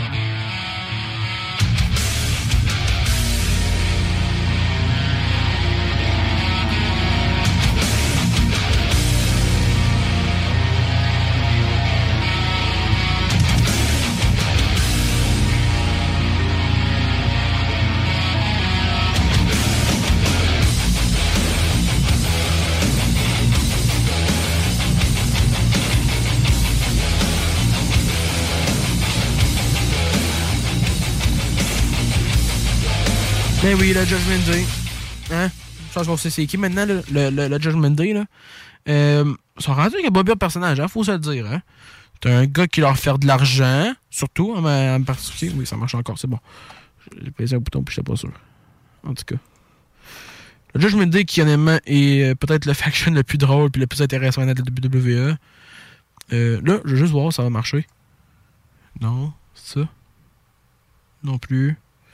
Ben oui, le Judgment Day. Hein? Je pense qu'on sait c'est qui maintenant, le Judgment Day, là. Ils sont rendus avec un beau personnage, hein, faut se le dire, hein. T'as un gars qui leur fait de l'argent, surtout, en particulier. Oui, ça marche encore, c'est bon. J'ai pesé un bouton puis j'étais pas sûr. En tout cas. Le Judgment Day, qui honnêtement est peut-être le faction le plus drôle puis le plus intéressant de la WWE. Là, je vais juste voir si ça va marcher. Non, c'est ça. Non plus.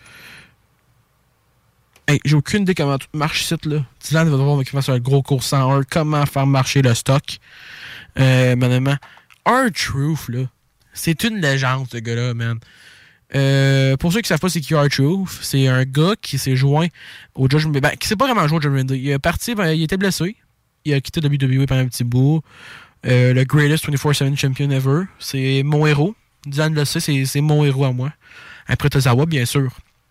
Hey, j'ai aucune idée comment tout marche ici, là. Dylan va devoir faire un gros cours 101, comment faire marcher le stock. Mais honnêtement, R-Truth, là, c'est une légende, ce gars-là, man. Pour ceux qui savent pas c'est qui R-Truth, c'est un gars qui s'est joint au Judgment Day. Qui s'est pas vraiment joué au Judgment Day. Il est parti, il était blessé. Il a quitté WWE pendant un petit bout. Le greatest 24/7 champion ever. C'est mon héros. Dylan le sait, c'est mon héros à moi. Après Tozawa, bien sûr.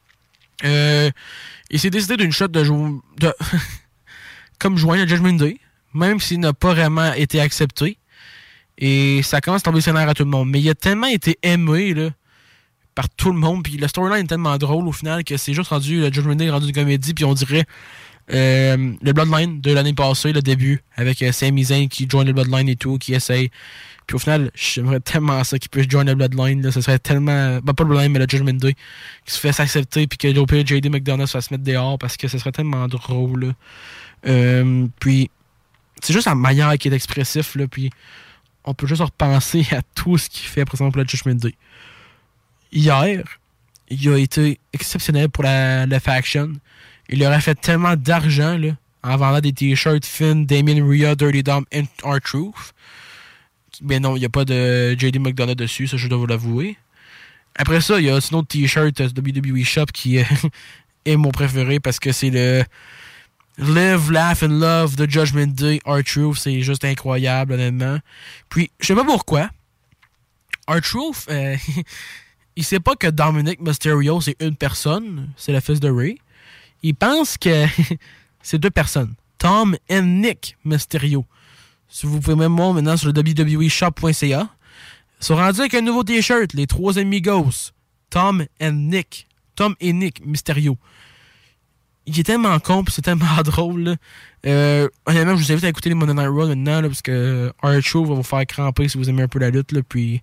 Il s'est décidé d'une shot de jouer comme joindre le Judgment Day, même s'il n'a pas vraiment été accepté. Et ça commence à tomber sur les nerfs à tout le monde. Mais il a tellement été aimé là, par tout le monde. Puis le storyline est tellement drôle au final que c'est juste rendu le Judgment Day rendu une comédie. Puis on dirait le Bloodline de l'année passée, le début, avec Sami Zayn qui joint le Bloodline et tout, qui essaye. Puis au final, j'aimerais tellement ça qu'il puisse joindre le Bloodline. Là. Ce serait tellement... pas le Bloodline, mais le Judgment Day. Qui se fait s'accepter puis que JD McDonough se fasse mettre dehors parce que ce serait tellement drôle. Puis c'est juste la manière qui est expressif. Là, puis on peut juste repenser à tout ce qu'il fait, par exemple, le Judgment Day. Hier, il a été exceptionnel pour la faction. Il aurait fait tellement d'argent là, en vendant des t-shirts Finn, Damien Rhea, Dirty Dom et R-Truth. Mais non, il n'y a pas de JD McDonough dessus, ça je dois vous l'avouer. Après ça, il y a aussi un autre t-shirt WWE Shop qui est mon préféré parce que c'est le Live, Laugh and Love de Judgment Day R-Truth. C'est juste incroyable, honnêtement. Puis, je sais pas pourquoi. R-Truth, il sait pas que Dominic Mysterio, c'est une personne. C'est le fils de Ray. Il pense que c'est deux personnes. Tom et Nick Mysterio. Si vous pouvez même voir maintenant sur le www.shop.ca. Ils sont rendus avec un nouveau t-shirt, les trois amigos. Tom et Nick Mysterio. Il est tellement con, pis c'est tellement drôle. Honnêtement, je vous invite à écouter les Monday Night Raw maintenant, là, parce que R-Truth va vous faire cramper si vous aimez un peu la lutte. Là, puis,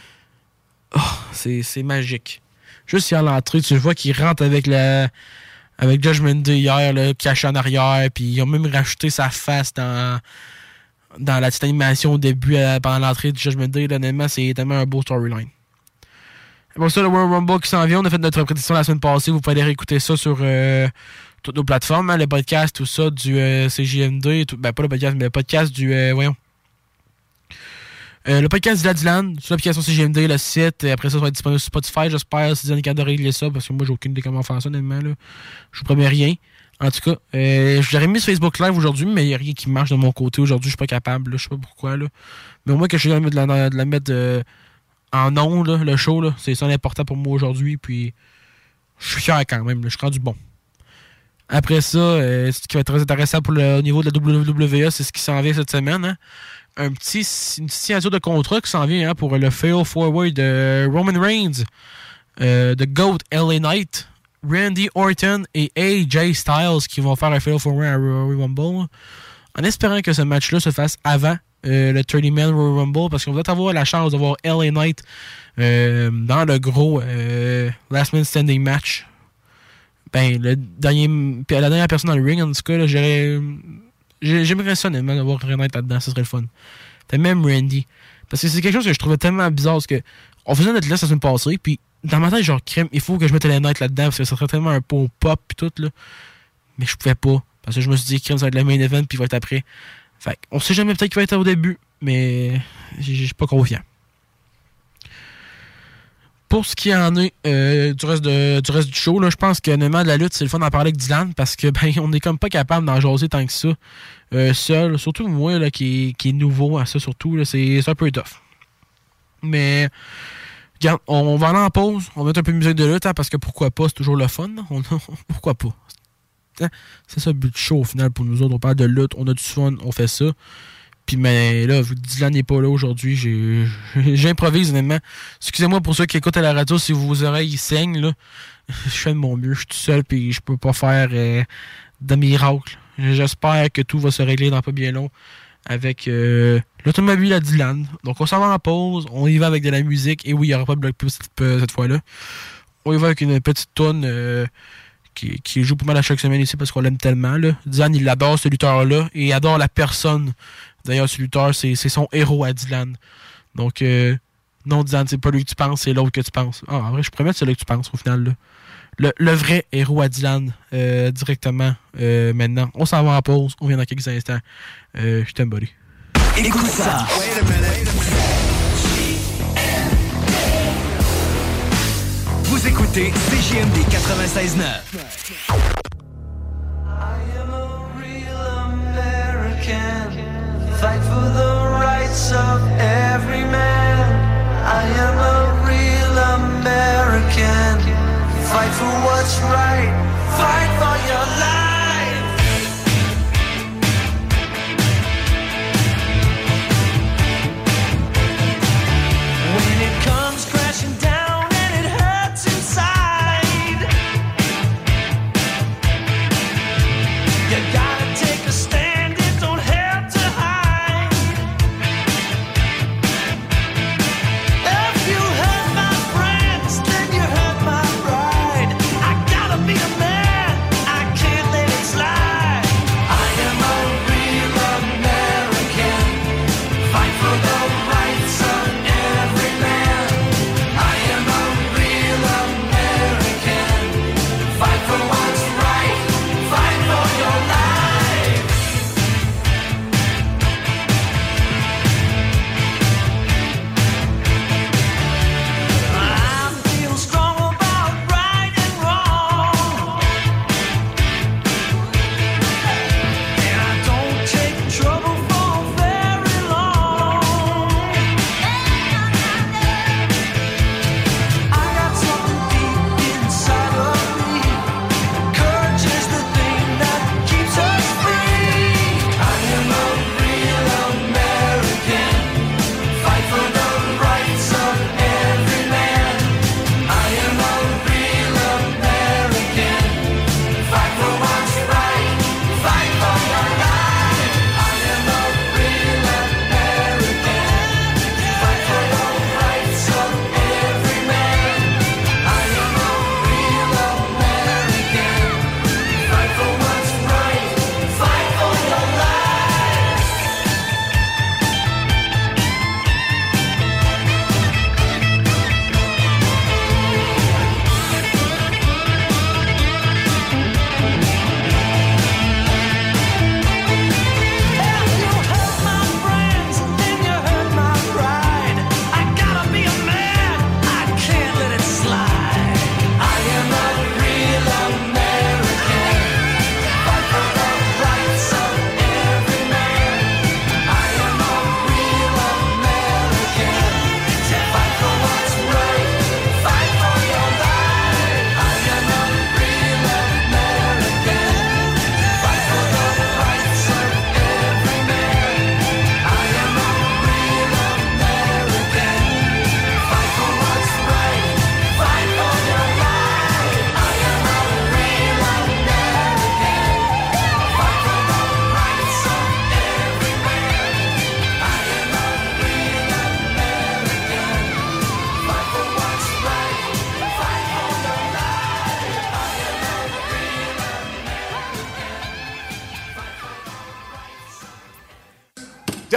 c'est magique. Juste ici à l'entrée, tu vois qu'il rentre avec Judgment Day hier, là, caché en arrière, puis ils ont même rajouté sa face dans la petite animation au début, pendant l'entrée du Judgment Day. Là, honnêtement, c'est tellement un beau storyline. Bon, ça, le World Rumble qui s'en vient, on a fait notre prédiction la semaine passée. Vous pouvez aller réécouter ça sur toutes nos plateformes, hein, le podcast, tout ça, du CJMD. Ben, pas le podcast, mais le podcast du... le podcast du Ladiland, sur l'application CJMD, le site. Et après ça va être disponible sur Spotify, j'espère. Si vous avez de régler ça, parce que moi, j'ai aucune idée comment faire ça, honnêtement. Là. Je vous promets rien. En tout cas, je l'aurais mis sur Facebook Live aujourd'hui, mais il n'y a rien qui marche de mon côté aujourd'hui. Je suis pas capable, là, je sais pas pourquoi. Là. Mais au moins que je suis de la mettre en ondes, là, le show, là, c'est ça l'important pour moi aujourd'hui. Puis, je suis fier quand même. Là, je suis rendu bon. Après ça, ce qui va être très intéressant au niveau de la WWE, c'est ce qui s'en vient cette semaine. Hein. Une petite signature de contrat qui s'en vient hein, pour le Fail Forward de Roman Reigns, de GOAT LA Knight, Randy Orton et AJ Styles qui vont faire un Fail Forward à Royal Rumble. En espérant que ce match-là se fasse avant le 30-man Royal Rumble, parce qu'on va avoir la chance de voir LA Knight dans le gros Last Man Standing match. Ben, la dernière personne dans le ring, en tout cas, là, j'aimerais ça, honnêtement, d'avoir Knight là-dedans, ça serait le fun. T'as même Randy. Parce que c'est quelque chose que je trouvais tellement bizarre, parce que on faisait notre liste la semaine passée, puis dans ma tête, genre, crème, il faut que je mette LA Knight là-dedans, parce que ça serait tellement un pot pop, puis tout, là. Mais je pouvais pas. Parce que je me suis dit, crème, ça va être le main event, puis il va être après. Fait on sait jamais, peut-être qu'il va être au début, mais j'ai pas confiant. Pour ce qui en est du reste du show, là, je pense que honnêtement de la lutte, c'est le fun d'en parler avec Dylan parce que ben on est comme pas capable d'en jaser tant que ça seul. Surtout moi là, qui est nouveau à ça surtout, là, c'est un peu tough. Mais regarde, on va aller en pause, on va mettre un peu de musique de lutte hein, parce que pourquoi pas, c'est toujours le fun. Pourquoi pas? C'est ça le but du show au final pour nous autres. On parle de lutte, on a du fun, on fait ça. Puis mais là, vu que Dylan n'est pas là aujourd'hui, j'improvise honnêtement. Excusez-moi pour ceux qui écoutent à la radio si vos oreilles saignent là. Je fais de mon mieux, je suis tout seul puis je peux pas faire de miracle. J'espère que tout va se régler dans pas bien long avec l'automobile à Dylan. Donc on s'en va en pause, on y va avec de la musique. Et oui, il n'y aura pas de bloc plus cette fois-là. On y va avec une petite toune qui joue pas mal à chaque semaine ici parce qu'on l'aime tellement. Là. Dylan, il adore ce lutteur-là et il adore la personne. D'ailleurs, ce lutteur, c'est son héros à Dylan. Donc, non, Dylan, c'est pas lui que tu penses, c'est l'autre que tu penses. Ah, en vrai, je pourrais mettre celui que tu penses au final. Là. Le vrai héros à Dylan, directement, maintenant. On s'en va en pause, on vient dans quelques instants. Je t'aime, buddy. Écoute ça. Vous écoutez CJMD 96.9. Fight for the rights of every man. I am a real American. Fight for what's right. Fight for your life. When it comes crashing down and it hurts inside, you gotta take a stand. It don't have to hide.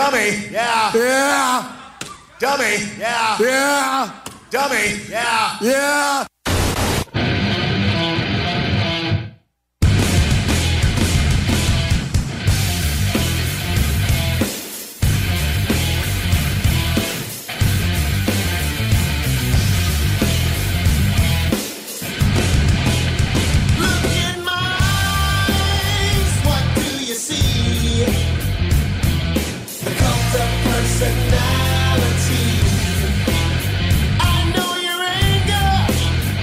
Dummy. Yeah. Yeah. Dummy. Yeah. Yeah. Dummy. Yeah. Yeah. Personality. I know your anger.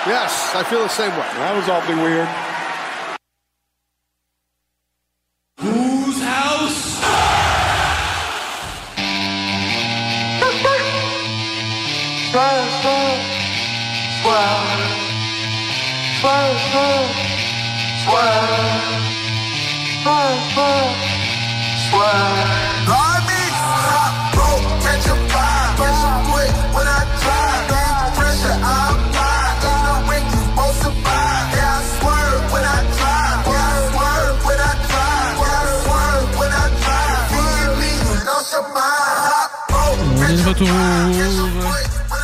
Yes, I feel the same way. That was awfully weird. Whose house? Garbage, broke, catch a vibe, catch a quick when I drive. Big pressure, I apply. Ain't no way you supposed to buy. Yeah, I swerve when I drive. Yeah, I swerve when I drive. Yeah, I swerve when I drive. Feel me, you lost your mind. On est de retour.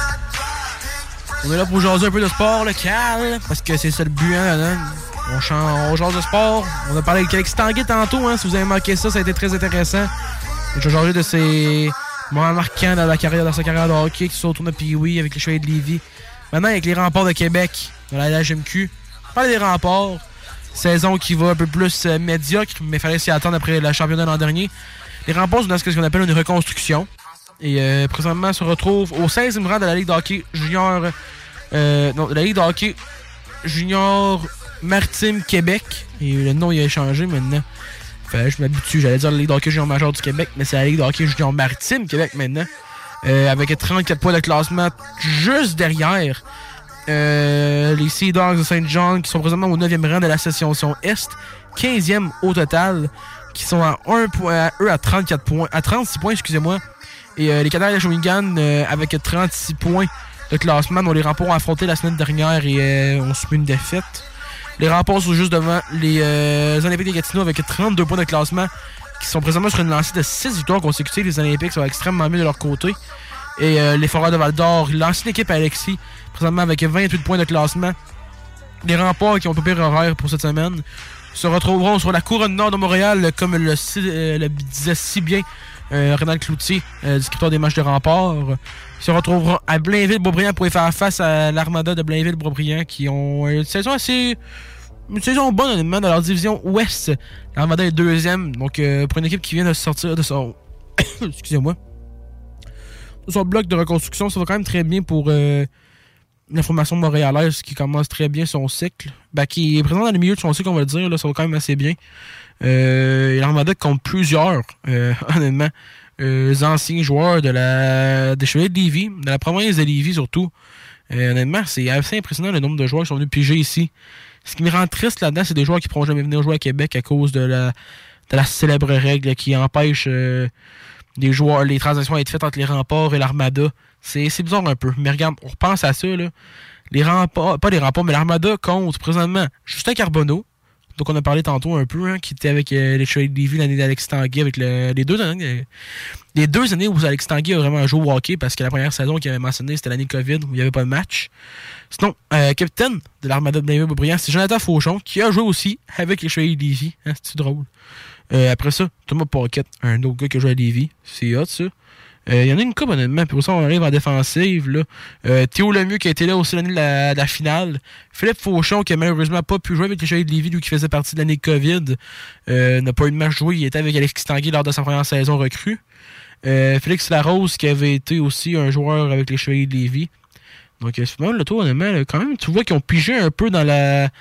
On est là pour jaser un peu de sport local, parce que c'est ça le but, hein. On jase de sport. On a parlé avec Alex Tanguay tantôt, hein. Si vous avez manqué ça, ça a été très intéressant. Je vais jaser de ses moments marquants dans sa carrière de hockey, qui sont au tournoi Pee-Wee avec les Chevaliers de Lévis. Maintenant, avec les Remparts de Québec, dans la LHMQ. On parle des Remparts. Saison qui va un peu plus médiocre, mais il fallait s'y attendre après le championnat l'an dernier. Les Remparts sont dans ce qu'on appelle une reconstruction. Et présentement, se retrouvent au 16e rang de la Ligue de hockey junior. De la Ligue de hockey junior Maritime Québec. Et le nom il a changé maintenant. Fallait que je m'habitue. J'allais dire la Ligue de hockey junior major du Québec, mais c'est la Ligue de hockey junior Maritime Québec maintenant. Avec 34 points de classement juste derrière les Sea Dogs de Saint John, qui sont présentement au 9e rang de l'association Est. 15e au total, qui sont à 1 point, eux à 34 points, à 36 points, excusez-moi. Et les Canadiens de Shawinigan avec 36 points de classement, dont les Remparts ont affronté la semaine dernière et ont subi une défaite. Les Remparts sont juste devant les Olympiques de Gatineau avec 32 points de classement, qui sont présentement sur une lancée de 6 victoires consécutives. Les Olympiques sont extrêmement mieux de leur côté. Et les Foreurs de Val-d'Or, l'ancienne équipe Alexis, présentement avec 28 points de classement. Les Remparts qui ont pas pire horaire pour cette semaine se retrouveront sur la couronne nord de Montréal, comme le disait si bien Rénal Cloutier, descripteur des matchs de Remparts. Ils se retrouveront à Blainville-Boisbriand pour y faire face à l'Armada de Blainville-Boisbriand, qui ont une saison bonne honnêtement dans leur division ouest. L'Armada est 2e, donc pour une équipe qui vient de sortir de son excusez-moi, de son bloc de reconstruction, ça va quand même très bien pour la formation montréalaise qui commence très bien son cycle. Qui est présent dans le milieu de son cycle, on va le dire, là, ça va quand même assez bien. L'Armada compte plusieurs, honnêtement, anciens joueurs des Chevaliers de Lévis, de la province de Lévis surtout. Honnêtement, c'est assez impressionnant le nombre de joueurs qui sont venus piger ici. Ce qui me rend triste là-dedans, c'est des joueurs qui ne pourront jamais venir jouer à Québec à cause de la célèbre règle qui empêche les transactions à être faites entre les Remparts et l'Armada. C'est bizarre un peu. Mais regarde, on repense à ça, là. Les Remparts, pas les Remparts, mais l'Armada compte présentement Justin Carbonneau, donc on a parlé tantôt un peu, hein, qui était avec les Chevaliers de Lévis l'année d'Alexis Tanguay, avec les deux années où Alexis Tanguay a vraiment joué au hockey, parce que la première saison qu'il avait mentionné, c'était l'année COVID, où il n'y avait pas de match. Sinon, capitaine de l'Armada de Blainville-Boisbriand, c'est Jonathan Fauchon, qui a joué aussi avec les Chevaliers de Lévis. Hein, c'est drôle. Après ça, Thomas Paquette, un autre gars qui a joué à Lévis. C'est hot, ça. Il y en a une couple, honnêtement. Puis pour ça, on arrive en défensive. Là. Théo Lemieux, qui a été là aussi l'année de la finale. Philippe Fauchon, qui a malheureusement pas pu jouer avec les Chevaliers de Lévis, lui qui faisait partie de l'année COVID. N'a pas eu de match joué. Il était avec Alexis Tanguay lors de sa première saison recrue. Félix Larose, qui avait été aussi un joueur avec les Chevaliers de Lévis. Donc, c'est pas mal le tour, honnêtement. Là. Quand même, tu vois qu'ils ont pigé un peu dans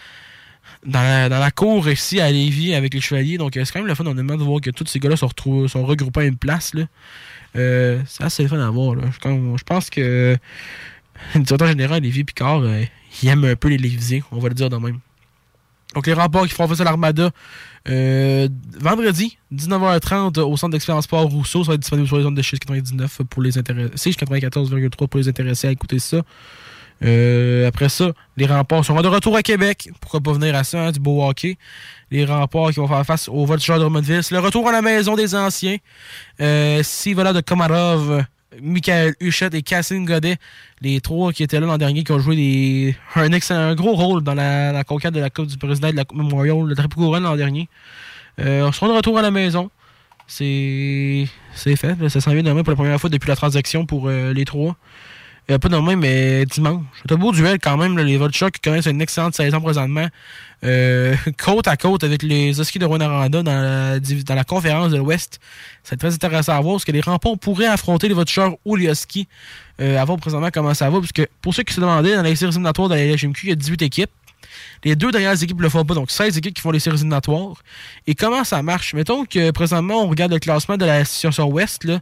la cour ici à Lévis avec les Chevaliers. Donc, c'est quand même le fun, honnêtement, de voir que tous ces gars-là sont regroupés à une place. Là. C'est assez le fun à voir. Là. Je pense que le directeur général Lévis Picard, il aime un peu les Lévisiens, on va le dire de même. Donc, les Remparts qui feront face à l'Armada vendredi, 19h30 au centre d'expérience sport Rousseau. Ça va être disponible sur les zones de 6,99 pour les intéressés. 94,3 pour les intéressés à écouter ça. Après ça, les Remparts seront de retour à Québec. Pourquoi pas venir à ça, hein, du beau hockey. Les Remparts qui vont faire face aux Voltigeurs de Drummondville. C'est le retour à la maison des anciens. Sivola de Komarov, Michael Huchette et Cassine Godet, les trois qui étaient là l'an dernier, qui ont joué un gros rôle dans la conquête de la Coupe du Président de la Coupe Memorial, le triple couronne l'an dernier. On sera de retour à la maison. C'est fait. Là, ça s'en vient demain pour la première fois depuis la transaction pour les trois. Pas demain, mais dimanche. C'est un beau duel quand même. Là, les Vultures qui connaissent une excellente saison présentement. Côte à côte avec les Huskies de Rwanda dans la conférence de l'Ouest. C'est très intéressant à voir parce que les Remparts pourraient affronter les Vultures ou les Huskies. À voir présentement comment ça va. Parce que pour ceux qui se demandaient, dans les séries éliminatoires de la LHMQ, il y a 18 équipes. Les 2 dernières équipes ne le font pas, donc 16 équipes qui font les séries éliminatoires. Et comment ça marche? Mettons que présentement, on regarde le classement de la situation Ouest. Là,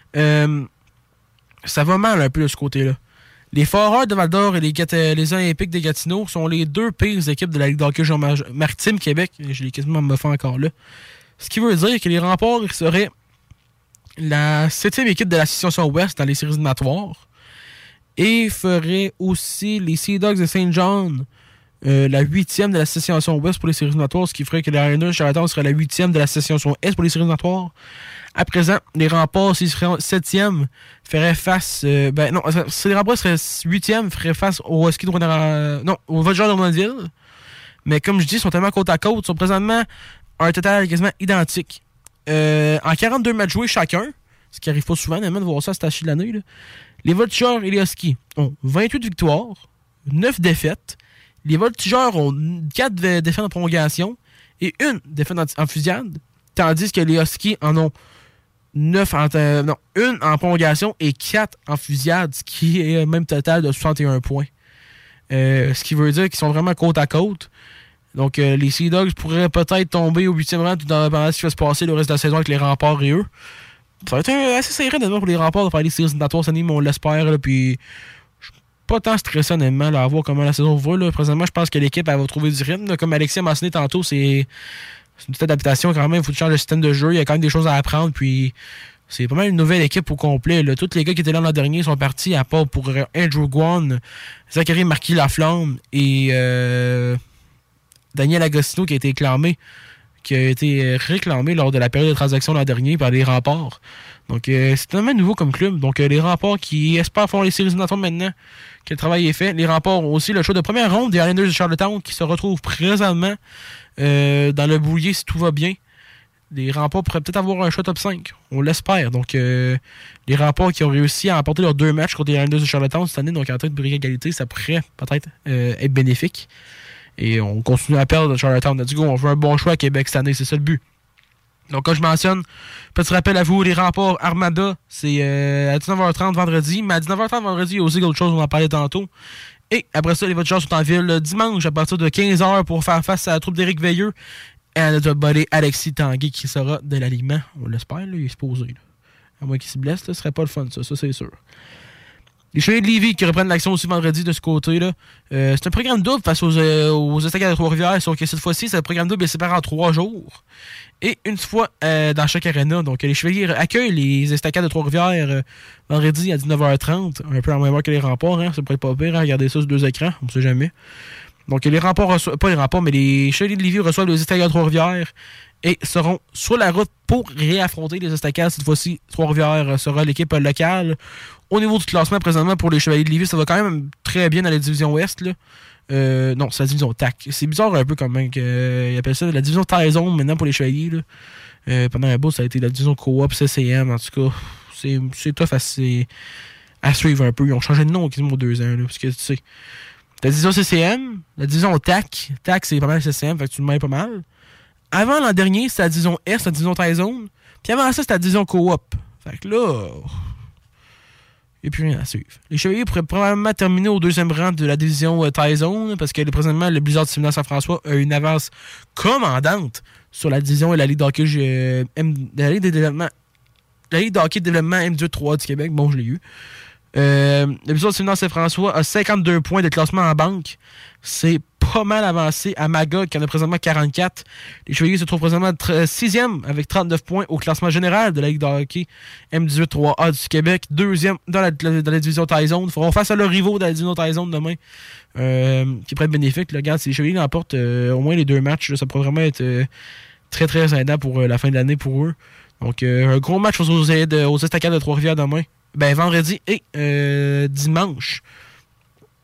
ça va mal un peu de ce côté-là. Les Foreurs de Val-d'Or et les Olympiques de Gatineau sont les 2 pires équipes de la Ligue d'hockey maritime Québec. Je l'ai quasiment me fait encore là. Ce qui veut dire que les Remparts ils seraient la 7e équipe de la situation Ouest dans les séries éliminatoires. Et feraient aussi les Sea Dogs de Saint John la 8e de la session Ouest pour les séries éliminatoires, ce qui ferait que les Islanders de Charlottetown seraient la 8e de la session Est pour les séries éliminatoires. À présent, les Remparts, s'ils seraient 7e, feraient face... si les Remparts seraient 8e, feraient face aux Huskies de Rwanda... Non, aux Vultures de Rwandaville. Mais comme je dis, ils sont tellement côte à côte, ils sont présentement à un total quasiment identique. En 42 matchs joués chacun, ce qui arrive pas souvent, de voir ça, c'est à chier de l'année, là. Les Vultures et les Huskies ont 28 victoires, 9 défaites. Les Voltigeurs ont 4 défaites en prolongation et 1 défaite en fusillade, tandis que les Huskies en ont 1 en prolongation et 4 en fusillade, ce qui est un même total de 61 points. Ce qui veut dire qu'ils sont vraiment côte à côte. Donc, les Sea Dogs pourraient peut-être tomber au 8e rang pendant ce qui va se passer le reste de la saison avec les Remparts et eux. Ça va être assez serré pour les Remparts de faire les séries éliminatoires cette année, mais on l'espère. Là, puis pas tant stressé honnêtement là, à voir comment la saison va. Là. Présentement, je pense que l'équipe elle va trouver du rythme. Là. Comme Alexis a mentionné tantôt, c'est une petite adaptation quand même. Il faut changer le système de jeu. Il y a quand même des choses à apprendre. Puis c'est pas mal une nouvelle équipe au complet. Là. Tous les gars qui étaient là l'an dernier sont partis, à part pour Andrew Guan, Zachary Marquis-Laflamme et Daniel Agostino qui a été réclamé lors de la période de transaction l'an dernier par les Remparts. Donc, c'est tellement nouveau comme club. Donc, les Remparts qui espèrent faire les séries éliminatoires maintenant que le travail est fait. Les Remparts ont aussi le choix de première ronde des Islanders de Charlottetown qui se retrouvent présentement dans le boulier si tout va bien. Les Remparts pourraient peut-être avoir un choix top 5. On l'espère. Donc, les Remparts qui ont réussi à emporter leurs 2 matchs contre les Islanders de Charlottetown cette année, donc en tête de briller égalité, ça pourrait peut-être être bénéfique. Et on continue à perdre de Charlottetown. Du coup, on veut un bon choix à Québec cette année. C'est ça le but. Donc, quand je mentionne, petit rappel à vous, les Remparts Armada, c'est à 19h30 vendredi. Mais à 19h30 vendredi, il y a aussi d'autres choses, on en parlait tantôt. Et après ça, les Vultures sont en ville dimanche à partir de 15h pour faire face à la troupe d'Éric Veilleux et à notre buddy Alexis Tanguay qui sera de l'alignement. On l'espère, là, il est supposé. Là. À moins qu'il se blesse, ce serait pas le fun, ça c'est sûr. Les Chevaliers de Lévis qui reprennent l'action aussi vendredi de ce côté-là. C'est un programme double face aux Estacades de Trois-Rivières, sauf que cette fois-ci, c'est un programme double séparé en 3 jours. Et une fois dans chaque aréna. Donc, les Chevaliers accueillent les Estacades de Trois-Rivières vendredi à 19h30. Un peu en même heure que les Remparts. Hein. Ça pourrait être pas pire. Hein. Regardez ça sur 2 écrans. On ne sait jamais. Donc, les Remparts reçoivent... Pas les Remparts, mais les Chevaliers de Lévis reçoivent les Estacades de Trois-Rivières et seront sur la route pour réaffronter les Estacades. Cette fois-ci, Trois-Rivières sera l'équipe locale. Au niveau du classement, présentement, pour les Chevaliers de Lévis, ça va quand même très bien dans la division Ouest. Là. Non, c'est la division TAC. C'est bizarre un peu quand même qu'ils appellent ça la division Taizone maintenant pour les Chevaliers. Là. Pendant un bout, ça a été la division Coop, CCM. En tout cas, c'est tough à suivre un peu. Ils ont changé de nom quasiment 2 ans. Là, parce que tu sais, la division CCM, la division TAC. TAC, c'est pas mal CCM, fait que tu le mets pas mal. Avant l'an dernier, c'était la division S, la division Taizone. Puis avant ça, c'était la division Coop. Fait que là... Il n'y a plus rien à suivre. Les Chevaliers pourraient probablement terminer au 2e rang de la division Taizone parce que présentement, le Blizzard de Sylvain Saint-François a une avance commandante sur la division et la Ligue d'hockey la Ligue d'hockey développement M2-3 du Québec. Bon, je l'ai eu. Le Blizzard de Sylvain Saint-François a 52 points de classement en banque. C'est pas mal avancé à Magog qui en a présentement 44. Les Chevaliers se trouvent présentement 6e avec 39 points au classement général de la Ligue de hockey M18-3A du Québec. 2e dans la division Taizone. Ils feront face à leurs rivaux de la division Taizone demain qui pourraient être bénéfiques. Regarde, si les Chevaliers remportent au moins les 2 matchs, là, ça pourrait vraiment être très très aidant pour la fin de l'année pour eux. Donc un gros match aux Estacades de Trois-Rivières demain. Ben vendredi et dimanche.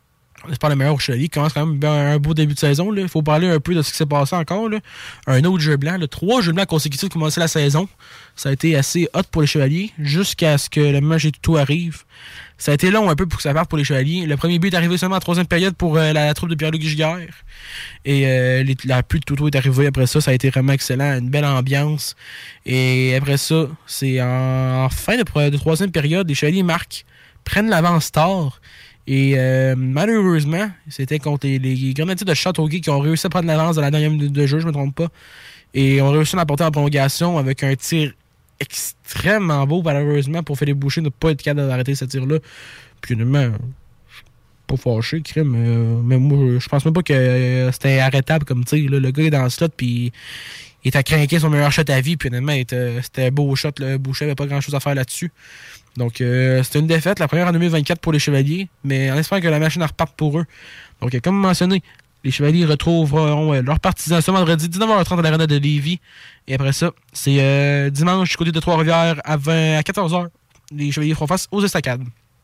On espère le meilleur au Chevalier. Il commence quand même un beau début de saison. Il faut parler un peu de ce qui s'est passé encore. Là. Un autre jeu blanc. 3 jeux blancs consécutifs pour commencer la saison. Ça a été assez hot pour les Chevaliers jusqu'à ce que le match et tout arrive. Ça a été long un peu pour que ça parte pour les Chevaliers. Le premier but est arrivé seulement en 3e période pour la troupe de Pierre-Luc Giguère. Et la pluie de Toto est arrivée après ça. Ça a été vraiment excellent. Une belle ambiance. Et après ça, c'est en fin de 3e période, les Chevaliers prennent l'avance tard. Et malheureusement, c'était contre les Grenadiers de Châteauguay qui ont réussi à prendre l'avance dans la dernière minute de jeu, je ne me trompe pas. Et ont réussi à l'emporter en prolongation avec un tir extrêmement beau, malheureusement, pour Philippe Boucher ne pas être capable d'arrêter ce tir-là. Puis honnêtement, pas fâché, crime. Mais moi, je pense même pas que c'était arrêtable comme tir. Là. Le gars est dans le slot, puis il était à craquer son meilleur shot à vie. Puis honnêtement, c'était un beau shot. Le Boucher n'avait pas grand-chose à faire là-dessus. Donc, c'était une défaite, la première en 2024 pour les Chevaliers, mais en espérant que la machine reparte pour eux. Donc, comme mentionné, les Chevaliers retrouveront leurs partisans ce vendredi, 19h30 à l'Arena de Lévis. Et après ça, c'est dimanche du côté de Trois-Rivières à 14h. Les Chevaliers feront face aux Estacades.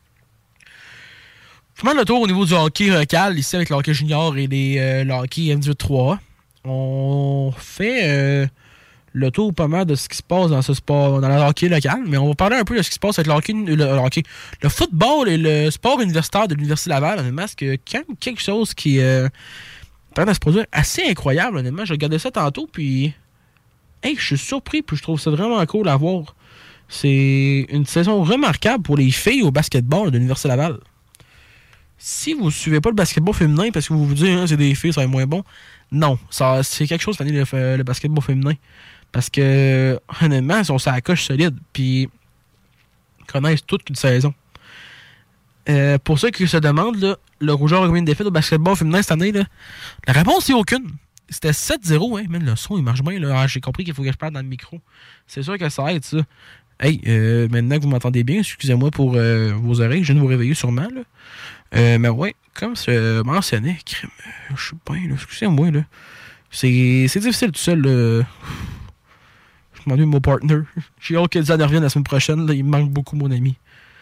Pas mal le tour au niveau du hockey local, ici avec le hockey junior et le hockey M18-3A. On fait... le tour pas mal de ce qui se passe dans ce sport, dans le hockey local, mais on va parler un peu de ce qui se passe avec le football et le sport universitaire de l'Université Laval. Honnêtement, c'est quand même quelque chose qui tend à se produire assez incroyable. Honnêtement, je regardais ça tantôt, puis je suis surpris, puis je trouve ça vraiment cool à voir. C'est une saison remarquable pour les filles au basketball de l'Université Laval. Si vous ne suivez pas le basketball féminin parce que vous vous dites c'est des filles, ça va être moins bon, non, c'est quelque chose cette année, le basketball féminin. Parce que, honnêtement, ils sont sur la coche solide. Puis, ils connaissent toute une saison. Pour ceux qui se demandent, là, le Rougeur a combien de défaites au basketball féminin cette année? Là, la réponse est aucune. C'était 7-0. Hein. Même le son, il marche bien. Là. J'ai compris qu'il faut que je parle dans le micro. C'est sûr que ça va être ça. Hey, maintenant que vous m'entendez bien, excusez-moi pour vos oreilles. Je viens de vous réveiller sûrement. Là. Mais ouais, comme je mentionnais, je suis bien, là. Excusez-moi. Là. C'est difficile tout seul. Là. Je m'ennuie mon partner. J'ai hâte que Zan revienne la semaine prochaine. Là, il me manque beaucoup, mon ami.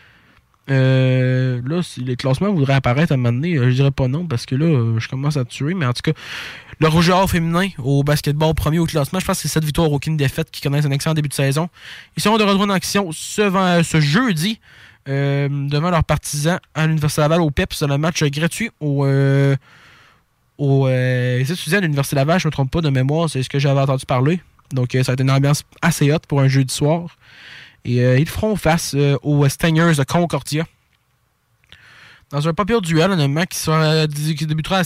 Là, si les classements voudraient apparaître à un moment donné, je dirais pas non, parce que là, je commence à tuer. Mais en tout cas, le Rougeur féminin au basketball premier au classement, je pense que c'est 7 victoires, aucune défaite, qui connaissent un excellent début de saison. Ils seront de retour en action ce jeudi devant leurs partisans à l'Université Laval au PEP. C'est un match gratuit aux étudiants de l'Université Laval, je ne me trompe pas de mémoire, c'est ce que j'avais entendu parler. Donc, ça va être une ambiance assez haute pour un jeudi soir. Et ils feront face aux Stingers de Concordia. Dans un pas pire duel, honnêtement, qui débutera à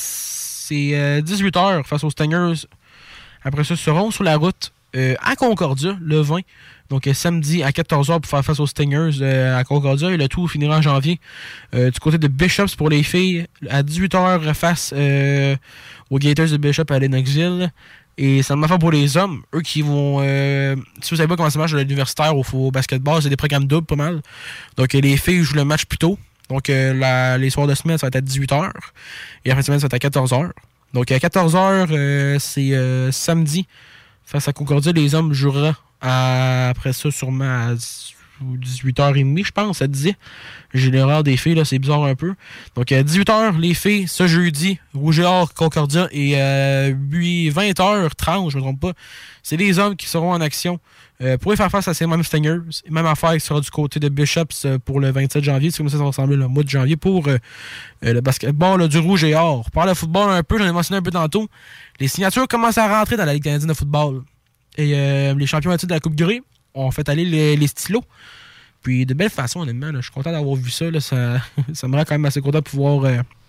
18h face aux Stingers. Après ça, ils seront sur la route à Concordia, le 20. Donc, samedi à 14h pour faire face aux Stingers à Concordia. Et le tout finira en janvier. Du côté de Bishops pour les filles, à 18h face aux Gators de Bishop à Lennoxville. Et c'est une affaire pour les hommes, eux qui vont... si vous savez pas comment ça marche à l'universitaire au basketball, c'est des programmes doubles pas mal. Donc les filles jouent le match plus tôt. Donc les soirs de semaine, ça va être à 18h. Et la fin de semaine, ça va être à 14h. Donc à 14h, c'est samedi. Face à Concordia, les hommes joueront après ça sûrement à 18h30, je pense, ça disait. J'ai l'erreur des filles, là, c'est bizarre un peu. Donc, à 18h, les filles, ce jeudi, Rouge-et-Or, Concordia, et 20h30, je me trompe pas, c'est les hommes qui seront en action pour y faire face à ces mêmes Stingers. Même affaire qui sera du côté de Bishops pour le 27 janvier. C'est comme ça va ressembler le mois de janvier pour le basketball là, du Rouge-et-Or. Par le football un peu, j'en ai mentionné un peu tantôt, les signatures commencent à rentrer dans la Ligue canadienne de football. Et les champions à titre de la Coupe Grey ont fait aller les stylos. Puis de belle façon, honnêtement, là, je suis content d'avoir vu ça. Là, ça me rend quand même assez content de pouvoir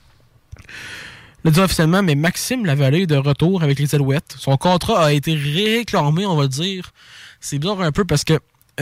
le dire officiellement. Mais Maxime Lavallée est de retour avec les Alouettes. Son contrat a été réclamé, on va dire. C'est bizarre un peu parce que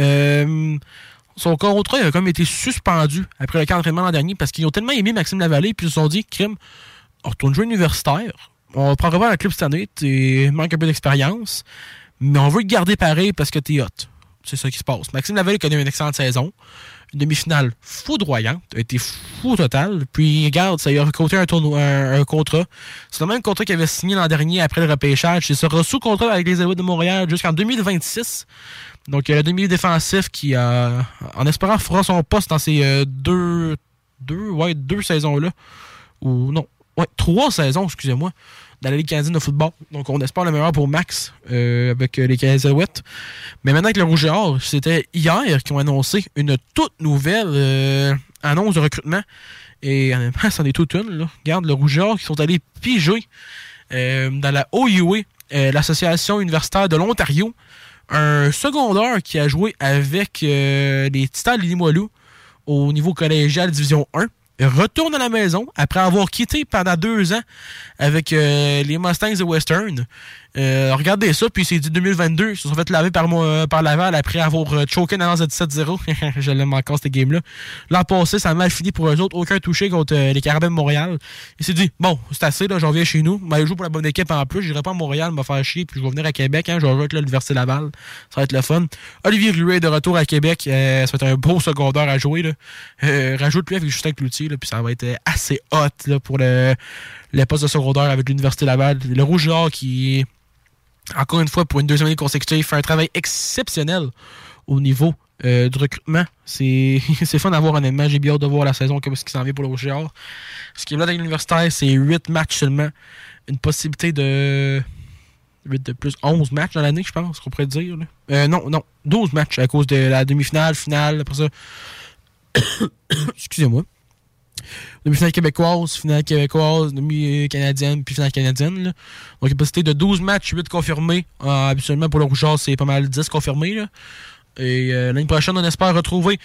son contrat a comme été suspendu après le camp d'entraînement l'an dernier parce qu'ils ont tellement aimé Maxime Lavallée puis ils se sont dit, crime, on retourne jouer universitaire. On prendra pas la club cette année. Tu manques un peu d'expérience. Mais on veut te garder pareil parce que t'es hot. C'est ça qui se passe. Maxime Lavallée connaît une excellente saison. Une demi-finale foudroyante. A été fou total. Puis, regarde, ça lui a recruté un contrat. C'est le même contrat qu'il avait signé l'an dernier après le repêchage. Il sera sous contrat avec les Alouettes de Montréal jusqu'en 2026. Donc, le demi-défensif qui, en espérant, fera son poste dans ces deux saisons-là. Ou non, 3 saisons, excusez-moi, dans la Ligue canadienne de football. Donc, on espère le meilleur pour Max avec les Canadiens Alouettes. Mais maintenant, avec le Rouge et Or, c'était hier qu'ils ont annoncé une toute nouvelle annonce de recrutement. Et honnêtement, c'en est toute une. Là. Regarde, le Rouge et Or qui sont allés piger dans la OUA, l'Association universitaire de l'Ontario, un secondaire qui a joué avec les Titans de Limoilou au niveau collégial Division 1. Retourne à la maison après avoir quitté pendant 2 ans avec les Mustangs de Western. Regardez ça, puis c'est dit 2022. Ils se sont fait laver par Laval après avoir choqué dans la 17-0. Je l'aime encore, cette game-là. L'an passé, ça a mal fini pour eux autres. Aucun touché contre les Carabins de Montréal. Il s'est dit, bon, c'est assez, là, j'en reviens chez nous. Je joue pour la bonne équipe en plus. J'irai pas à Montréal me faire chier, puis je vais venir à Québec. Je vais jouer avec l'Université Laval. Ça va être le fun. Olivier Ruet de retour à Québec. Ça va être un beau secondaire à jouer. Rajoute-lui avec Justin Cloutier, là, puis ça va être assez hot là, pour le poste de secondaire avec l'Université Laval. Le Rouge et Or qui, encore une fois, pour une 2e année consécutive, fait un travail exceptionnel au niveau du recrutement. C'est fun à voir, honnêtement. J'ai bien hâte de voir la saison comme ce qui s'en vient pour le Rouge et Or. Ce qui est là dans l'universitaire, c'est 8 matchs seulement. Une possibilité de 8 de plus, 11 matchs dans l'année, je pense, qu'on pourrait dire. Là. Non, 12 matchs à cause de la demi-finale, finale, après ça. Excusez-moi. Demi-finale québécoise, demi-canadienne, puis finale canadienne. Là. Donc, une possibilité de 12 matchs, 8 confirmés. Habituellement, pour le Rougeard, c'est pas mal 10 confirmés. Là. Et l'année prochaine, on espère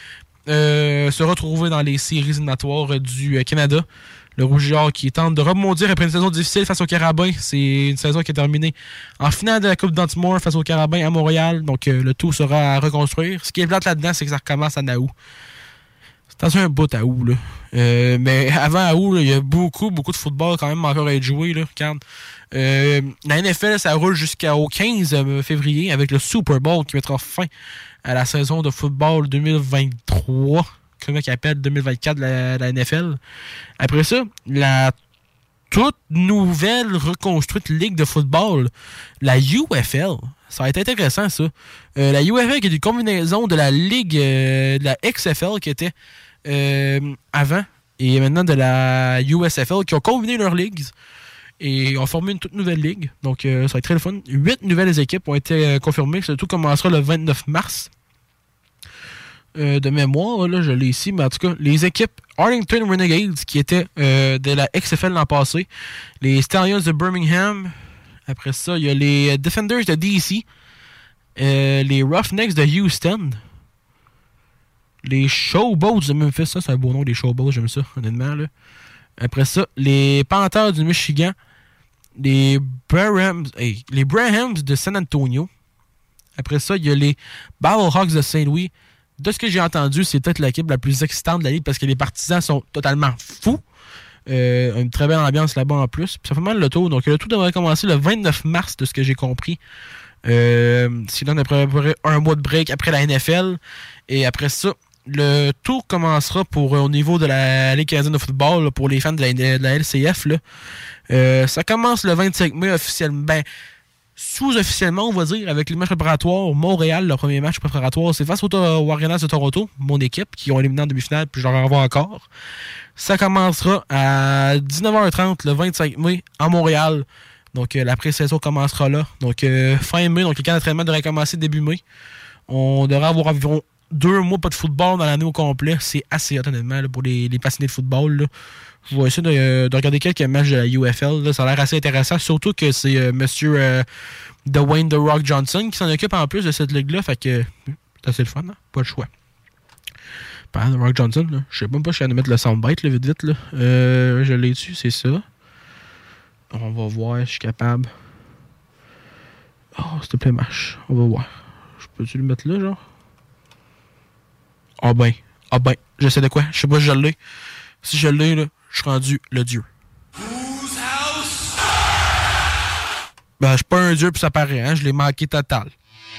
se retrouver dans les séries éliminatoires du Canada. Le Rougeard qui tente de rebondir après une saison difficile face aux Carabins. C'est une saison qui est terminée en finale de la Coupe d'Antimore face aux Carabins à Montréal. Donc, le tout sera à reconstruire. Ce qui est plate là-dedans, c'est que ça recommence à Naou. C'est un bout à août, là. Mais avant à août, il y a beaucoup de football quand même encore à être joué, là. Regarde. La NFL, ça roule jusqu'au 15 février avec le Super Bowl qui mettra fin à la saison de football 2023, comme il appelle 2024 de la NFL. Après ça, la toute nouvelle reconstruite ligue de football, la UFL. Ça va être intéressant, ça. La UFL qui est une combinaison de la ligue, de la XFL qui était avant, et maintenant de la USFL, qui ont combiné leurs ligues et ont formé une toute nouvelle ligue. Donc, ça va être très le fun. 8 nouvelles équipes ont été confirmées. Le tout commencera le 29 mars. De mémoire, là, je l'ai ici, mais en tout cas, les équipes Arlington Renegades, qui étaient de la XFL l'an passé, les Stallions de Birmingham. Après ça, il y a les Defenders de DC, les Roughnecks de Houston, les Showboats de Memphis. Ça, c'est un beau nom, les Showboats, j'aime ça, honnêtement. Là. Après ça, les Panthers du Michigan, les Brahms de San Antonio. Après ça, il y a les Battlehawks de Saint-Louis. De ce que j'ai entendu, c'est peut-être l'équipe la plus excitante de la ligue parce que les partisans sont totalement fous. Une très belle ambiance là-bas en plus. Puis ça fait mal le tour. Donc le tour devrait commencer le 29 mars de ce que j'ai compris. Sinon, on a préparé un mois de break après la NFL. Et après ça, le tour commencera au niveau de la Ligue canadienne de football là, pour les fans de la LCF. Là. Ça commence le 25 mai officiellement. Sous-officiellement, on va dire, avec les matchs préparatoires. Montréal, le premier match préparatoire, c'est face aux Warriors de Toronto, mon équipe, qui ont éliminé en demi-finale, puis j'en revois encore. Ça commencera à 19h30 le 25 mai à Montréal. Donc, la pré-saison commencera là. Donc, fin mai, donc le camp d'entraînement devrait commencer début mai. On devrait avoir environ 2 mois pas de football dans l'année au complet. C'est assez hot, honnêtement, là, pour les passionnés de football. Là. Je vais essayer de regarder quelques matchs de la UFL. Là. Ça a l'air assez intéressant, surtout que c'est monsieur Dwayne The Rock Johnson qui s'en occupe en plus de cette ligue-là. Fait que c'est assez le fun, hein? Pas le choix. Parlant de Rock Johnson, là, je sais même pas si je suis allé mettre le soundbite là, vite. Là. Je l'ai dessus, c'est ça. On va voir, je suis capable. Oh, s'il te plaît, Mash. On va voir. Je peux-tu le mettre là, genre? Ah ben, je sais de quoi. Je sais pas si je l'ai. Si je l'ai, là, je suis rendu le dieu. Ben, je suis pas un dieu, puis ça paraît, hein. Je l'ai manqué total.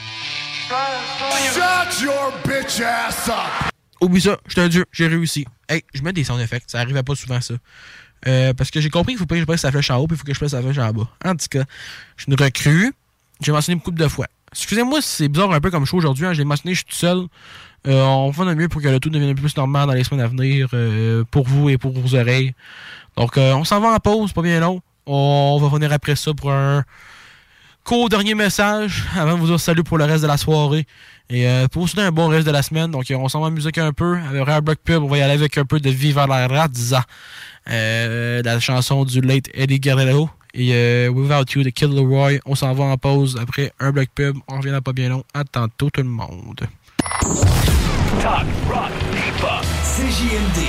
Shut your bitch ass up! Oublie ça, je suis un dieu, j'ai réussi. Hey, je mets des sound effects, ça arrivait pas souvent, ça. Parce que j'ai compris qu'il faut pas que je presse la flèche en haut, puis il faut que je presse la flèche en bas. En tout cas, je suis une recrue. J'ai mentionné beaucoup de fois. excusez-moi si c'est bizarre un peu comme show aujourd'hui. Hein, j'ai mentionné, je suis tout seul. On va faire de mieux pour que le tout devienne un peu plus normal dans les semaines à venir pour vous et pour vos oreilles. Donc, on s'en va en pause, pas bien long. On va revenir après ça pour un court dernier message avant de vous dire salut pour le reste de la soirée. Et pour vous souhaiter un bon reste de la semaine. Donc, on s'en va en musique un peu. Avec un bloc pub, on va y aller avec un peu de Viva la Razza. La chanson du late Eddie Guerrero. Et Without You de Kid Leroy. On s'en va en pause après un bloc pub. On revient dans pas bien long. À tantôt tout le monde. Talk, rock, hip-hop. CJMD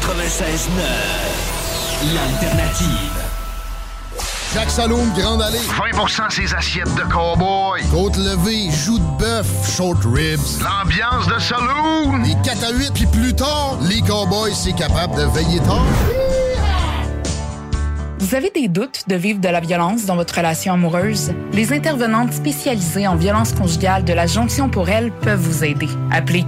96.9. L'alternative. Jacques Saloum, Grande Allée. 20% ses assiettes de cowboy. Côte levée, joues de bœuf, short ribs. L'ambiance de saloon. Les 4 à 8, puis plus tard, les cowboys, c'est capable de veiller tard. Vous avez des doutes de vivre de la violence dans votre relation amoureuse? Les intervenantes spécialisées en violence conjugale de la Jonction pour elle peuvent vous aider. Appelez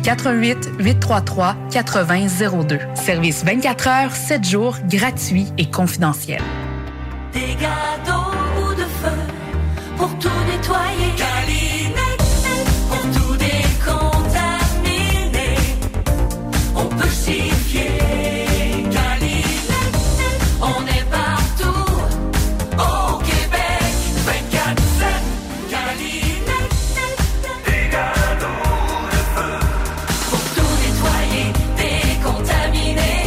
418-833-8002. Service 24 heures, 7 jours, gratuit et confidentiel. Des gâteaux ou de feu pour tout nettoyer. Galinette pour tout décontaminer. On peut s'y fier. Galinette, on est partout au Québec. 24/7. Galinette, des gâteaux de feu pour tout nettoyer, décontaminer.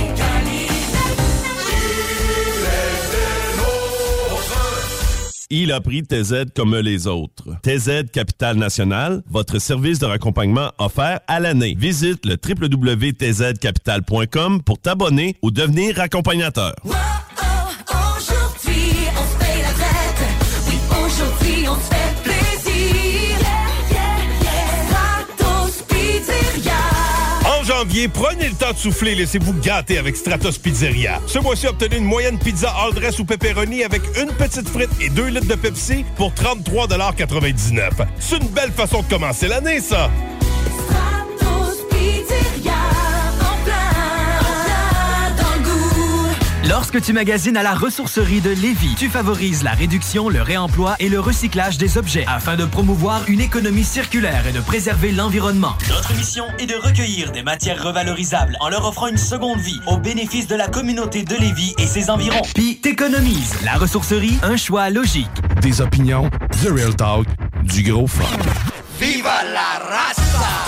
Il a pris TZ comme les autres. TZ Capital National, votre service de raccompagnement offert à l'année. Visite le www.tzcapital.com pour t'abonner ou devenir accompagnateur. Aujourd'hui, on se paye la traite. Oui, aujourd'hui, on se fait plaisir. Stratos Pizzeria. En janvier, prenez le temps de souffler et laissez-vous gâter avec Stratos Pizzeria. Ce mois-ci, obtenez une moyenne pizza all dress ou pepperoni avec une petite frite et 2 litres de Pepsi pour 33,99 $. C'est une belle façon de commencer l'année, ça! Stratos Pizzeria. En plein dans le goût. Lorsque tu magasines à la ressourcerie de Lévis, tu favorises la réduction, le réemploi et le recyclage des objets afin de promouvoir une économie circulaire et de préserver l'environnement. Notre mission est de recueillir des matières revalorisables en leur offrant une seconde vie au bénéfice de la communauté de Lévis et ses environs. Puis t'économises. La ressourcerie, un choix logique. Des opinions, The Real Talk, du gros fun. Viva la raza!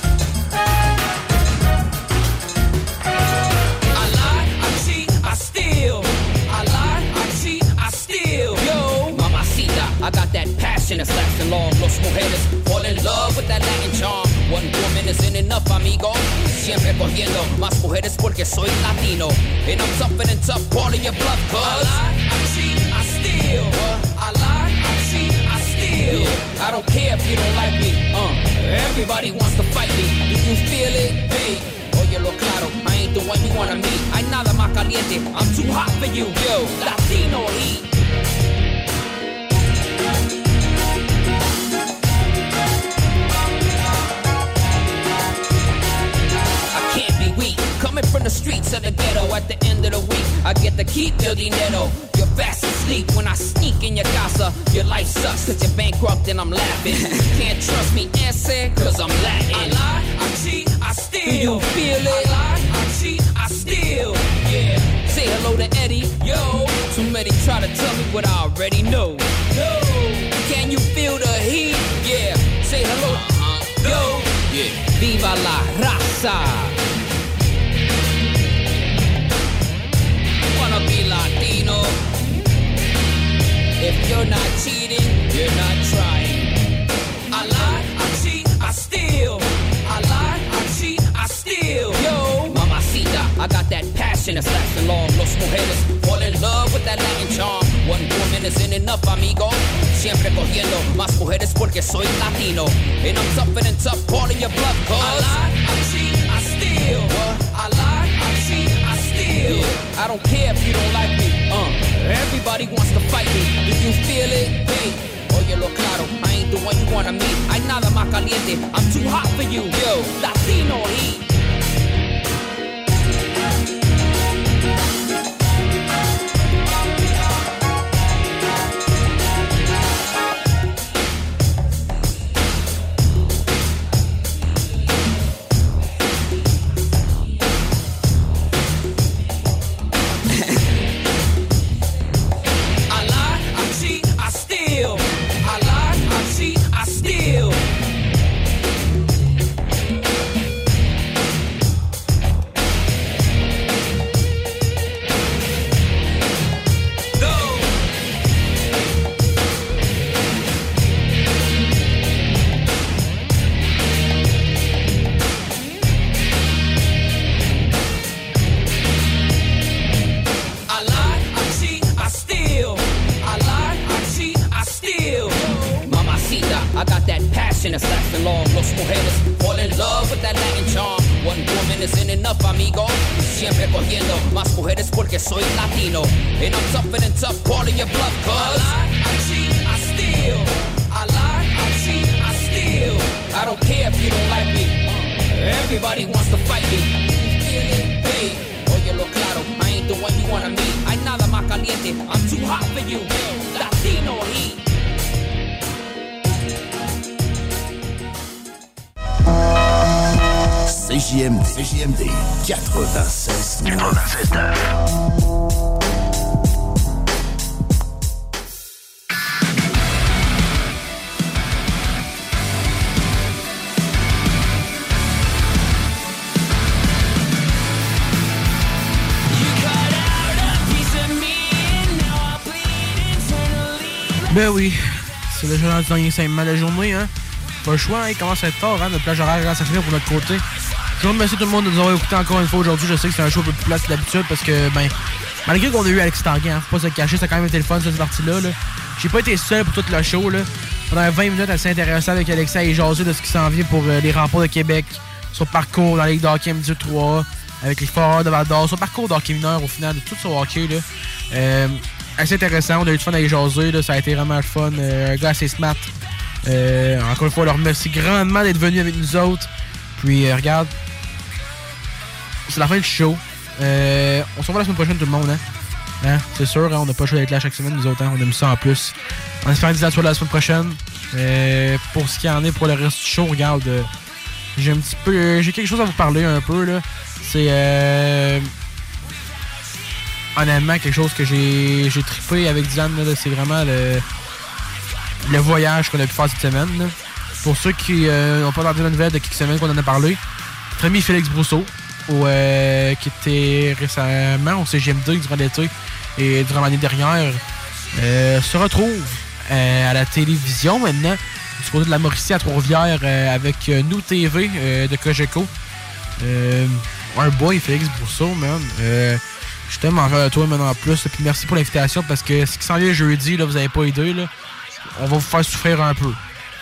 I got that passion that's lasting long. Los mujeres fall in love with that Latin charm. One woman isn't enough, amigo. Siempre cogiendo más mujeres porque soy latino. And I'm tougher than tough, all of your bluff, cuz I lie, I cheat, I steal. I lie, I cheat, I steal. Yeah. I don't care if you don't like me. Everybody wants to fight me. Do you feel it, babe? Óyelo claro, I ain't the one you wanna meet. Hay nada más caliente, I'm too hot for you, yo. Latino heat. Coming from the streets of the ghetto, at the end of the week, I get to keep your dinero. You're fast asleep when I sneak in your casa. Your life sucks cause you're bankrupt and I'm laughing. Can't trust me, answer, cause I'm Latin. I lie, I cheat, I steal. Do you feel it? I lie, I cheat, I steal. Yeah, say hello to Eddie, yo. Too many try to tell me what I already know. No, can you feel the heat? Yeah, say hello, yo. Yeah, viva la raza. Wanna be Latino. If you're not cheating, you're not trying. I lie, I cheat, I steal. I lie, I cheat, I steal. Yo, mamacita, I got that passion that's lasting long. Los mujeres fall in love with that Latin charm. One woman isn't enough, amigo. Siempre cogiendo más mujeres porque soy latino. And I'm tougher than tough, calling your bluff, cuz I lie, I cheat, I steal. I lie, I cheat, I steal. I don't care if you don't like me. Everybody wants to fight me. Do you feel it? Hey, óyelo claro, I ain't the one you wanna meet. Hay nada más caliente, I'm too hot for you. Yo, Latino heat. passion is lasting long. Los mujeres fall in love with that Latin charm. One woman isn't enough, amigo. Siempre cogiendo más mujeres porque soy latino. And I'm tougher than tough, calling your bluff, cuz I cheat, I steal. I lie, I cheat, I steal. I don't care if you don't like me. Everybody wants to fight me. Hey, oye lo claro, I ain't the one you wanna meet. Hay nada más caliente, I'm too hot for you. Latino heat. CJMD 96.9. Ben oui, c'est déjà dans le dernier 5 mois de la journée, hein. Pas le choix, hein, il commence à être tard, hein, notre plage horaire commence à finir pour notre côté. Je vous remercie tout le monde de nous avoir écouté encore une fois aujourd'hui. Je sais que c'est un show un peu plus plat que d'habitude parce que, ben, malgré qu'on a eu Alex Tanguay, hein, faut pas se cacher, ça a quand même été le fun cette partie-là. Là. J'ai pas été seul pour tout le show, là. Pendant 20 minutes, elle s'est intéressée avec Alexa et jaser de ce qui s'en vient pour les remparts de Québec, son parcours dans la Ligue de hockey MD3, avec les Foreurs de Val-d'Or, son parcours d'hockey mineur au final, de tout son hockey, là. Assez intéressant, on a eu du fun à y jaser, là, ça a été vraiment le fun. Un gars assez smart. Encore une fois, on leur remercie grandement d'être venus avec nous autres. Puis, regarde, c'est la fin du show. On se revoit la semaine prochaine, tout le monde, hein? C'est sûr, hein, on n'a pas le choix d'être là chaque semaine, nous autres, hein? On aime ça en plus. On espère dire la semaine prochaine. Pour ce qui en est pour le reste du show, regarde, j'ai quelque chose à vous parler un peu, là. C'est honnêtement quelque chose que j'ai trippé avec Dylan, là, c'est vraiment le voyage qu'on a pu faire cette semaine, là. Pour ceux qui n'ont pas entendu la nouvelle de quelques semaines qu'on en a parlé, notre ami Félix Brousseau, qui était récemment au CJMD durant l'été et durant l'année dernière, se retrouve à la télévision maintenant, du côté de la Mauricie à Trois-Rivières, avec Nous TV de Cogeco. Un boy, Félix Brousseau, man. Je t'aime envers toi maintenant en plus. Puis merci pour l'invitation parce que ce qui s'en vient jeudi, là, vous n'avez pas idée, là. On va vous faire souffrir un peu.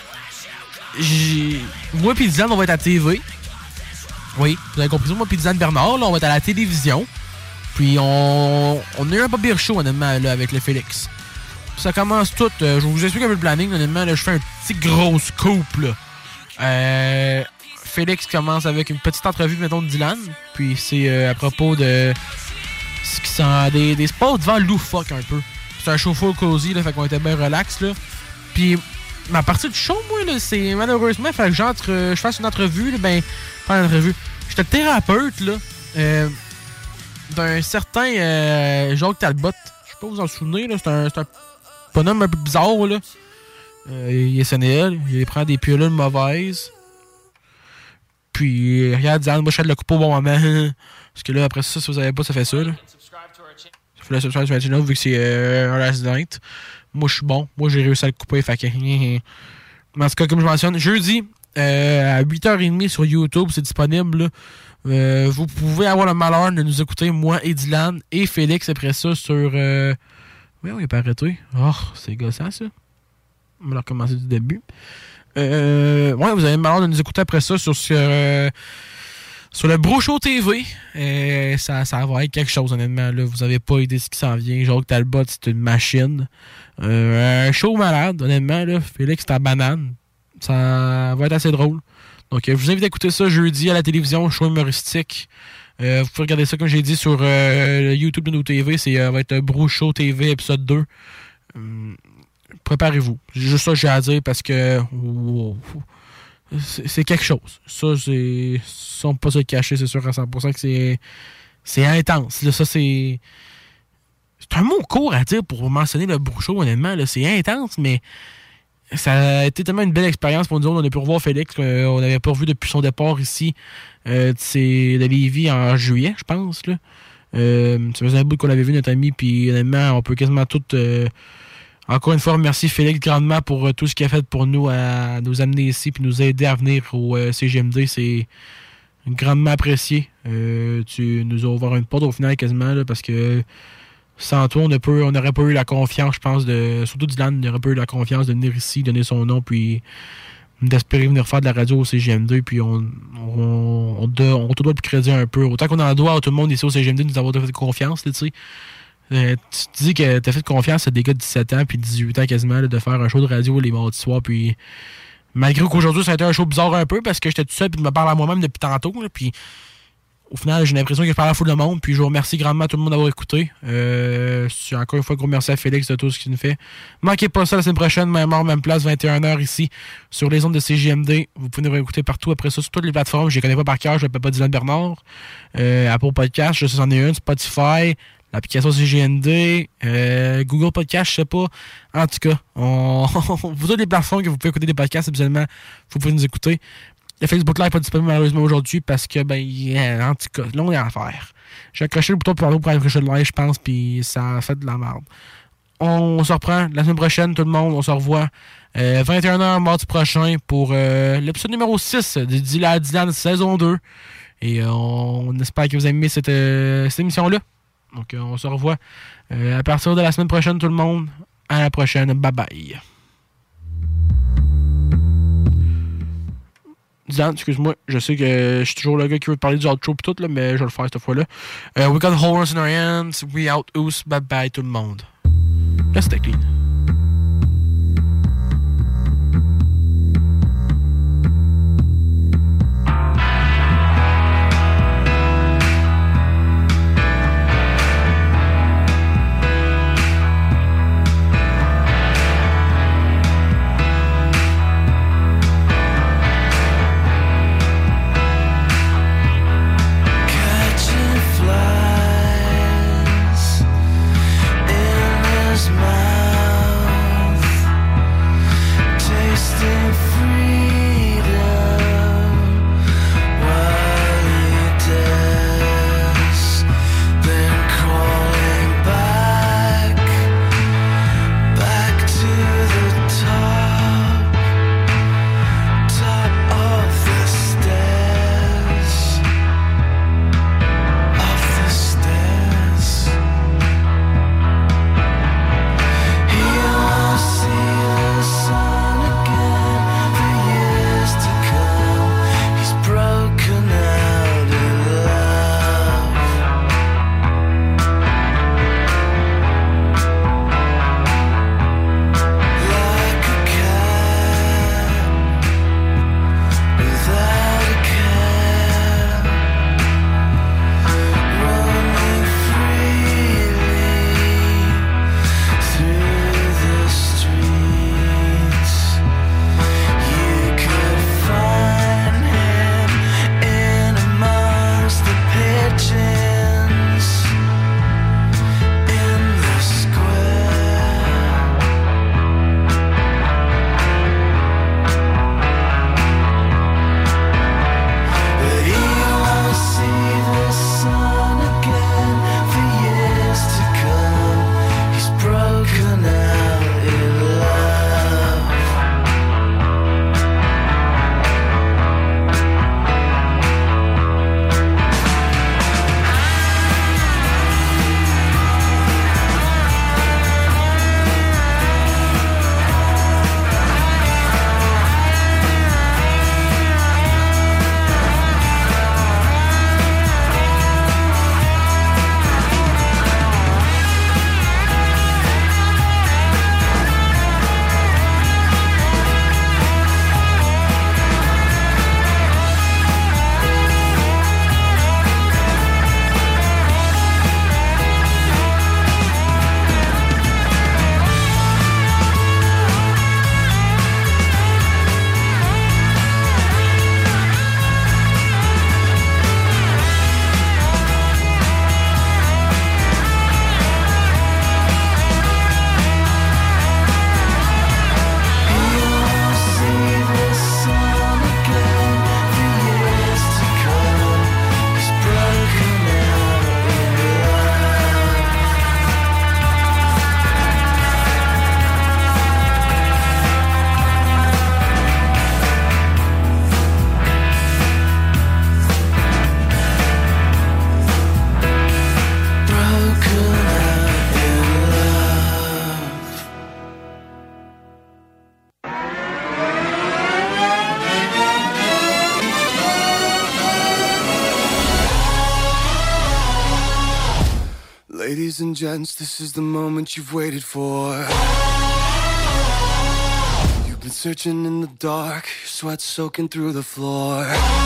Moi et Dylan, on va être à la TV. Oui, vous avez compris ça. Moi et Dylan Bernard, là, on va être à la télévision. Puis on a eu un pas pire show, honnêtement, là, avec le Félix. Puis ça commence tout. Je vous explique un peu le planning, honnêtement. Là, je fais un petit gros scoop, là. Félix commence avec une petite entrevue, mettons, de Dylan. Puis c'est à propos de ce qui sent des sports devant loufoque un peu. C'est un show full cozy, là, fait qu'on était bien relax, là. Puis ma partie du show, moi, là, c'est malheureusement, fait que je fasse une entrevue, là, ben, pas une entrevue. J'étais thérapeute, là, d'un certain Jacques Talbot. Je sais pas vous en souvenez, là, c'est un bonhomme un peu bizarre, là. Il est SNL, il prend des pilules mauvaises. Puis, regarde, Diane, moi, je fais de la coupe au bon moment. Parce que là, après ça, si vous savez pas, ça fait ça, là. Ça fait la subscribe sur la chaîne, vu que c'est un last night. Moi, je suis bon. Moi, j'ai réussi à le couper, fait que... Mais en tout cas, comme je mentionne, jeudi, à 8h30 sur YouTube, c'est disponible, là. Vous pouvez avoir le malheur de nous écouter, moi et Dylan, et Félix, après ça, sur... Oui, on est pas arrêté. Oh, c'est gossant, ça. On va recommencer du début. Ouais, vous avez le malheur de nous écouter après ça sur le Brousseau TV. Ça va être quelque chose, honnêtement. Là. Vous avez pas idée de ce qui s'en vient. Jacques Talbot, c'est une machine. Un show malade, honnêtement. Là. Félix, c'est à banane. Ça va être assez drôle. Donc, je vous invite à écouter ça jeudi à la télévision, show humoristique. Vous pouvez regarder ça, comme j'ai dit, sur le YouTube de Nous TV. Ça va être Brousseau TV, épisode 2. Préparez-vous. C'est juste ça que j'ai à dire parce que c'est quelque chose. Ça, c'est... On peut pas se le cacher, c'est sûr à 100% que c'est intense. Là, ça, c'est un mot court à dire pour mentionner le Brousseau, honnêtement. Là, c'est intense, mais ça a été tellement une belle expérience pour nous autres. On a pu revoir Félix, qu'on n'avait pas revu depuis son départ ici de Lévis en juillet, je pense. Là. Ça faisait un bout qu'on l'avait vu, notre ami, puis honnêtement, on peut quasiment tout... Encore une fois, remercier Félix grandement pour tout ce qu'il a fait pour nous, à nous amener ici puis nous aider à venir au CGMD. C'est grandement apprécié. Tu nous as ouvert une porte au final quasiment, là, parce que sans toi, on n'aurait pas eu la confiance, je pense, surtout Dylan, n'aurait pas eu la confiance de venir ici, donner son nom, puis d'espérer venir faire de la radio au CJMD, puis on te doit de crédit un peu. Autant qu'on en doit à tout le monde ici au CJMD de nous avoir fait confiance, tu sais. Tu dis que t'as fait confiance à des gars de 17 ans puis 18 ans quasiment là, de faire un show de radio les mardis soirs, puis malgré qu'aujourd'hui ça a été un show bizarre un peu parce que j'étais tout seul puis de me parler à moi-même depuis tantôt, là, puis au final j'ai l'impression que je parle à la foule de monde, puis je vous remercie grandement à tout le monde d'avoir écouté. Encore une fois, gros merci à Félix de tout ce qu'il nous fait. Manquez pas ça la semaine prochaine, même heure, même place, 21h ici sur les ondes de CJMD. Vous pouvez nous réécouter partout après ça sur toutes les plateformes. Je les connais pas par cœur, je m'appelle pas Dylan Bernard. Apple Podcast, je sais c'en est une, Spotify, l'application CGND, Google Podcast, je sais pas. En tout cas, vous avez des plateformes que vous pouvez écouter des podcasts, absolument, vous pouvez nous écouter. Le Facebook Live n'est pas disponible malheureusement aujourd'hui parce que, en tout cas, là, on est à faire. J'ai accroché le bouton pour accrocher le live, je pense, puis ça a fait de la merde. On se reprend la semaine prochaine, tout le monde. On se revoit 21h mardi prochain pour l'épisode numéro 6 de Dylan saison 2. Et on espère que vous aimez cette émission-là. Donc, on se revoit à partir de la semaine prochaine, tout le monde. À la prochaine. Bye-bye. Dylan, excuse-moi, je sais que je suis toujours le gars qui veut parler du outro pis tout, là, mais je vais le faire cette fois-là. We got horns in our hands. We out, oos. Bye-bye, tout le monde. Restez clean. Flies in his mouth. Ladies and gents, this is the moment you've waited for. You've been searching in the dark, your sweat soaking through the floor.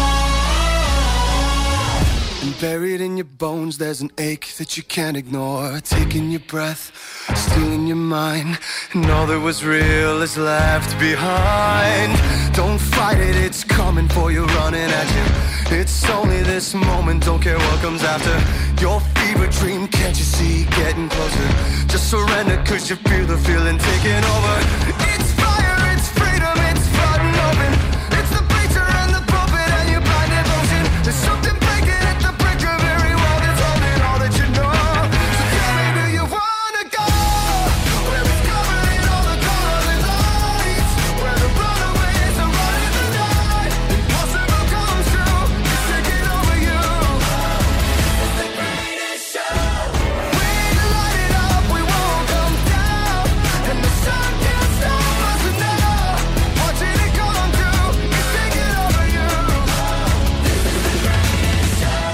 And buried in your bones, there's an ache that you can't ignore. Taking your breath, stealing your mind, and all that was real is left behind. Don't fight it, it's coming for you, running at you. It's only this moment, don't care what comes after. Your fever dream, can't you see, getting closer. Just surrender, cause you feel the feeling taking over. It's fire, it's freedom, it's flooding open. It's the bleacher and the pulpit and your blind devotion. There's something breaking at the brink of every wall that's holding all that you know. So tell me, do you wanna go? Where it's covered in all the colors and lights, where the runaways are running the night. Impossible comes true, it's taking over you. It's the greatest show. We light it up, we won't come down, and the sun can't stop us now. Watching it come true, it's taking over you. This is the greatest show.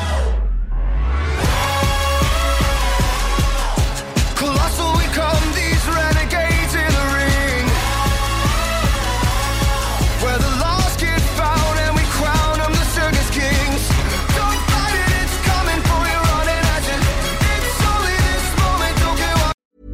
Colossal we come, these renegades in the ring, where the lost get found and we crown them the circus kings. Don't fight it, it's coming for you, running at you. It's only this moment, don't care what.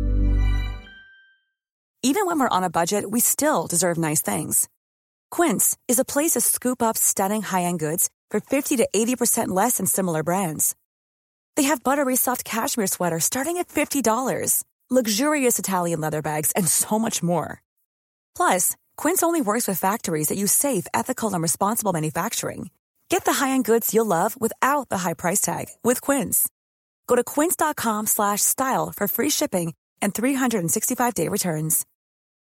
Even when we're on a budget, we still deserve nice things. Quince is a place to scoop up stunning high-end goods for 50 to 80% less than similar brands. They have buttery soft cashmere sweaters starting at $50, luxurious Italian leather bags, and so much more. Plus, Quince only works with factories that use safe, ethical, and responsible manufacturing. Get the high-end goods you'll love without the high price tag with Quince. Go to quince.com/style for free shipping and 365-day returns.